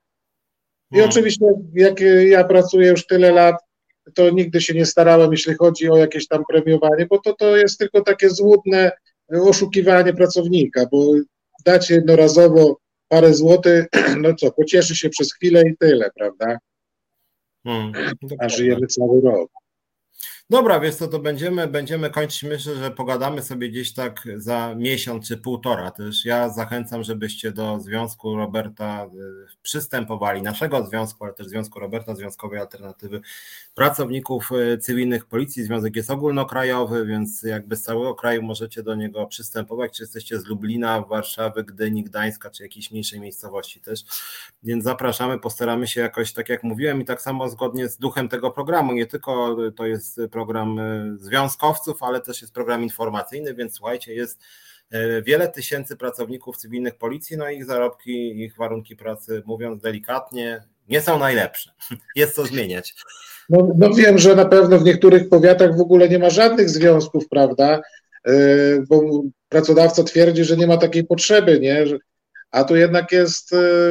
I oczywiście jak ja pracuję już tyle lat, to nigdy się nie starałem, jeśli chodzi o jakieś tam premiowanie, bo to jest tylko takie złudne oszukiwanie pracownika, bo dać jednorazowo parę złotych, no co, pocieszy się przez chwilę i tyle, prawda? A żyjemy cały rok. Dobra, więc to będziemy kończyć. Myślę, że pogadamy sobie gdzieś tak za miesiąc czy półtora też. Ja zachęcam, żebyście do Związku Roberta przystępowali, naszego związku, ale też Związku Roberta, Związkowej Alternatywy Pracowników Cywilnych Policji. Związek jest ogólnokrajowy, więc jakby z całego kraju możecie do niego przystępować, czy jesteście z Lublina, Warszawy, Gdyni, Gdańska, czy jakiejś mniejszej miejscowości też. Więc zapraszamy, postaramy się jakoś, tak jak mówiłem, i tak samo zgodnie z duchem tego programu, nie tylko to jest program związkowców, ale też jest program informacyjny, więc słuchajcie, jest wiele tysięcy pracowników cywilnych policji, no i ich zarobki, ich warunki pracy, mówiąc delikatnie, nie są najlepsze. Jest co zmieniać. No wiem, że na pewno w niektórych powiatach w ogóle nie ma żadnych związków, prawda, bo pracodawca twierdzi, że nie ma takiej potrzeby, nie? A tu jednak jest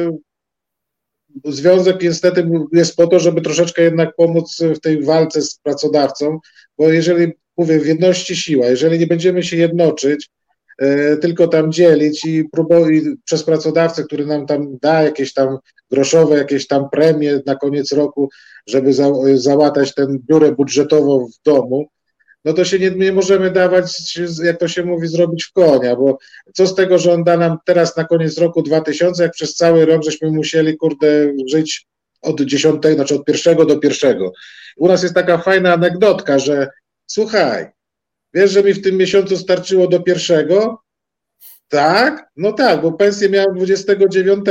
związek niestety jest po to, żeby troszeczkę jednak pomóc w tej walce z pracodawcą, bo jeżeli, mówię, w jedności siła, jeżeli nie będziemy się jednoczyć, tylko tam dzielić i przez pracodawcę, który nam tam da jakieś tam groszowe, jakieś tam premie na koniec roku, żeby załatać tę dziurę budżetową w domu, no to się nie możemy dawać, jak to się mówi, zrobić w konia, bo co z tego, że on da nam teraz na koniec roku 2000, jak przez cały rok żeśmy musieli, kurde, żyć od 10, znaczy od 1 do 1. U nas jest taka fajna anegdotka, że słuchaj, wiesz, że mi w tym miesiącu starczyło do 1? Tak? No tak, bo pensję miałem 29.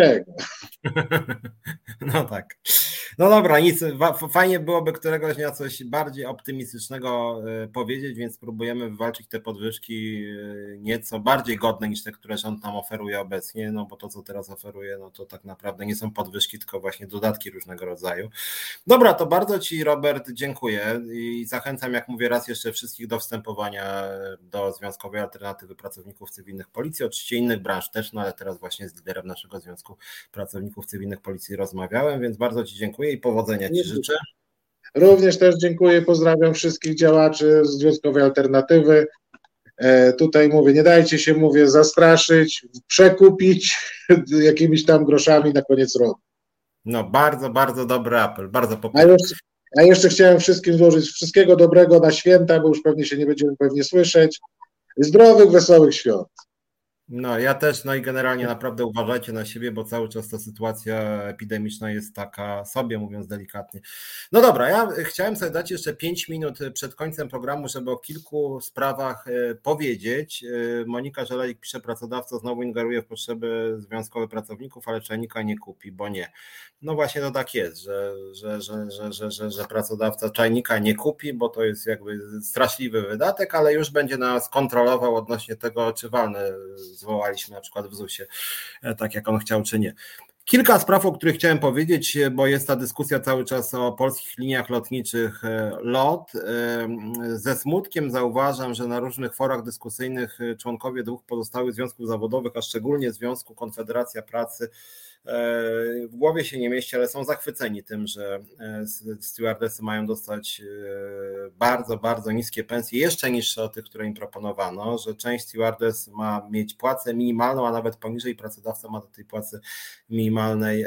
No tak. No dobra, nic. Fajnie byłoby któregoś dnia coś bardziej optymistycznego powiedzieć, więc próbujemy wywalczyć te podwyżki nieco bardziej godne niż te, które rząd nam oferuje obecnie, no bo to, co teraz oferuje, no to tak naprawdę nie są podwyżki, tylko właśnie dodatki różnego rodzaju. Dobra, to bardzo Ci, Robert, dziękuję i zachęcam, jak mówię raz jeszcze, wszystkich do wstępowania do Związkowej Alternatywy Pracowników Cywilnych Policji, oczywiście innych branż też, no ale teraz właśnie z liderem naszego Związku Pracowników Cywilnych Policji rozmawiałem, więc bardzo Ci dziękuję i powodzenia Ci życzę. Również też dziękuję, pozdrawiam wszystkich działaczy z Związkowej Alternatywy. Tutaj mówię, nie dajcie się, mówię, zastraszyć, przekupić jakimiś tam groszami na koniec roku. No bardzo, bardzo dobry apel, bardzo popularny. A jeszcze chciałem wszystkim złożyć wszystkiego dobrego na święta, bo już pewnie się nie będziemy słyszeć. Zdrowych, wesołych świąt. No ja też, no i generalnie naprawdę uważajcie na siebie, bo cały czas ta sytuacja epidemiczna jest taka sobie, mówiąc delikatnie. No dobra, ja chciałem sobie dać jeszcze 5 minut przed końcem programu, żeby o kilku sprawach powiedzieć. Monika Żelalik pisze, pracodawca znowu ingeruje w potrzeby związkowe pracowników, ale czajnika nie kupi, bo nie. No właśnie to tak jest, że pracodawca czajnika nie kupi, bo to jest jakby straszliwy wydatek, ale już będzie nas kontrolował odnośnie tego, czy walne zwołaliśmy na przykład w ZUS-ie, tak jak on chciał, czy nie. Kilka spraw, o których chciałem powiedzieć, bo jest ta dyskusja cały czas o polskich liniach lotniczych LOT. Ze smutkiem zauważam, że na różnych forach dyskusyjnych członkowie dwóch pozostałych związków zawodowych, a szczególnie Związku Konfederacja Pracy, w głowie się nie mieści, ale są zachwyceni tym, że stewardesy mają dostać bardzo, bardzo niskie pensje, jeszcze niższe od tych, które im proponowano, że część stewardes ma mieć płacę minimalną, a nawet poniżej pracodawca ma do tej płacy minimalnej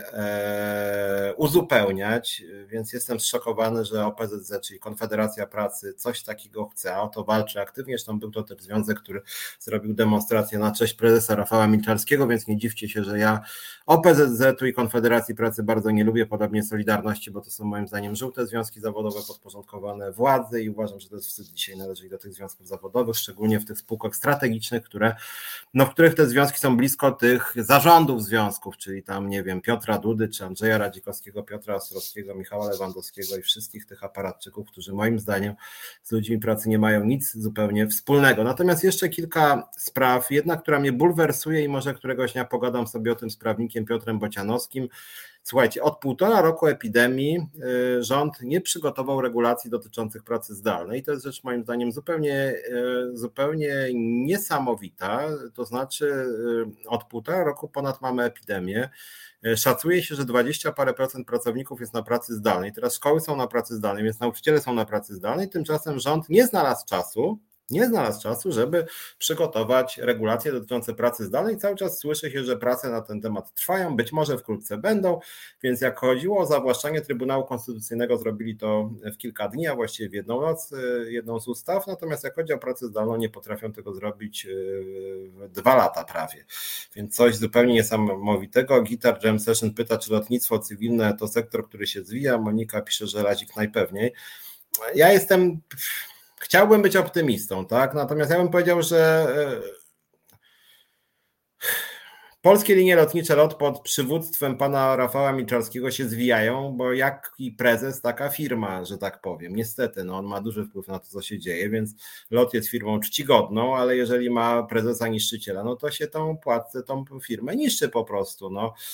uzupełniać, więc jestem zszokowany, że OPZZ, czyli Konfederacja Pracy, coś takiego chce, a o to walczy aktywnie. Zresztą był to też związek, który zrobił demonstrację na cześć prezesa Rafała Milczarskiego, więc nie dziwcie się, że ja OPZZ-u i Konfederacji Pracy bardzo nie lubię, podobnie Solidarności, bo to są moim zdaniem żółte związki zawodowe podporządkowane władzy i uważam, że to jest wstyd dzisiaj należeć do tych związków zawodowych, szczególnie w tych spółkach strategicznych, w których te związki są blisko tych zarządów związków, czyli tam, nie wiem, Piotra Dudy, czy Andrzeja Radzikowskiego, Piotra Ostrowskiego, Michała Lewandowskiego i wszystkich tych aparatczyków, którzy moim zdaniem z ludźmi pracy nie mają nic zupełnie wspólnego. Natomiast jeszcze kilka spraw, jedna, która mnie bulwersuje i może któregoś dnia pogadam sobie o tym z prawnikiem Piotrem Bocianowskim. Słuchajcie, od 1,5 roku epidemii rząd nie przygotował regulacji dotyczących pracy zdalnej. To jest rzecz moim zdaniem zupełnie niesamowita. To znaczy od 1,5 roku ponad mamy epidemię. Szacuje się, że 20 parę procent pracowników jest na pracy zdalnej. Teraz szkoły są na pracy zdalnej, więc nauczyciele są na pracy zdalnej. Tymczasem rząd nie znalazł czasu, żeby przygotować regulacje dotyczące pracy zdalnej. Cały czas słyszy się, że prace na ten temat trwają, być może wkrótce będą, więc jak chodziło o zawłaszczanie Trybunału Konstytucyjnego, zrobili to w kilka dni, a właściwie w jedną noc, jedną z ustaw, natomiast jak chodzi o pracę zdalną, nie potrafią tego zrobić w 2 lata prawie, więc coś zupełnie niesamowitego. Guitar Jam Session pyta, czy lotnictwo cywilne to sektor, który się zwija. Monika pisze, że Razik najpewniej. Chciałbym być optymistą, tak? Natomiast ja bym powiedział, że polskie linie lotnicze LOT pod przywództwem pana Rafała Milczarskiego się zwijają, bo jaki prezes, taka firma, że tak powiem. Niestety, on ma duży wpływ na to, co się dzieje, więc LOT jest firmą czcigodną, ale jeżeli ma prezesa niszczyciela, no to się tą firmę niszczy po prostu,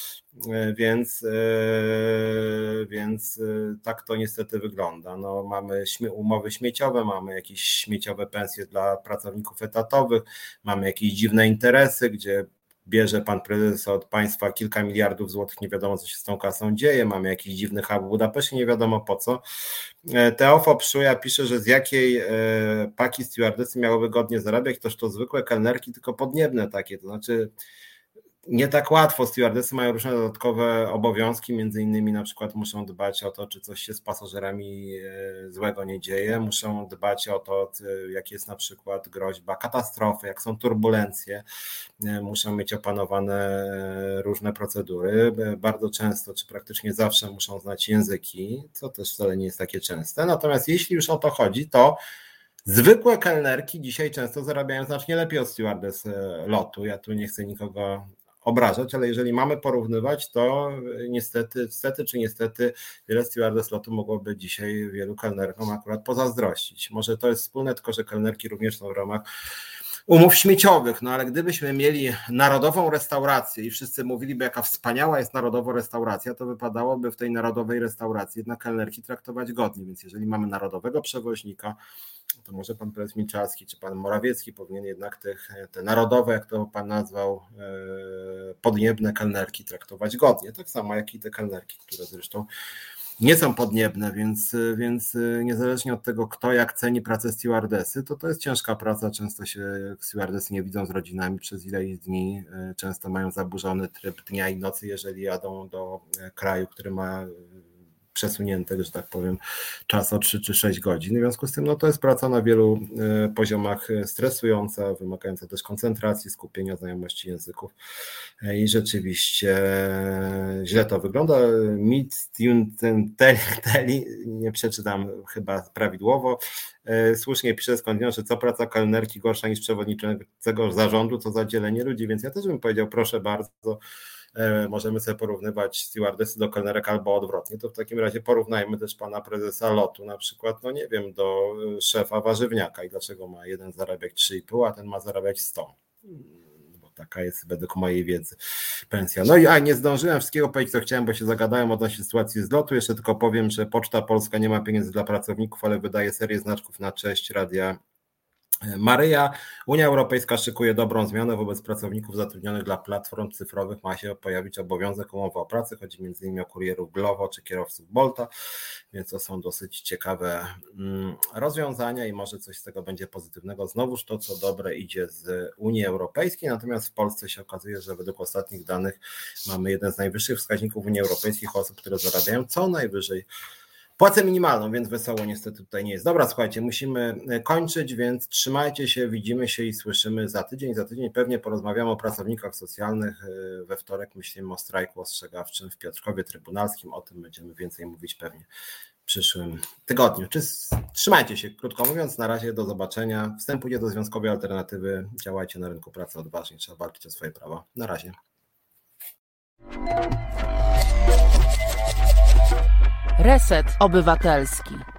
Więc tak to niestety wygląda. Mamy umowy śmieciowe, mamy jakieś śmieciowe pensje dla pracowników etatowych, mamy jakieś dziwne interesy, gdzie bierze pan prezes od państwa kilka miliardów złotych, nie wiadomo co się z tą kasą dzieje, mamy jakiś dziwny hub w Budapeszcie, nie wiadomo po co. Teofo Pszuja pisze, że z jakiej paki stewardesy miałyby godnie zarabiać, toż to zwykłe kelnerki, tylko podniebne takie, to znaczy nie tak łatwo. Stewardesy mają różne dodatkowe obowiązki, między innymi na przykład muszą dbać o to, czy coś się z pasażerami złego nie dzieje, muszą dbać o to, jak jest na przykład groźba katastrofy, jak są turbulencje, muszą mieć opanowane różne procedury. Bardzo często, czy praktycznie zawsze muszą znać języki, co też wcale nie jest takie częste. Natomiast jeśli już o to chodzi, to zwykłe kelnerki dzisiaj często zarabiają znacznie lepiej od stewardes lotu. Ja tu nie chcę nikogo obrażać, ale jeżeli mamy porównywać, to niestety wiele stewardes lotu mogłoby dzisiaj wielu kelnerkom akurat pozazdrościć. Może to jest wspólne, tylko że kelnerki również są w ramach umów śmieciowych, ale gdybyśmy mieli narodową restaurację i wszyscy mówiliby, jaka wspaniała jest narodowa restauracja, to wypadałoby w tej narodowej restauracji jednak kelnerki traktować godnie, więc jeżeli mamy narodowego przewoźnika, to może pan prezes Milczarski czy pan Morawiecki powinien jednak te narodowe, jak to pan nazwał, podniebne kelnerki traktować godnie, tak samo jak i te kelnerki, które zresztą nie są podniebne, więc niezależnie od tego, kto jak ceni pracę stewardesy, to jest ciężka praca, często się stewardesy nie widzą z rodzinami przez ileś dni, często mają zaburzony tryb dnia i nocy, jeżeli jadą do kraju, który ma przesunięty, że tak powiem, czas o 3 czy 6 godzin. W związku z tym no to jest praca na wielu poziomach stresująca, wymagająca też koncentracji, skupienia, znajomości języków i rzeczywiście źle to wygląda. Teli, nie przeczytam chyba prawidłowo, słusznie pisze skądinąd, że co praca kelnerki gorsza niż przewodniczącego zarządu, to za dzielenie ludzi, więc ja też bym powiedział, proszę bardzo, możemy sobie porównywać stewardessy do kelnerek albo odwrotnie, to w takim razie porównajmy też pana prezesa LOT-u na przykład, no nie wiem, do szefa warzywniaka i dlaczego ma jeden zarabiać 3,5, a ten ma zarabiać 100. Taka jest według mojej wiedzy pensja. No i nie zdążyłem wszystkiego powiedzieć, co chciałem, bo się zagadałem odnośnie sytuacji z LOT-u. Jeszcze tylko powiem, że Poczta Polska nie ma pieniędzy dla pracowników, ale wydaje serię znaczków na cześć Radia Maryja. Unia Europejska szykuje dobrą zmianę wobec pracowników zatrudnionych dla platform cyfrowych. Ma się pojawić obowiązek umowy o pracę. Chodzi m.in. o kurierów Glovo czy kierowców Bolta, więc to są dosyć ciekawe rozwiązania i może coś z tego będzie pozytywnego. Znowuż to, co dobre, idzie z Unii Europejskiej, natomiast w Polsce się okazuje, że według ostatnich danych mamy jeden z najwyższych wskaźników Unii Europejskiej osób, które zarabiają co najwyżej płacę minimalną, więc wesoło niestety tutaj nie jest. Dobra, słuchajcie, musimy kończyć, więc trzymajcie się, widzimy się i słyszymy za tydzień. Za tydzień pewnie porozmawiamy o pracownikach socjalnych. We wtorek myślimy o strajku ostrzegawczym w Piotrkowie Trybunalskim. O tym będziemy więcej mówić pewnie w przyszłym tygodniu. Trzymajcie się, krótko mówiąc, na razie, do zobaczenia. Wstępujcie do Związkowej Alternatywy, działajcie na rynku pracy odważnie, trzeba walczyć o swoje prawa. Na razie. Reset Obywatelski.